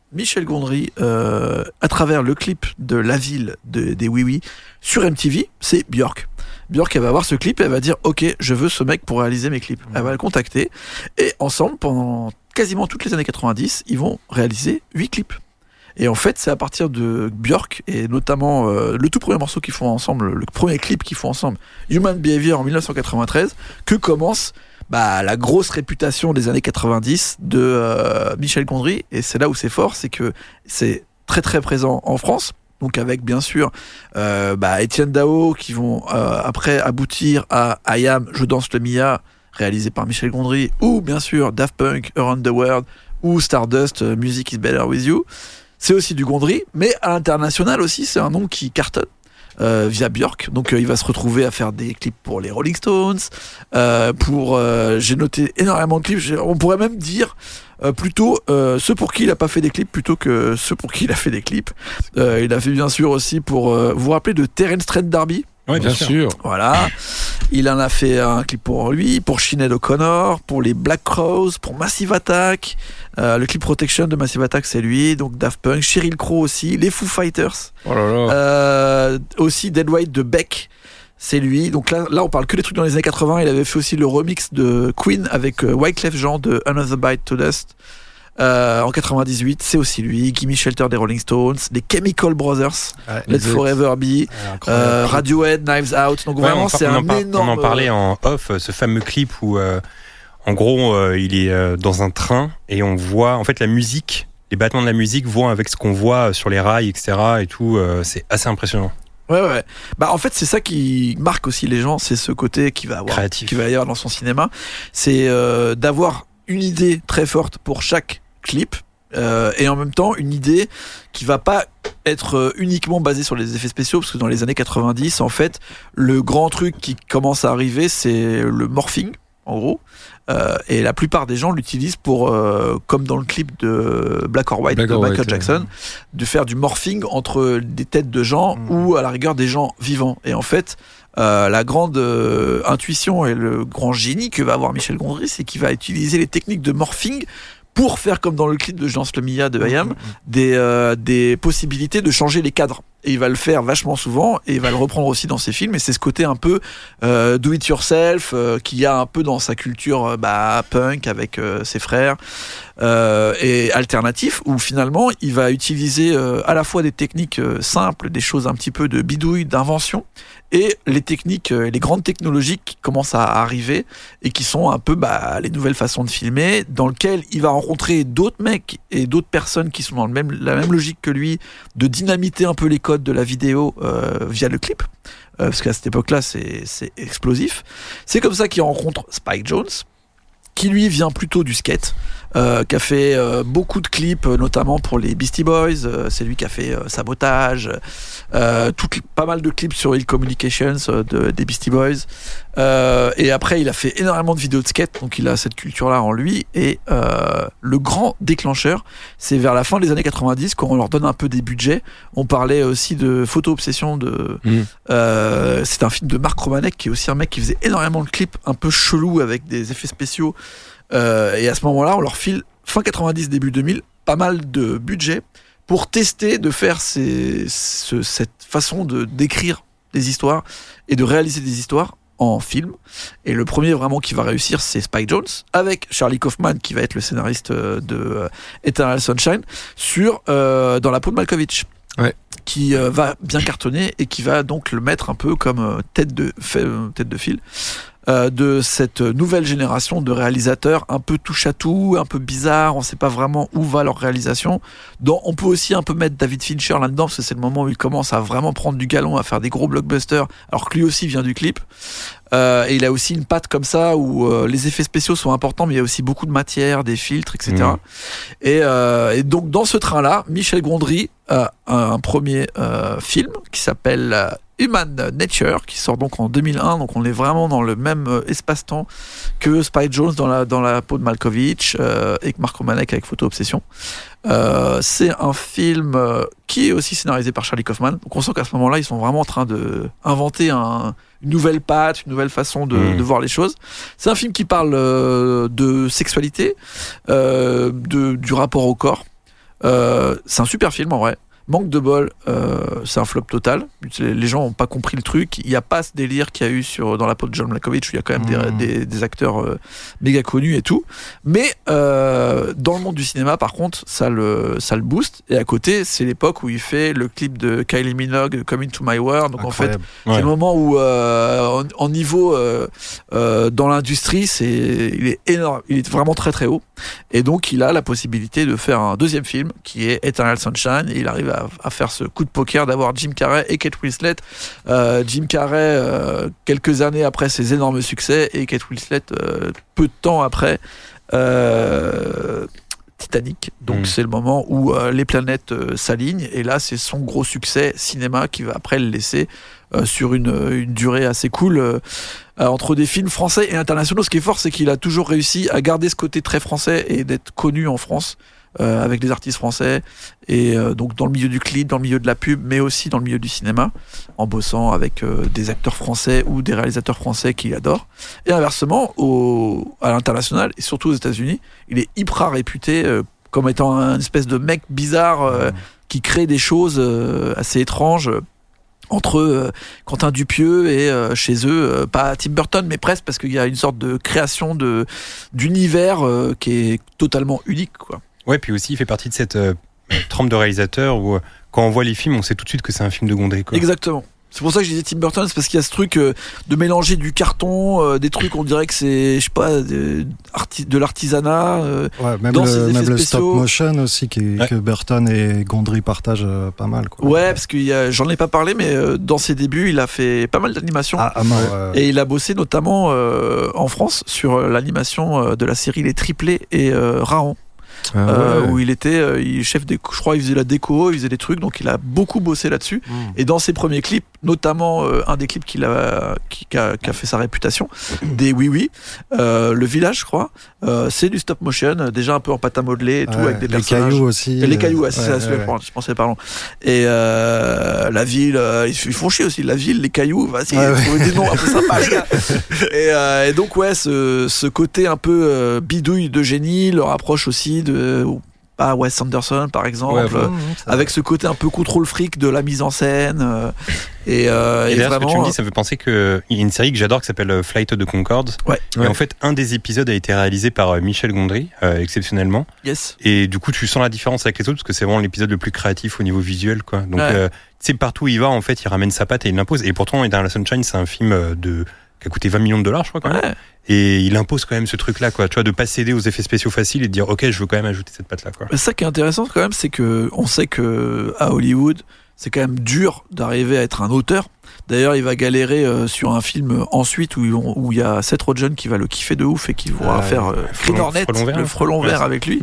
Michel Gondry, à travers le clip de La Ville des Oui Oui sur MTV, c'est Björk. Björk, elle va voir ce clip et elle va dire ok, je veux ce mec pour réaliser mes clips. Elle va le contacter et ensemble, pendant quasiment toutes les années 90, ils vont réaliser 8 clips. Et en fait, c'est à partir de Björk et notamment le tout premier morceau qu'ils font ensemble, le premier clip qu'ils font ensemble, Human Behavior en 1993, que commence la grosse réputation des années 90 de Michel Gondry. Et c'est là où c'est fort, c'est que c'est très très présent en France. Donc avec bien sûr Étienne Dao qui vont après aboutir à I Am, Je danse le Mia, réalisé par Michel Gondry, ou bien sûr Daft Punk, Around the World, ou Stardust, Music is Better With You. C'est aussi du Gondry, mais à l'international aussi, c'est un nom qui cartonne via Björk. Donc il va se retrouver à faire des clips pour les Rolling Stones, j'ai noté énormément de clips, on pourrait même dire plutôt ceux pour qui il a pas fait des clips plutôt que ceux pour qui il a fait des clips. Il a fait bien sûr aussi pour vous vous rappelez de Terence Trent D'Arby. Oui, bien sûr. Voilà. Il en a fait un clip pour lui, pour Sinéad O'Connor, pour les Black Crowes, pour Massive Attack. Le clip Protection de Massive Attack, c'est lui. Donc Daft Punk, Sheryl Crow aussi, les Foo Fighters. Oh là là. Aussi Dead White de Beck, c'est lui. Donc là, on parle que des trucs dans les années 80. Il avait fait aussi le remix de Queen avec Wyclef Jean de Another Bite to Dust. En 98, c'est aussi lui. Gimme Shelter des Rolling Stones, les Chemical Brothers, Let Forever Be, Radiohead, Knives Out. Donc vraiment, c'est un énorme. On en parlait en off, ce fameux clip où, en gros, il est dans un train et on voit, en fait, la musique, les battements de la musique vont avec ce qu'on voit sur les rails, etc. Et tout, c'est assez impressionnant. Ouais. En fait, c'est ça qui marque aussi les gens, c'est ce côté qui va y avoir dans son cinéma, c'est d'avoir une idée très forte pour chaque clip et en même temps une idée qui va pas être uniquement basée sur les effets spéciaux, parce que dans les années 90 en fait le grand truc qui commence à arriver c'est le morphing en gros, et la plupart des gens l'utilisent pour comme dans le clip de Black or White de Michael Jackson, de faire du morphing entre des têtes de gens ou à la rigueur des gens vivants. Et en fait la grande intuition et le grand génie que va avoir Michel Gondry, c'est qu'il va utiliser les techniques de morphing pour faire comme dans le clip de Je danse le Mia de I Am, des possibilités de changer les cadres. Et il va le faire vachement souvent et il va le reprendre aussi dans ses films. Et c'est ce côté un peu do it yourself qu'il y a un peu dans sa culture punk avec ses frères et alternatif, où finalement il va utiliser à la fois des techniques simples, des choses un petit peu de bidouille, d'invention, et les techniques, les grandes technologies qui commencent à arriver et qui sont un peu les nouvelles façons de filmer, dans lequel il va rencontrer d'autres mecs et d'autres personnes qui sont dans la même logique que lui, de dynamiter un peu les codes de la vidéo via le clip, parce qu'à cette époque-là c'est explosif. C'est comme ça qu'il rencontre Spike Jonze, qui lui vient plutôt du skate, qui a fait beaucoup de clips, notamment pour les Beastie Boys. C'est lui qui a fait Sabotage, pas mal de clips sur Ill Communications des Beastie Boys. Et après, il a fait énormément de vidéos de skate, donc il a cette culture-là en lui. Et le grand déclencheur, c'est vers la fin des années 90, quand on leur donne un peu des budgets. On parlait aussi de Photo Obsession. C'est un film de Marc Romanek, qui est aussi un mec qui faisait énormément de clips un peu chelous avec des effets spéciaux. Et à ce moment-là, on leur file, fin 90, début 2000, pas mal de budget pour tester de faire cette façon d'écrire des histoires et de réaliser des histoires en film. Et le premier vraiment qui va réussir, c'est Spike Jonze, avec Charlie Kaufman qui va être le scénariste de Eternal Sunshine, dans la peau de Malkovich. Ouais. Qui va bien cartonner et qui va donc le mettre un peu comme tête de fil de cette nouvelle génération de réalisateurs un peu touche à tout, un peu bizarre, on sait pas vraiment où va leur réalisation. On peut aussi un peu mettre David Fincher là-dedans, parce que c'est le moment où il commence à vraiment prendre du galon, à faire des gros blockbusters, alors que lui aussi vient du clip. Et il a aussi une patte comme ça où les effets spéciaux sont importants, mais il y a aussi beaucoup de matière, des filtres, etc. Et donc dans ce train-là, Michel Gondry a un premier film qui s'appelle Human Nature, qui sort donc en 2001. Donc on est vraiment dans le même espace-temps que Spike Jonze dans la peau de Malkovich et que Marc Romanek avec Photo Obsession. C'est un film qui est aussi scénarisé par Charlie Kaufman. Donc on sent qu'à ce moment-là, ils sont vraiment en train de inventer une nouvelle patte, une nouvelle façon de voir les choses. C'est un film qui parle de sexualité, du rapport au corps. C'est un super film en vrai. Manque de bol, c'est un flop total. Les gens n'ont pas compris le truc. Il n'y a pas ce délire qu'il y a eu dans la peau de John Malkovich où il y a quand même des acteurs méga connus et tout. Mais dans le monde du cinéma, par contre, ça le booste. Et à côté, c'est l'époque où il fait le clip de Kylie Minogue, Come Into My World. Donc incroyable. En fait, c'est le moment où, en niveau dans l'industrie, il est énorme. Il est vraiment très très haut. Et donc, il a la possibilité de faire un deuxième film qui est Eternal Sunshine. Et il arrive à faire ce coup de poker d'avoir Jim Carrey et Kate Winslet. Jim Carrey quelques années après ses énormes succès et Kate Winslet peu de temps après Titanic. Donc c'est le moment où les planètes s'alignent et là c'est son gros succès cinéma qui va après le laisser sur une durée assez cool entre des films français et internationaux. Ce qui est fort, c'est qu'il a toujours réussi à garder ce côté très français et d'être connu en France avec des artistes français et donc dans le milieu du clip, dans le milieu de la pub, mais aussi dans le milieu du cinéma, en bossant avec des acteurs français ou des réalisateurs français qu'il adore. Et inversement, à l'international et surtout aux États-Unis, il est hyper réputé comme étant un espèce de mec bizarre qui crée des choses assez étranges. Entre Quentin Dupieux et chez eux, pas Tim Burton, mais presque, parce qu'il y a une sorte de création d'univers qui est totalement unique, quoi. Ouais, puis aussi, il fait partie de cette trempe de réalisateurs où, quand on voit les films, on sait tout de suite que c'est un film de Gondry, quoi. Exactement. C'est pour ça que je disais Tim Burton, c'est parce qu'il y a ce truc de mélanger du carton, des trucs, on dirait que c'est, je sais pas, de l'artisanat. Même le stop motion aussi, que Burton et Gondry partagent pas mal, quoi. Ouais, parce que j'en ai pas parlé, mais dans ses débuts, il a fait pas mal d'animations. Et il a bossé notamment en France sur l'animation de la série Les Triplés et Raon. Où il était chef je crois il faisait la déco, il faisait des trucs, donc il a beaucoup bossé là-dessus. Et dans ses premiers clips, notamment un des clips qui a fait sa réputation, des Oui, Le Village, je crois, c'est du stop motion, déjà un peu en pâte à modeler et tout, avec des personnages. Les cailloux aussi. Et les cailloux, je pensais pardon. Et la ville, ils font chier aussi, la ville, les cailloux, vas-y, trouver des noms un peu sympas. Et donc ce côté un peu bidouille de génie leur approche aussi de Wes Anderson par exemple, avec ce côté un peu contrôle fric de la mise en scène et d'ailleurs, vraiment, ce que tu me dis, ça me fait penser qu'il y a une série que j'adore qui s'appelle Flight of the Conchords. Et en fait, un des épisodes a été réalisé par Michel Gondry, exceptionnellement. Yes. Et du coup, tu sens la différence avec les autres parce que c'est vraiment l'épisode le plus créatif au niveau visuel, quoi. Donc, tu sais, partout où il va, en fait, il ramène sa patte et il l'impose. Et pourtant, Eternal Sunshine, c'est un film qui a coûté $20 millions, je crois, quand même. Et il impose quand même ce truc-là, quoi. Tu vois, de pas céder aux effets spéciaux faciles et de dire, ok, je veux quand même ajouter cette patte-là, quoi. Ça qui est intéressant, quand même, c'est que on sait que à Hollywood, c'est quand même dur d'arriver à être un auteur. D'ailleurs, il va galérer sur un film ensuite où il y a Seth Rogen qui va le kiffer de ouf et qui va faire Green Hornet, le frelon vert avec lui,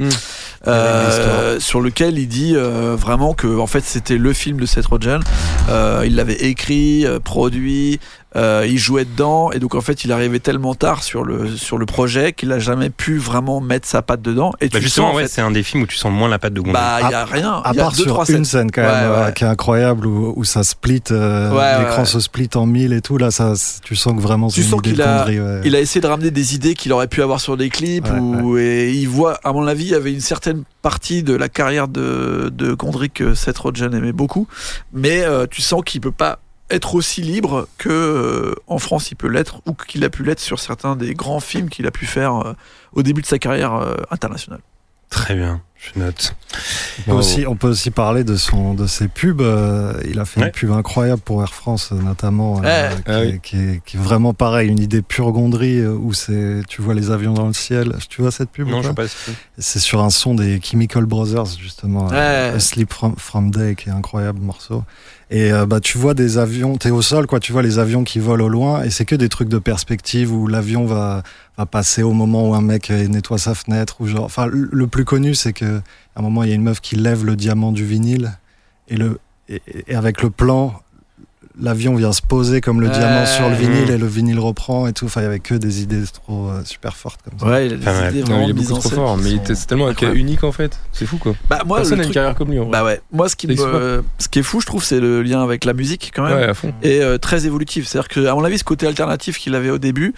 sur lequel il dit vraiment que en fait c'était le film de Seth Rogen. Il l'avait écrit, produit. Il jouait dedans et donc en fait il arrivait tellement tard sur le projet qu'il a jamais pu vraiment mettre sa patte dedans. Et justement, c'est un des films où tu sens le moins la patte de Gondry. Il y a rien. À part sur une scène quand même qui est incroyable où ça split, l'écran se split en mille et tout. Là, tu sens que vraiment c'est une idée de Gondry. Il a essayé de ramener des idées qu'il aurait pu avoir sur des clips et il voit, à mon avis, il y avait une certaine partie de la carrière de Gondry que Seth Rogen aimait beaucoup, mais tu sens qu'il peut pas être aussi libre que en France il peut l'être ou qu'il a pu l'être sur certains des grands films qu'il a pu faire au début de sa carrière internationale. Très bien, je note. On peut aussi parler de ses pubs. Il a fait une pub incroyable pour Air France notamment, qui est vraiment pareil, une idée pure Gondry où tu vois les avions dans le ciel. Tu vois cette pub? Non, je sais pas. C'est sur un son des Chemical Brothers justement, Sleep from Day, qui est un incroyable morceau. Et tu vois des avions, t'es au sol, quoi, tu vois les avions qui volent au loin, et c'est que des trucs de perspective où l'avion va passer au moment où un mec nettoie sa fenêtre, ou genre, enfin, le plus connu, c'est que à un moment il y a une meuf qui lève le diamant du vinyle, et avec le plan, l'avion vient se poser comme le diamant sur le vinyle, et le vinyle reprend et tout. Enfin, il y avait que des idées trop super fortes comme ça. Ouais, il a des idées vraiment il est beaucoup trop fort, mais c'est tellement un cas unique en fait. C'est fou, quoi. Moi, personne n'a une carrière comme lui. Moi, ce qui est fou, je trouve, c'est le lien avec la musique quand même, à fond. Et très évolutif. C'est-à-dire que, à mon avis, ce côté alternatif qu'il avait au début,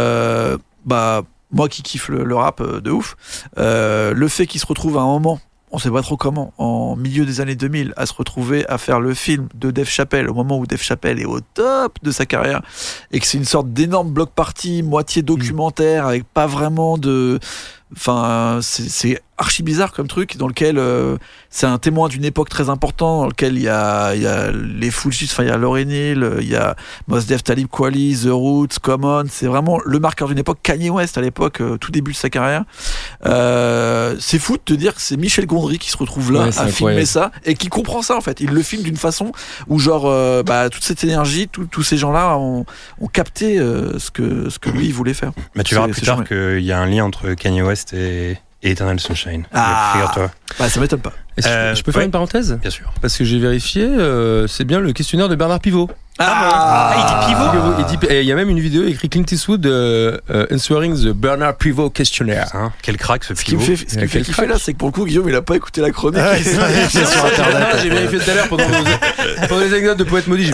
moi qui kiffe le rap de ouf, le fait qu'il se retrouve à un moment on sait pas trop comment, en milieu des années 2000, à se retrouver à faire le film de Dave Chappelle au moment où Dave Chappelle est au top de sa carrière et que c'est une sorte d'énorme block party, moitié documentaire avec pas vraiment de... Enfin, c'est archi bizarre comme truc dans lequel c'est un témoin d'une époque très importante dans lequel il y a les Fujis, enfin il y a Lauryn Hill, il y a Mos Def, Talib Kweli, The Roots, Common, c'est vraiment le marqueur d'une époque. Kanye West à l'époque, tout début de sa carrière. C'est fou de te dire que c'est Michel Gondry qui se retrouve là à filmer ça et qui comprend ça en fait. Il le filme d'une façon où genre toute cette énergie, tous ces gens-là ont capté ce que lui il voulait faire. Bah, tu verras plus tard qu'il y a un lien entre Kanye West et Eternal Sunshine. Figure-toi. Bah, ça m'étonne pas. Je peux faire une parenthèse ? Bien sûr. Parce que j'ai vérifié, c'est bien le questionnaire de Bernard Pivot. Il dit Pivot. Il y a même une vidéo écrite Clint Eastwood Answering the Bernard Pivot Questionnaire. Quel crack ce Pivot. Ce qu'il fait là, c'est que pour le coup, Guillaume, il a pas écouté la chronique. C'est sur Internet. J'ai vérifié tout à l'heure pendant les anecdotes de Poète Maudit.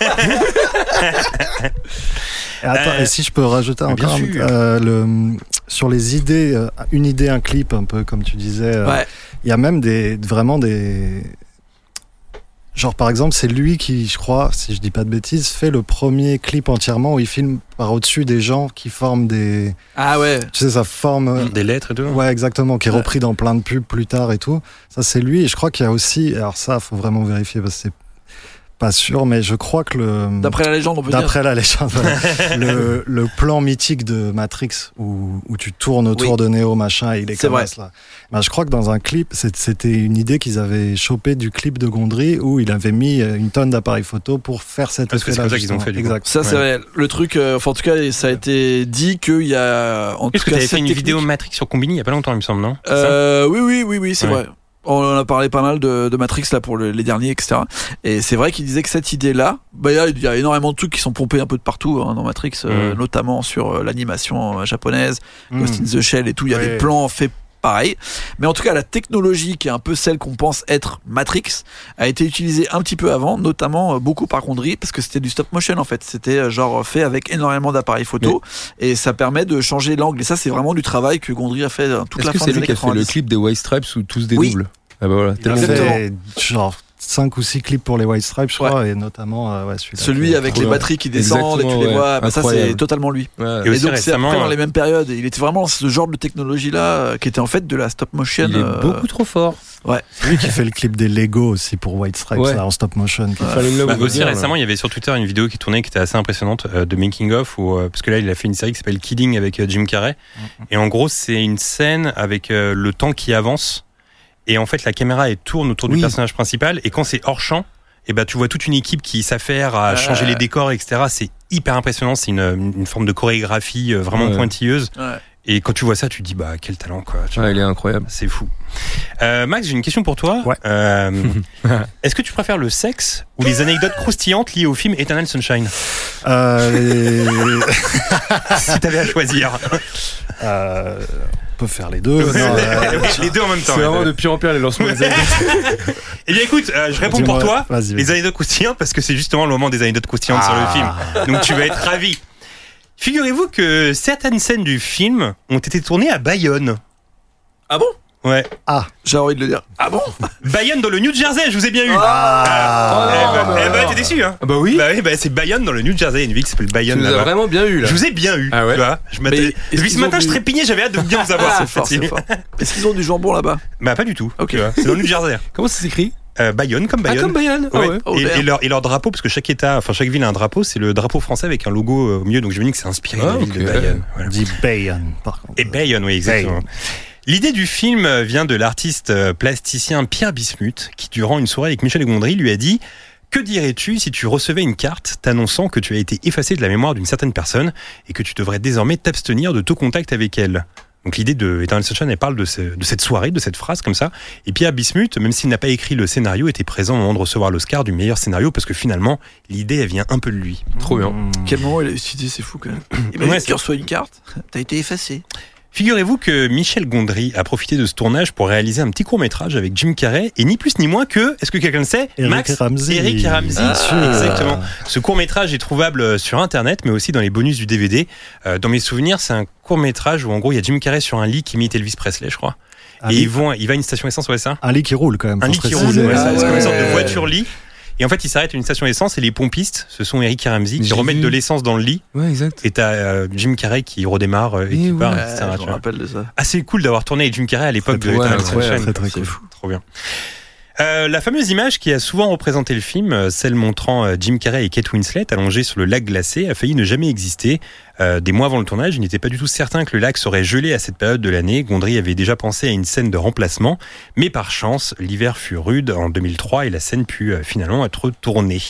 Et si je peux rajouter encore sur les idées, une idée, un clip, un peu comme tu disais, il y a même vraiment des... Genre par exemple, c'est lui qui, je crois, si je dis pas de bêtises, fait le premier clip entièrement où il filme par au-dessus des gens qui forment des... Ah ouais. Tu sais, ça forme... Des lettres et tout. Ouais, exactement, qui est repris dans plein de pubs plus tard et tout. Ça, c'est lui. Et je crois qu'il y a aussi... Alors ça, faut vraiment vérifier parce que c'est pas sûr, mais je crois que D'après la légende, on peut dire. D'après la légende, le plan mythique de Matrix où tu tournes autour de Neo, machin, et il est comme ça. Ben, je crois que dans un clip, c'était une idée qu'ils avaient chopée du clip de Gondry où il avait mis une tonne d'appareils photo pour faire cet effet-là. C'est comme ça qu'ils ont fait. Exact. Ça, c'est vrai. Le truc, en tout cas, ça a été dit qu'il y a. Est-ce que tu avais fait une vidéo Matrix sur Combini il y a pas longtemps, il me semble, non ? Oui, c'est vrai. On en a parlé pas mal de Matrix là pour les derniers, etc. Et c'est vrai qu'il disait que cette idée-là, il y a énormément de trucs qui sont pompés un peu de partout dans Matrix, notamment sur l'animation japonaise, Ghost in the Shell et tout. Il y a des plans faits pareil. Mais en tout cas, la technologie qui est un peu celle qu'on pense être Matrix a été utilisée un petit peu avant, notamment beaucoup par Gondry, parce que c'était du stop motion en fait. C'était genre fait avec énormément d'appareils photo et ça permet de changer l'angle. Et ça, c'est vraiment du travail que Gondry a fait toute la fin des années 90. Est-ce que c'est lui qui a fait le clip des White Stripes où tous dédoublent ? Ah bah voilà, il a fait genre 5 ou 6 clips pour les White Stripes, je crois, et notamment celui avec les batteries qui descendent et tu les vois. Bah, ça, c'est totalement lui. Et aussi donc, récemment, c'est après dans les mêmes périodes. Il était vraiment ce genre de technologie-là qui était en fait de la stop motion. Il est beaucoup trop fort. Ouais. C'est lui qui fait le clip des Lego aussi pour White Stripes là, en stop motion. Aussi récemment, il y avait sur Twitter une vidéo qui tournait qui était assez impressionnante de Making of, parce que là, il a fait une série qui s'appelle Kidding avec Jim Carrey. Et en gros, c'est une scène avec le temps qui avance. Et en fait, la caméra elle tourne autour du personnage principal. Et quand c'est hors champ, tu vois toute une équipe qui s'affaire à changer les décors, etc. C'est hyper impressionnant. C'est une forme de chorégraphie vraiment pointilleuse. Ouais. Et quand tu vois ça, tu te dis quel talent quoi. Il est incroyable. C'est fou. Max, j'ai une question pour toi. Ouais. Est-ce que tu préfères le sexe ou les anecdotes croustillantes liées au film Eternal Sunshine Si t'avais à choisir. On peut faire les deux. Les deux en même temps. C'est vraiment de pire en pire les lancements des anecdotes. Eh bien écoute, je réponds pour toi. Les anecdotes croustillantes parce que c'est justement le moment des anecdotes croustillantes sur le film. Donc tu vas être ravi. Figurez-vous que certaines scènes du film ont été tournées à Bayonne. Ah bon ? Ouais. J'ai envie de le dire. Ah bon ? Bayonne dans le New Jersey, je vous ai bien eu. T'es déçu, hein ? Bah oui. C'est Bayonne dans le New Jersey, une ville qui s'appelle Bayonne. Tu nous as vraiment bien eu là. Je vous ai bien eu. Ah ouais. Tu vois, depuis ce matin, je trépignais, j'avais hâte de bien vous avoir. C'est fort. Est-ce qu'ils ont du jambon là-bas ? Bah pas du tout. Ok. C'est dans le New Jersey. Comment ça s'écrit ? Bayonne comme Bayonne. Comme Bayonne. Et leur drapeau, parce que chaque ville a un drapeau, c'est le drapeau français avec un logo au milieu, donc j'imagine que c'est inspiré de la ville de Bayonne. On dit Bayonne par contre. Et Bayonne, oui, exactement. L'idée du film vient de l'artiste plasticien Pierre Bismuth, qui durant une soirée avec Michel Gondry lui a dit « Que dirais-tu si tu recevais une carte t'annonçant que tu as été effacé de la mémoire d'une certaine personne et que tu devrais désormais t'abstenir de tout contact avec elle ?» Donc l'idée de Eternal Sunshine, elle parle de cette soirée, de cette phrase comme ça. Et Pierre Bismuth, même s'il n'a pas écrit le scénario, était présent au moment de recevoir l'Oscar du meilleur scénario parce que finalement, l'idée, elle vient un peu de lui. Trop bien. Quel moment il a décidé, c'est fou quand même. Il m'a dit que tu reçois une carte, t'as été effacé. Figurez-vous que Michel Gondry a profité de ce tournage pour réaliser un petit court-métrage avec Jim Carrey et ni plus ni moins que, est-ce que quelqu'un le sait, Eric et Ramsey. Exactement. Ce court-métrage est trouvable sur Internet, mais aussi dans les bonus du DVD. Dans mes souvenirs, c'est un court-métrage où en gros il y a Jim Carrey sur un lit qui imite Elvis Presley, je crois. Et il va à une station essence, ouais, ça. Un lit qui roule quand même. Un lit qui roule, ouais, c'est comme une sorte de voiture-lit. Et en fait, il s'arrête à une station essence et les pompistes, ce sont Eric et Ramsey, qui remettent de l'essence dans le lit. Ouais, exact. Et t'as Jim Carrey qui redémarre et qui part, etc. Je me rappelle de ça. Assez cool d'avoir tourné avec Jim Carrey à l'époque de Eternal Sunshine. Très cool. Trop bien. La fameuse image qui a souvent représenté le film, celle montrant Jim Carrey et Kate Winslet allongés sur le lac glacé, a failli ne jamais exister. Des mois avant le tournage, il n'était pas du tout certain que le lac serait gelé à cette période de l'année. Gondry avait déjà pensé à une scène de remplacement, mais par chance, l'hiver fut rude en 2003 et la scène put finalement être tournée.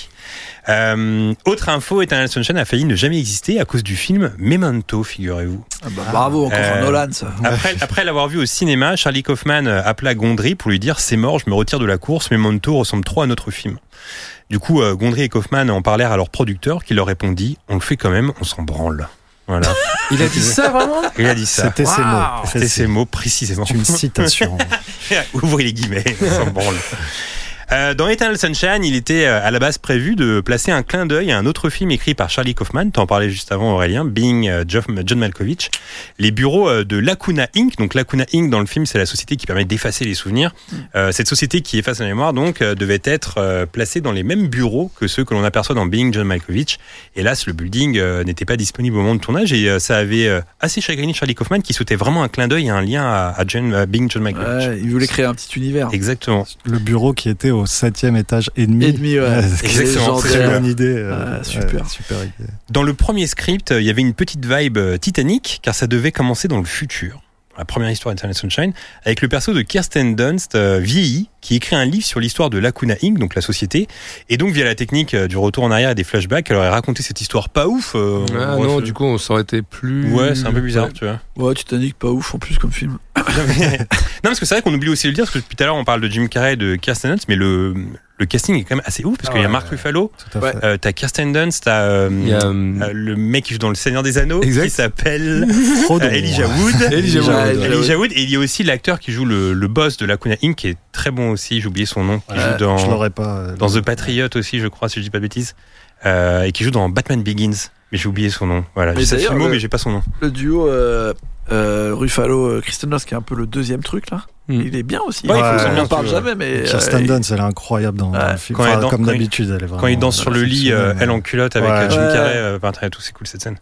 Autre info, Eternal Sunshine a failli ne jamais exister à cause du film Memento, figurez-vous. Bravo, encore un Nolan, ça. Après l'avoir vu au cinéma, Charlie Kaufman appela Gondry pour lui dire « C'est mort, je me retire de la course, Memento ressemble trop à notre film ». Du coup, Gondry et Kaufman en parlèrent à leur producteur qui leur répondit « On le fait quand même, on s'en branle ». Voilà. Il a dit ça vraiment ? Il a dit ça. C'était ses mots. C'était ses mots précisément. C'est une citation. Ouvrez les guillemets, on s'en branle. Dans Eternal Sunshine, il était à la base prévu de placer un clin d'œil à un autre film écrit par Charlie Kaufman, t'en parlais juste avant Aurélien, Being John Malkovich, les bureaux de Lacuna Inc. Donc Lacuna Inc. dans le film, c'est la société qui permet d'effacer les souvenirs. Cette société qui efface la mémoire donc devait être placée dans les mêmes bureaux que ceux que l'on aperçoit dans Being John Malkovich. Hélas, le building n'était pas disponible au moment de tournage et ça avait assez chagriné Charlie Kaufman qui souhaitait vraiment un clin d'œil et un lien à Being John Malkovich. Ouais, il voulait créer un petit univers. Exactement. Le bureau qui était au 7e étage et demi. Exactement. C'est une bonne idée. Super. Super idée. Dans le premier script, il y avait une petite vibe Titanic, car ça devait commencer dans le futur. La première histoire d'Eternal Sunshine, avec le perso de Kirsten Dunst, vieilli, qui écrit un livre sur l'histoire de Lacuna Inc., donc la société. Et donc, via la technique du retour en arrière et des flashbacks, elle aurait raconté cette histoire pas ouf. Non, du coup, ça aurait été plus... Ouais, c'est un peu bizarre, tu vois. Ouais, Titanic, pas ouf en plus comme film. Non, parce que c'est vrai qu'on oublie aussi de le dire, parce que depuis tout à l'heure, on parle de Jim Carrey et de Kirsten Dunst, mais le casting est quand même assez ouf, parce qu'il y a Mark Ruffalo, t'as Kirsten Dunst, t'as le mec qui joue dans Le Seigneur des Anneaux, qui s'appelle Elijah Wood. Elijah Wood. Et il y a aussi l'acteur qui joue le boss de Lacuna Inc., qui est très bon aussi, j'ai oublié son nom, qui joue dans, je l'aurais pas, dans The Patriot aussi, je crois, si je dis pas de bêtises, et qui joue dans Batman Begins. Mais j'ai oublié son nom. Voilà, j'ai sa filmo, mais j'ai pas son nom. Le duo Ruffalo, Kristen Dunst, qui est un peu le deuxième truc là. Il est bien aussi. Ouais, on n'en parle jamais, mais Kirsten Dunst, elle est incroyable dans le film. Comme d'habitude, elle est vraiment. Quand il danse sur le lit, elle en culotte avec Jim Carrey, tout, c'est cool cette scène.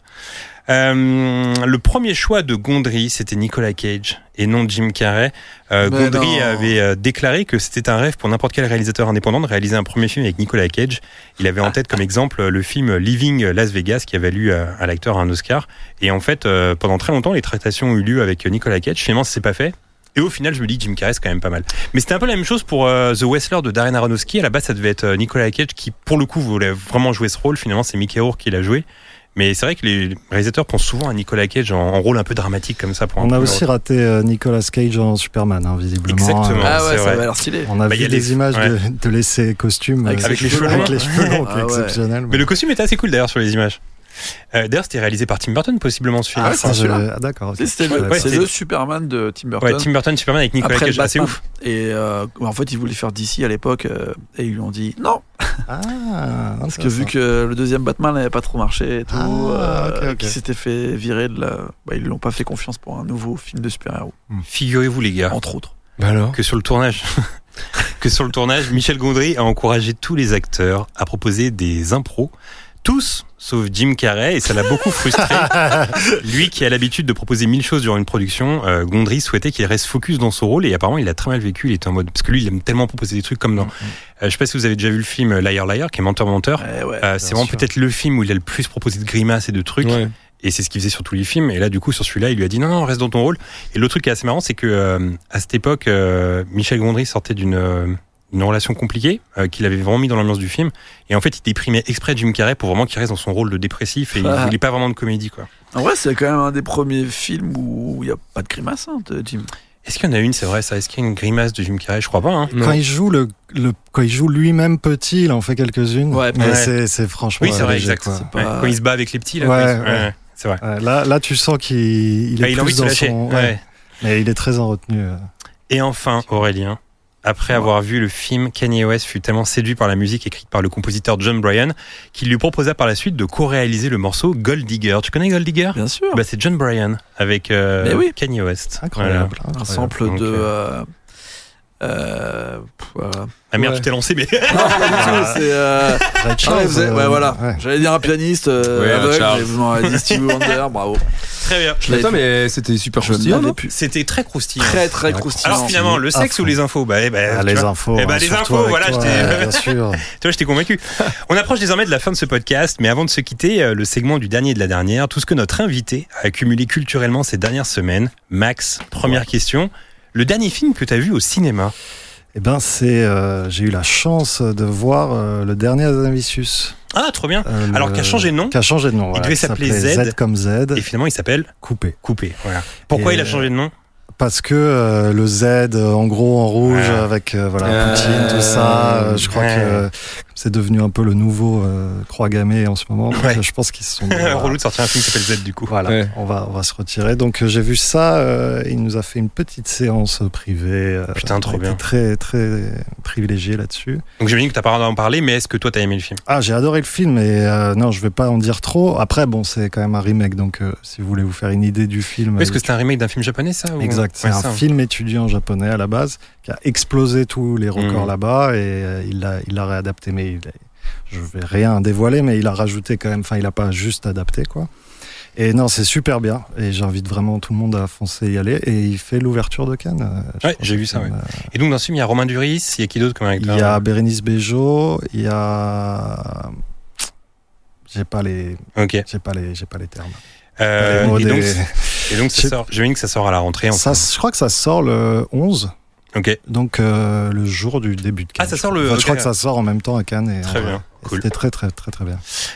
Le premier choix de Gondry, c'était Nicolas Cage et non Jim Carrey. Gondry avait déclaré que c'était un rêve pour n'importe quel réalisateur indépendant de réaliser un premier film avec Nicolas Cage. Il avait en tête comme exemple le film Leaving Las Vegas qui a valu à l'acteur un Oscar. Et en fait, pendant très longtemps, les tractations ont eu lieu avec Nicolas Cage. Finalement, ça s'est pas fait. Et au final, je me dis Jim Carrey, c'est quand même pas mal. Mais c'était un peu la même chose pour The Wrestler de Darren Aronofsky. À la base, ça devait être Nicolas Cage qui, pour le coup, voulait vraiment jouer ce rôle. Finalement, c'est Mickey Rourke qui l'a joué. Mais c'est vrai que les réalisateurs pensent souvent à Nicolas Cage en rôle un peu dramatique comme ça. On a aussi raté Nicolas Cage en Superman, visiblement. Exactement. Ah ouais, ça va l'air stylé. On a vu des images de l'essai costume avec les cheveux longs. Avec les cheveux longs, qui est exceptionnel. Mais le costume était assez cool d'ailleurs sur les images. D'ailleurs, c'était réalisé par Tim Burton, possiblement ce film. D'accord. C'est le Superman de Tim Burton. Ouais, Tim Burton, Superman avec Nicolas Cage, assez ouf. Et en fait, ils voulaient faire DC à l'époque et ils lui ont dit non. Parce que vu que le deuxième Batman n'avait pas trop marché et tout, qui s'était fait virer de la. Ils lui ont pas fait confiance pour un nouveau film de super-héros. Figurez-vous, les gars. Entre autres. Que sur le tournage. Michel Gondry a encouragé tous les acteurs à proposer des impros. Tous, sauf Jim Carrey, et ça l'a beaucoup frustré. Lui qui a l'habitude de proposer 1000 choses durant une production, Gondry souhaitait qu'il reste focus dans son rôle, et apparemment il a très mal vécu, il était en mode, parce que lui il aime tellement proposer des trucs comme dans, je sais pas si vous avez déjà vu le film Liar Liar, qui est Menteur. C'est vraiment peut-être le film où il a le plus proposé de grimaces et de trucs. Et c'est ce qu'il faisait sur tous les films. Et là, du coup, sur celui-là, il lui a dit non, reste dans ton rôle. Et l'autre truc qui est assez marrant, c'est que à cette époque, Michel Gondry sortait d'une relation compliquée qu'il avait vraiment mis dans l'ambiance du film, et en fait il déprimait exprès Jim Carrey pour vraiment qu'il reste dans son rôle de dépressif, et il voulait pas vraiment de comédie, quoi. En vrai, c'est quand même un des premiers films où il y a pas de grimace de Jim. Est-ce qu'il y en a une, c'est vrai ça? Est-ce qu'il y a une grimace de Jim Carrey? Je crois pas. Quand il joue quand il joue lui-même petit, il en fait quelques-unes. Mais c'est franchement. Oui, c'est vrai, léger, exact. quoi. Quand il se bat avec les petits là. c'est vrai. Là, tu sens qu'il est il a envie plus de se dans lâcher. son... Ouais. Mais il est très en retenue. Et enfin, Aurélien, après avoir vu le film, Kanye West fut tellement séduit par la musique écrite par le compositeur John Bryan qu'il lui proposa par la suite de co-réaliser le morceau Gold Digger. Tu connais Gold Digger ? Bien sûr. Bah, c'est John Bryan avec Kanye West. Incroyable. Un sample Donc, de. Ah merde, Ouais. tu t'es lancé, mais. Non, pas du tout, c'est. Ray Charles, voilà. ouais. J'allais dire un pianiste aveugle, mais vous m'en avez dit Stevie Wonder, bravo. Très bien. Attends, mais c'était super Je croustillant, l'avais non pu. C'était très croustillant. Très, très croustillant. Alors finalement, le sexe ou les infos ? Ah, les infos. Eh ben, les surtout infos, avec voilà, toi, bien sûr. Tu vois, je t'ai convaincu. On approche désormais de la fin de ce podcast, mais avant de se quitter, le segment du dernier et de la dernière, tout ce que notre invité a accumulé culturellement ces dernières semaines. Max, première question. Le dernier film que tu as vu au cinéma ? Eh ben, j'ai eu la chance de voir le dernier Azanavicius. Ah, trop bien. Alors, qui a changé de nom ? Qui a changé de nom. Il voilà, devait qui s'appeler s'appelait Z. comme Z. Et finalement, il s'appelle Coupé. Coupé. Voilà. Pourquoi Et, il a changé de nom ? Parce que le Z, en gros, en rouge, avec Poutine, tout ça, je crois que c'est devenu un peu le nouveau croix gammée en ce moment. Donc, je pense qu'ils se sont dit, Relou de sortir un film qui s'appelle Z, du coup. Voilà, on va se retirer. Donc j'ai vu ça, il nous a fait une petite séance privée. Putain, trop bien. Très, très privilégié là-dessus. Donc j'imagine que t'as pas d'en parler, mais est-ce que toi t'as aimé le film ? Ah, j'ai adoré le film et non, je vais pas en dire trop. Après, bon, c'est quand même un remake, donc si vous voulez vous faire une idée du film. Est-ce que c'est un remake d'un film japonais, ça ou... Exact, c'est un film étudiant japonais à la base qui a explosé tous les records là-bas et il l'a réadapté, mais je vais rien dévoiler, mais il a rajouté quand même, enfin il a pas juste adapté quoi. Et non, c'est super bien et j'invite vraiment tout le monde à foncer y aller et il fait l'ouverture de Cannes. Ouais, j'ai vu ça. Ouais. Et donc dans ce film, il y a Romain Duris, il y a qui d'autre comme acteur ? Il y a Bérénice Bejo, il y a j'ai pas les termes. Et donc ça sort, j'imagine que ça sort à la rentrée. Je crois que ça sort le 11. Ok. Donc le jour du début de Cannes. Ah, ça sort le. Je crois que ça sort en même temps à Cannes. Et très bien. Cool. C'était très très très très bien.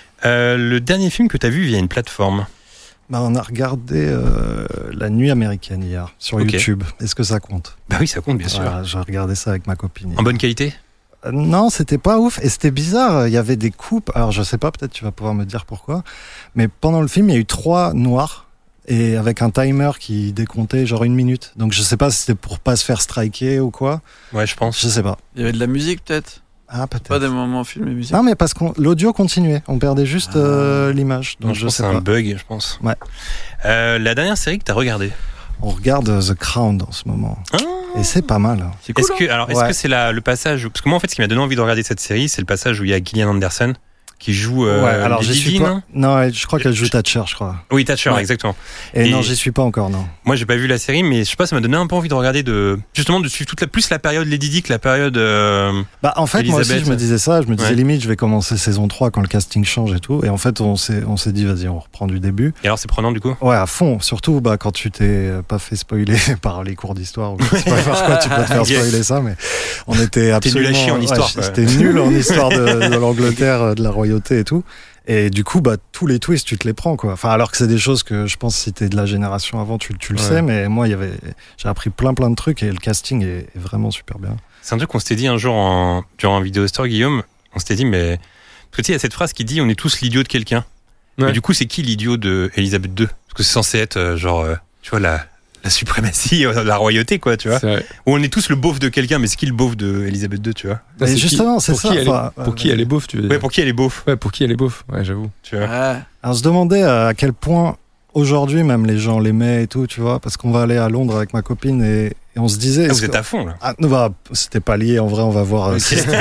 Le dernier film que tu as vu via une plateforme ? Bah, on a regardé La Nuit américaine hier sur YouTube. Est-ce que ça compte ? Bah oui, ça compte bien sûr. J'ai regardé ça avec ma copine. En bonne qualité ? Non, c'était pas ouf et c'était bizarre. Il y avait des coupes. Alors je sais pas, peut-être tu vas pouvoir me dire pourquoi. Mais pendant le film, il y a eu 3 noirs. Et avec un timer qui décomptait genre 1 minute. Donc je sais pas si c'était pour pas se faire striker ou quoi. Ouais, je pense. Je sais pas. Il y avait de la musique peut-être ? Ah, peut-être. Pas des moments film et musique. Non, mais parce que l'audio continuait. On perdait juste l'image. Donc non, je pense que c'est un bug, je pense. Ouais. La dernière série que t'as regardée ? On regarde The Crown en ce moment. Et c'est pas mal. C'est cool. Est-ce que c'est le passage où... Parce que moi, en fait, ce qui m'a donné envie de regarder cette série, c'est le passage où il y a Gillian Anderson qui joue alors Lady j'y suis Di, pas. Non, je crois qu'elle joue Thatcher, je crois. Oui, Thatcher, exactement. Et non, j'y suis pas encore, non. Moi, j'ai pas vu la série, mais je sais pas, ça m'a donné un peu envie de regarder, justement de suivre plus la période Lady Di que la période. Bah en fait, Elizabeth. moi aussi, je me disais ça. Je me disais limite, je vais commencer saison 3 quand le casting change et tout. Et en fait, on s'est dit, vas-y, on reprend du début. Et alors, c'est prenant du coup ? Ouais, à fond. Surtout quand tu t'es pas fait spoiler par les cours d'histoire. Ou je sais pas par quoi tu peux te faire spoiler ça, mais on était absolument. T'es nul à chier en histoire. C'était nul en histoire de l'Angleterre, de la royauté et tout. Et du coup, tous les twists, tu te les prends, quoi. Enfin, alors que c'est des choses que je pense, si t'es de la génération avant, tu le sais, mais moi, j'ai appris plein de trucs et le casting est vraiment super bien. C'est un truc qu'on s'était dit un jour durant un vidéo store, Guillaume. On s'était dit, mais. Parce que tu sais, il y a cette phrase qui dit, on est tous l'idiot de quelqu'un. Ouais. Mais du coup, c'est qui l'idiot de Elisabeth II ? Parce que c'est censé être, tu vois, la suprématie de la royauté, quoi, tu vois. Où on est tous le beauf de quelqu'un, mais c'est qui le beauf de Elisabeth II, tu vois. Mais justement, c'est ça. Pour qui elle est beauf, tu veux dire ? Ouais, pour qui elle est beauf. Ouais, pour qui elle est beauf, ouais, j'avoue. Tu vois. Alors, on se demandait à quel point, aujourd'hui, même les gens l'aimaient et tout, tu vois, parce qu'on va aller à Londres avec ma copine et on se disait... vous êtes à fond, là. C'était pas lié, en vrai, on va voir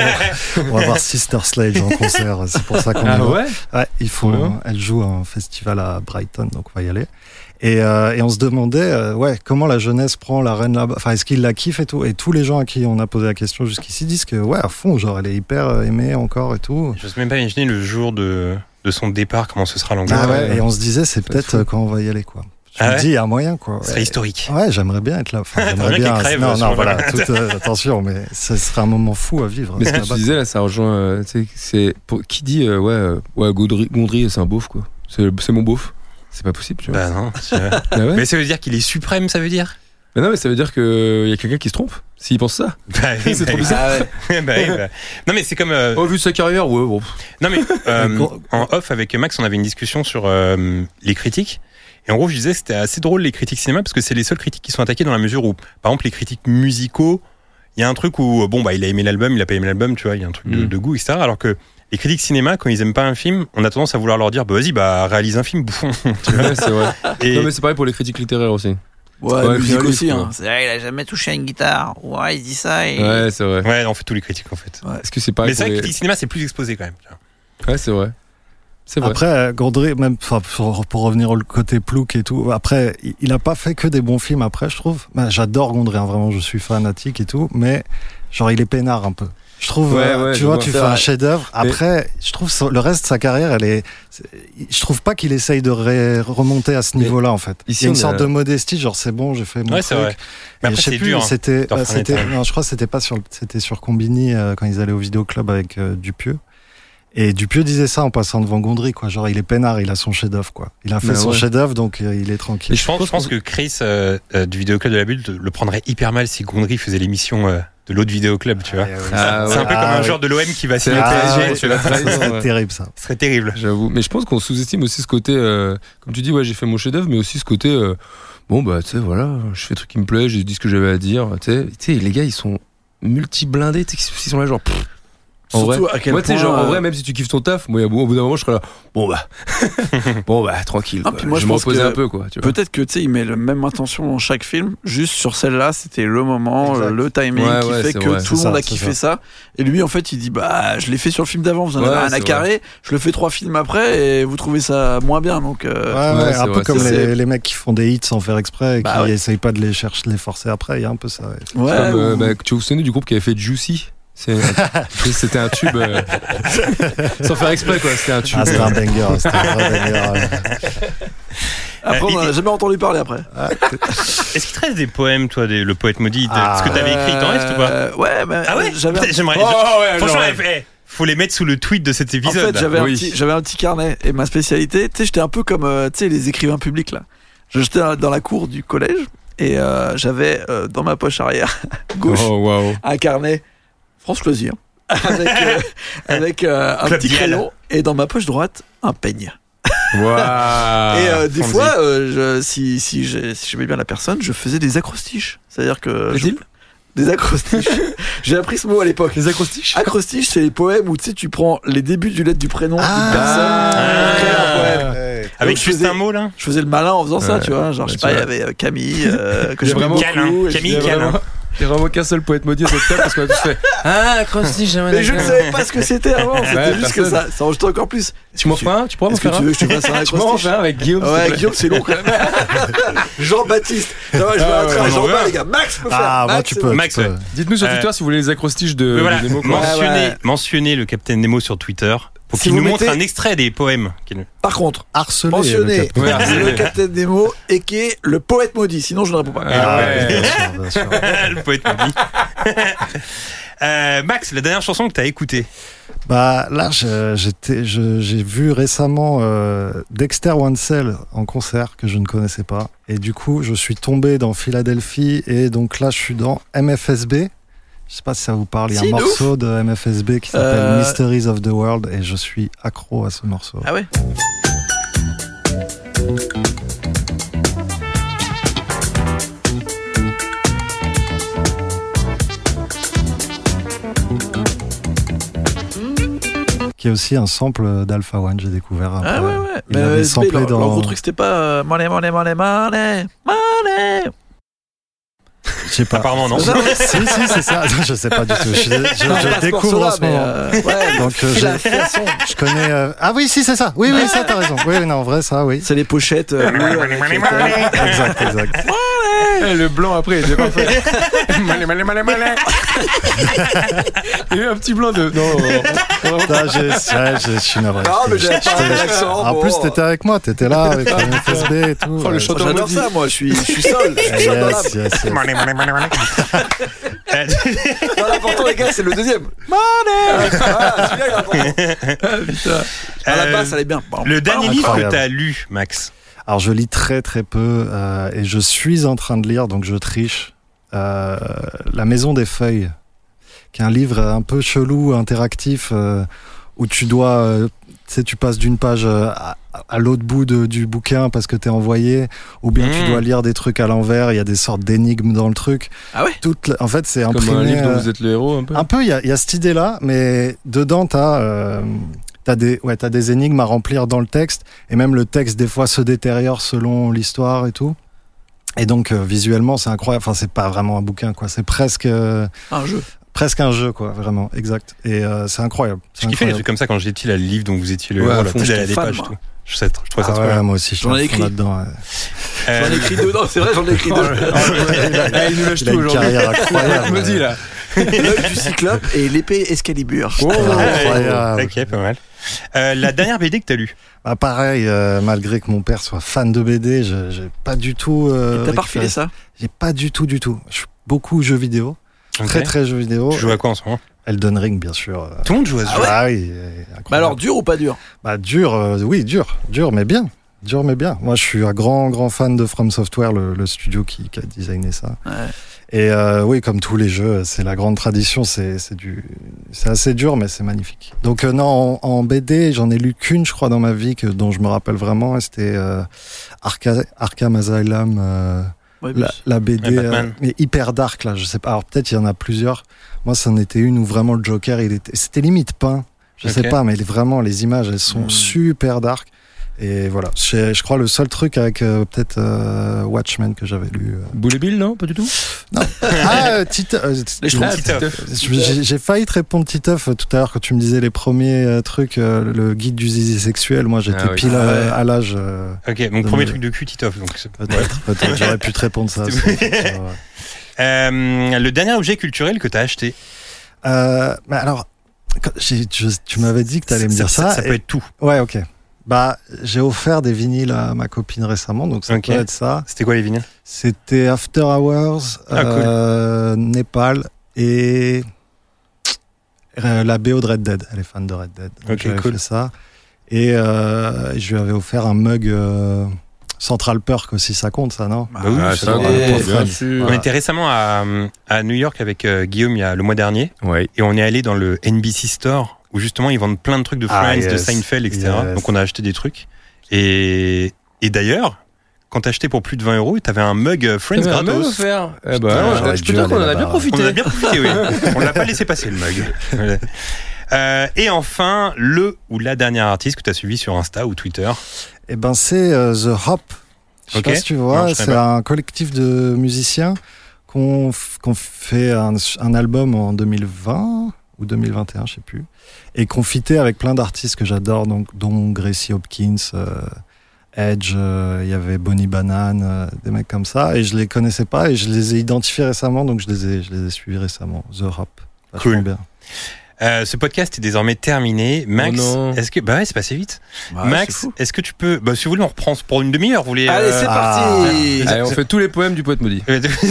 Sister Sledge en concert, c'est pour ça qu'on y va. Ouais, elle joue à un festival à Brighton, donc on va y aller. Et on se demandait comment la jeunesse prend la reine là-bas, enfin est-ce qu'ils la kiffent et tout, et tous les gens à qui on a posé la question jusqu'ici disent que à fond, genre elle est hyper aimée encore et tout. Je n'ose même pas imaginer le jour de son départ, comment ce sera l'Angleterre. Et on se disait c'est peut-être quand on va y aller, quoi. Je me dis, il y a moyen, quoi. Ce serait historique. Ouais, j'aimerais bien être là. Enfin, j'aimerais bien. Non, voilà, attention, mais ce serait un moment fou à vivre. Mais ce que tu disais là, ça rejoint. C'est qui dit Gondry, c'est un beauf, quoi. C'est mon beauf. C'est pas possible, tu vois. Bah non. Mais ça veut dire qu'il est suprême, ça veut dire ? Mais non, mais ça veut dire qu'il y a quelqu'un qui se trompe s'il pense ça. Bah, oui, C'est bah, trop oui. bizarre. Non, mais c'est comme. Oh, vu sa carrière, ouais, bon. Non, mais en off avec Max, on avait une discussion sur les critiques. Et en gros, je disais que c'était assez drôle les critiques cinéma parce que c'est les seules critiques qui sont attaquées dans la mesure où, par exemple, les critiques musicaux, il y a un truc où, bon, bah, il a aimé l'album, il a pas aimé l'album, tu vois, il y a un truc de goût, etc. Alors que les critiques cinéma, quand ils aiment pas un film, on a tendance à vouloir leur dire, bah, vas-y, bah, réalise un film, bouffon. Tu vois. Ouais, c'est vrai. Et- Non, mais c'est pareil pour les critiques littéraires aussi. Ouais, musique finaliste, aussi. quoi. Hein. C'est vrai, il a jamais touché à une guitare. Ouais, il dit ça. Et... Ouais, c'est vrai. Ouais, on fait tous les critiques en fait. Est-ce que c'est pareil Mais c'est pour vrai que les... critique cinéma, c'est plus exposé quand même. tu vois. Ouais, c'est vrai. C'est vrai. Après, Gondry, même pour revenir au côté plouc et tout, après, il a pas fait que des bons films après, je trouve. Ben, j'adore Gondry, hein, vraiment, je suis fanatique et tout, mais genre, il est peinard un peu. Je trouve, Ouais, tu je vois, vois. tu C'est fais un vrai. chef-d'œuvre. Après, je trouve le reste de sa carrière, je trouve pas qu'il essaye de remonter à ce Mais niveau-là, en fait. ici, Il y a une on sorte a- de modestie, genre, c'est bon, j'ai fait mon Ouais, truc. c'est vrai. Mais Et après, je sais c'est plus, dur. c'était, d'en faire un état. non, je crois que c'était pas c'était sur Combini, quand ils allaient au vidéoclub avec Dupieux. Et Dupieux disait ça en passant devant Gondry, quoi. Genre, il est peinard, il a son chef-d'œuvre, quoi. Il a fait Mais son ouais. chef-d'œuvre, donc il est tranquille. Je pense que Chris du vidéoclub de la Bulle le prendrait hyper mal si Gondry faisait l'émission de l'autre vidéoclub, tu vois. Ah, C'est un peu comme un joueur de l'OM qui va signer au PSG, tu c'est vois. la trahison, Ouais. c'est terrible, ça. Ce serait terrible. J'avoue. Mais je pense qu'on sous-estime aussi ce côté, comme tu dis, ouais, j'ai fait mon chef-d'œuvre, mais aussi ce côté, bon, bah, tu sais, voilà, je fais le truc qui me plaît, j'ai dit ce que j'avais à dire. Tu sais, les gars, ils sont multi-blindés, tu sais, ils sont là, genre, pff. En Surtout vrai, à quel moi, tu sais, point, genre, en vrai, même si tu kiffes ton taf, moi, au bout d'un moment, je serais là, bon, bah, tranquille. Ah, quoi. puis moi, je je vais me pense reposer que un peu, quoi. Tu vois. Peut-être que tu sais, il met la même intention dans chaque film. Juste sur celle-là, c'était le moment, Exact. le timing Ouais, qui ouais, fait c'est que vrai. tout le C'est monde ça, a c'est kiffé ça. Et lui, en fait, il dit bah, je l'ai fait sur le film d'avant, vous en Ouais, avez rien à c'est carrer. Je le fais 3 films après et vous trouvez ça moins bien. Donc, Ouais, c'est un peu vrai, comme c'est- les mecs qui font des hits sans faire exprès et Bah qui ouais. essayent pas de les forcer après. Il y a un peu ça. Ouais. ouais, Comme, ou- bah, tu vous souvenez du groupe qui avait fait Juicy? C'était un tube. Sans faire exprès, quoi. C'était un tube. Ah, c'était un banger. C'était un vrai banger. après, on en a jamais entendu parler après. Est-ce qu'il te reste des poèmes, toi, le poète maudit Ce que t'avais écrit, t'en restes ou pas Ouais, mais Ah ouais j'avais. Putain, j'aimerais. Franchement, faut les mettre sous le tweet de cet En épisode. fait, j'avais Oui. un petit carnet et ma spécialité, tu sais, j'étais un peu comme tu sais les écrivains publics là. J'étais dans la cour du collège et j'avais dans ma poche arrière gauche Oh, waouh. un carnet France Loisirs avec un Club petit Dial. crayon et dans ma poche droite un peigne. Waouh. Et des Fonzie. fois, si j'aimais bien la personne, je faisais des acrostiches. C'est-à-dire que Fait-il des acrostiches. J'ai appris ce mot à l'époque. Les acrostiches? Acrostiche, c'est les poèmes où tu sais, tu prends les débuts du lettre du prénom d'une Ah. personne pour créer un poème. Avec Donc, juste un mot, là Je faisais le malin en faisant ça, Ouais. tu vois. Genre, je sais Ouais, pas, il y tu avait Camille, que Il y a j'aimais vraiment beaucoup. Câlin. et Camille, je disais câlin. vraiment- Il y a vraiment qu'un seul poète maudit à cette table parce qu'on a tous fait ah, acrostiche, jamais. Mais je ne savais pas ce que c'était avant. C'était Ouais, juste que personne. ça enregistre encore plus. Tu m'en feras un? Tu pourras m'en Est-ce que faire tu un? veux que je te fasse un Tu pourras m'en acrostiche faire un avec Guillaume? s'il te Ouais, plaît. Guillaume, c'est long quand même. Jean-Baptiste. Non, je veux un train à Jean-Baptiste, les gars. Max peut faire. Ah, moi, Max, tu c'est peux. bon. Max, tu peux. ouais. Dites-nous sur Twitter si vous voulez les acrostiches de Mais voilà, Nemo, quoi. mentionnez le Capitaine Nemo sur Twitter pour Si qu'il nous vous montre mettez- un extrait des poèmes. Par contre, Harcelé. mentionnez le cap- Ouais, le capitaine Nemo et qui est le poète maudit. Sinon, je ne réponds pas. Ah ouais. Bien sûr, bien sûr. Le poète maudit. Max, la dernière chanson que t'as écoutée. Bah là, j'ai vu récemment Dexter Wansel en concert que je ne connaissais pas, et du coup, je suis tombé dans Philadelphie, et donc là, je suis dans MFSB. Je sais pas si ça vous parle. Il y a Si, un de morceau de MFSB qui s'appelle Euh, Mysteries of the World, et je suis accro à ce morceau. Ah ouais. Qui est aussi un sample d'Alpha One, j'ai découvert. Ah après. ouais, ouais. Il avait samplé leur dans. gros truc, c'était pas money. Je sais pas. Apparemment, non. si, c'est ça. Je sais pas du tout. Je Pas découvre en ce moment. Ouais, Donc, je connais. Ah oui, si, c'est ça. Oui, ça, t'as raison. Oui, non, en vrai, ça, oui. c'est les pochettes. bleues avec les thèmes. Exact. Le blanc après, il était parfait. Il y a eu un petit blanc de. Non, Putain, je suis navré. Non, mais j'avais pas un accent. En bon. plus, t'étais avec moi, t'étais là avec le FSB et tout. Oh, le chanteur J'adore maudit. ça, moi. Je suis seul. Je suis seul dans l'âme. Yes. Non, l'important, les gars, c'est le deuxième. Money. Voilà, celui-là, il est important. À la basse, elle est bien. Le dernier livre que Incroyable. t'as lu, Max. Alors je lis très très peu et je suis en train de lire, donc je triche, La Maison des Feuilles, qui est un livre un peu chelou, interactif, où tu dois, tu sais, tu passes d'une page à l'autre bout du bouquin parce que t'es envoyé, ou bien tu dois lire des trucs à l'envers, il y a des sortes d'énigmes dans le truc. Ah ouais. En fait, c'est Comme imprimé. un livre dont vous êtes le héros, un peu. Un peu, il y a cette idée-là, mais dedans, t'as des énigmes à remplir dans le texte, et même le texte, des fois, se détériore selon l'histoire et tout. Et donc, visuellement, c'est incroyable. Enfin, c'est pas vraiment un bouquin, quoi. C'est presque Un jeu. presque un jeu, quoi, vraiment, exact. Et c'est incroyable. Je kiffais les trucs comme ça quand j'étais le livre dont vous étiez le Ouais, héros, à là, fond, tu sais, j'étais des fan, pages, moi. tout. Je trouvais ça trop ouais, bien. moi aussi, J'en ai écrit. là-dedans. Ouais. J'en ai écrit 2. Non, c'est vrai, j'en ai écrit 2. Il nous lâche Il a tout une aujourd'hui. carrière incroyable. Je me dis là. L'œil du cyclope et l'épée Excalibur. Oh, Incroyable. Ok, pas mal. La dernière BD que t'as lue? Bah, pareil, malgré que mon père soit fan de BD, j'ai pas du tout. T'as pas refilé ça? J'ai pas du tout. Je suis beaucoup jeux vidéo. Ok. Très très jeux vidéo. Tu joues à quoi en ce moment? Elden Ring, bien sûr. Tout le monde joue à ce jeu. Ah oui, incroyable. Bah alors, dur ou pas dur? Bah dur, oui, dur, mais bien. Dur mais bien. Moi, je suis un grand fan de From Software, le studio qui a designé ça. Ouais. Et oui, comme tous les jeux, c'est la grande tradition. C'est assez dur, mais c'est magnifique. Donc non, en BD, j'en ai lu qu'une, je crois, dans ma vie, dont je me rappelle vraiment. Et c'était Arkham Asylum. Ouais, La BD, Batman. mais hyper dark là, je sais pas. Alors peut-être il y en a plusieurs. Moi, c'en était une où vraiment le Joker, c'était limite peint. Je sais pas, mais vraiment les images, elles sont super dark. Et voilà, je crois le seul truc avec peut-être Watchmen que j'avais lu. Boulet Bill, non? Pas du tout? Non. Ah, Titeuf. J'ai failli te répondre Titeuf tout à l'heure quand tu me disais les premiers trucs, le guide du zizi sexuel. Moi, j'étais pile à l'âge. Ok, donc premier truc de cul, Titeuf. Donc peut-être j'aurais pu te répondre ça. Le dernier objet culturel que t'as acheté? Mais alors, tu m'avais dit que t'allais me dire ça. Ça peut être tout. Ouais, ok. Bah, j'ai offert des vinyles à ma copine récemment, donc ça peut être ça. C'était quoi les vinyles? C'était After Hours, Népal et la BO de Red Dead. Elle est fan de Red Dead. Donc j'avais fait ça. Et je lui avais offert un mug Central Perk aussi, ça compte ça, non? Bah oui, ça bien sûr. On était récemment à New York avec Guillaume le mois dernier. Ouais. Et on est allé dans le NBC Store où justement ils vendent plein de trucs de Friends, de Seinfeld, etc. Donc on a acheté des trucs. Et d'ailleurs, quand t'as acheté pour plus de 20 €, t'avais un mug Friends gratos. Je peux dire qu'on en a bien profité. On en a bien profité, oui. On l'a pas laissé passer le mug. Et enfin, le ou la dernière artiste que t'as suivi sur Insta ou Twitter? Eh ben c'est The Hop. Je sais pas si tu vois, c'est un collectif de musiciens qu'on fait un album en 2020 ou 2021, je sais plus, et qu'on fitait avec plein d'artistes que j'adore, donc dont Gracie Hopkins, Edge, il y avait Bonnie Banane, des mecs comme ça, et je les connaissais pas et je les ai identifiés récemment, donc je les ai suivis récemment. The Hop, vachement bien. Ce podcast est désormais terminé. Max, est-ce que c'est passé vite. Ouais, Max, est-ce que tu peux, si vous voulez, on reprend pour une demi-heure. Vous voulez Allez, c'est parti. Allez, on fait tous les poèmes du poète maudit.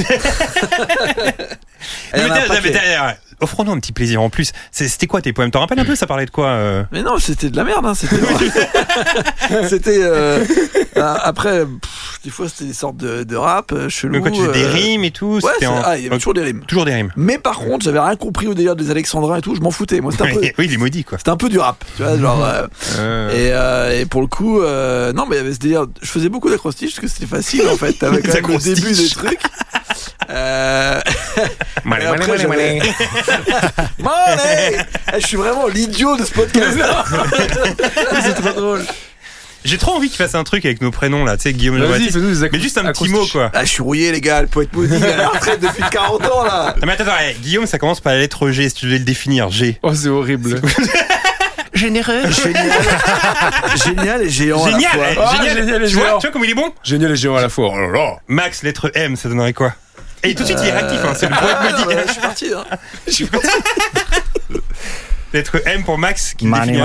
Offrons-nous un petit plaisir en plus. C'était quoi tes poèmes? T'en rappelles un peu? Ça parlait de quoi? Mais non, c'était de la merde. Hein, c'était après, des fois c'était des sortes de rap chelou. Mais quoi, tu faisais des rimes et tout? Ouais, il y avait toujours des rimes. Toujours des rimes. Mais par contre, j'avais rien compris au délire des alexandrins et tout. Je m'en foutais. Moi, c'était un peu. Oui, il est maudit quoi. C'était un peu du rap, tu vois, genre. Et pour le coup, non, mais il y avait ce délire. Je faisais beaucoup d'acrostiches parce que c'était facile en fait. T'avais quand même le début des trucs. Je suis vraiment l'idiot de ce podcast. C'est trop drôle. J'ai trop envie qu'il fasse un truc avec nos prénoms là, tu sais, Guillaume Jean-Baptiste. Mais juste un petit mot quoi. Je suis rouillé les gars, le poète maudit à la retraite depuis 40 ans là. Non mais attends, Guillaume ça commence par la lettre G, si tu devais le définir, G. Oh c'est horrible. Généreux. Génial et géant génial, à la fois. Génial et tu vois comme il est bon. Génial et géant à la fois. Oh là là. Max, lettre M, ça donnerait quoi? Et tout de suite il est réactif, c'est le poète maudit. Je suis parti. Lettre M pour Max qui money.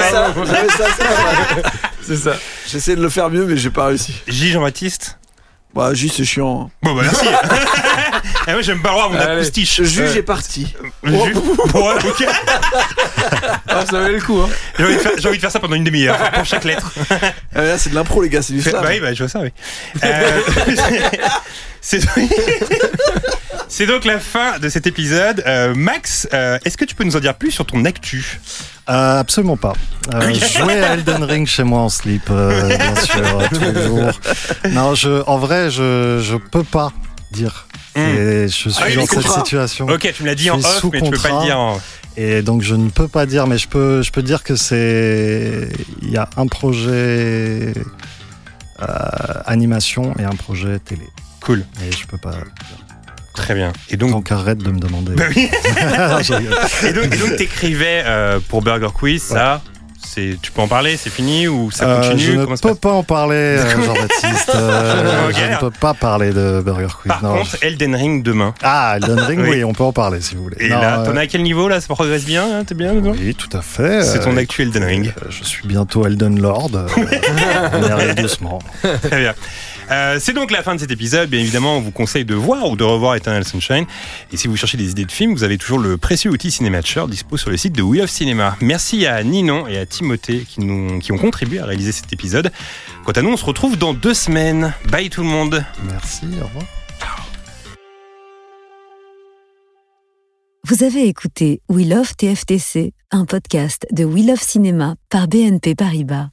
J'avais ça. C'est ça. J'essaie de le faire mieux mais j'ai pas réussi. J Jean-Baptiste. Bah, juste, c'est chiant. Bon, bah, merci. Et moi, j'aime pas le voir mon acoustiche. Juge est parti. Ouais, ok. Ah, ça valait le coup, hein. J'ai envie de faire ça pendant une demi-heure pour chaque lettre. Là, c'est de l'impro, les gars, c'est du slam. Bah oui, bah, je vois ça, oui. C'est donc la fin de cet épisode. Max, est-ce que tu peux nous en dire plus sur ton actu ? Absolument pas. Jouer à Elden Ring chez moi en slip, bien sûr, toujours. Non, en vrai, je peux pas dire. Et je suis dans cette situation. Ok, tu me l'as dit en off, mais tu peux pas le dire en... Et donc je ne peux pas dire, mais je peux dire que il y a un projet animation et un projet télé. Cool. Et je peux pas. Très bien. Et donc arrête de me demander. Bah oui. et donc t'écrivais pour Burger Quiz, ça. Tu peux en parler, c'est fini ou ça continue? Je ne peux pas en parler, Jean-Baptiste. Je ne peux pas parler de Burger Quiz. Par contre, Elden Ring demain. Ah, Elden Ring, oui, on peut en parler si vous voulez. Et là, t'en as à quel niveau là? Ça progresse bien, hein? T'es bien dedans? Oui, tout à fait. C'est ton actu Elden Ring. Je suis bientôt Elden Lord. On y arrive doucement. Très bien. C'est donc la fin de cet épisode. Bien évidemment, on vous conseille de voir ou de revoir Eternal Sunshine. Et si vous cherchez des idées de films, vous avez toujours le précieux outil Cinématcher dispo sur le site de We Love Cinéma. Merci à Ninon et à Timothée qui ont contribué à réaliser cet épisode. Quant à nous, on se retrouve dans 2 semaines. Bye tout le monde. Merci, au revoir. Vous avez écouté We Love TFTC, un podcast de We Love Cinéma par BNP Paribas.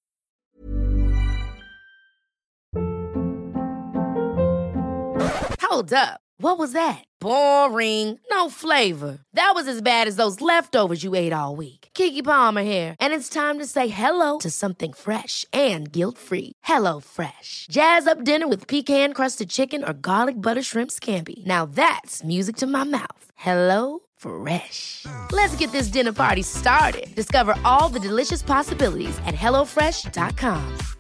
Hold up. What was that? Boring. No flavor. That was as bad as those leftovers you ate all week. Keke Palmer here, and it's time to say hello to something fresh and guilt-free. Hello Fresh. Jazz up dinner with pecan-crusted chicken or garlic butter shrimp scampi. Now that's music to my mouth. Hello Fresh. Let's get this dinner party started. Discover all the delicious possibilities at HelloFresh.com.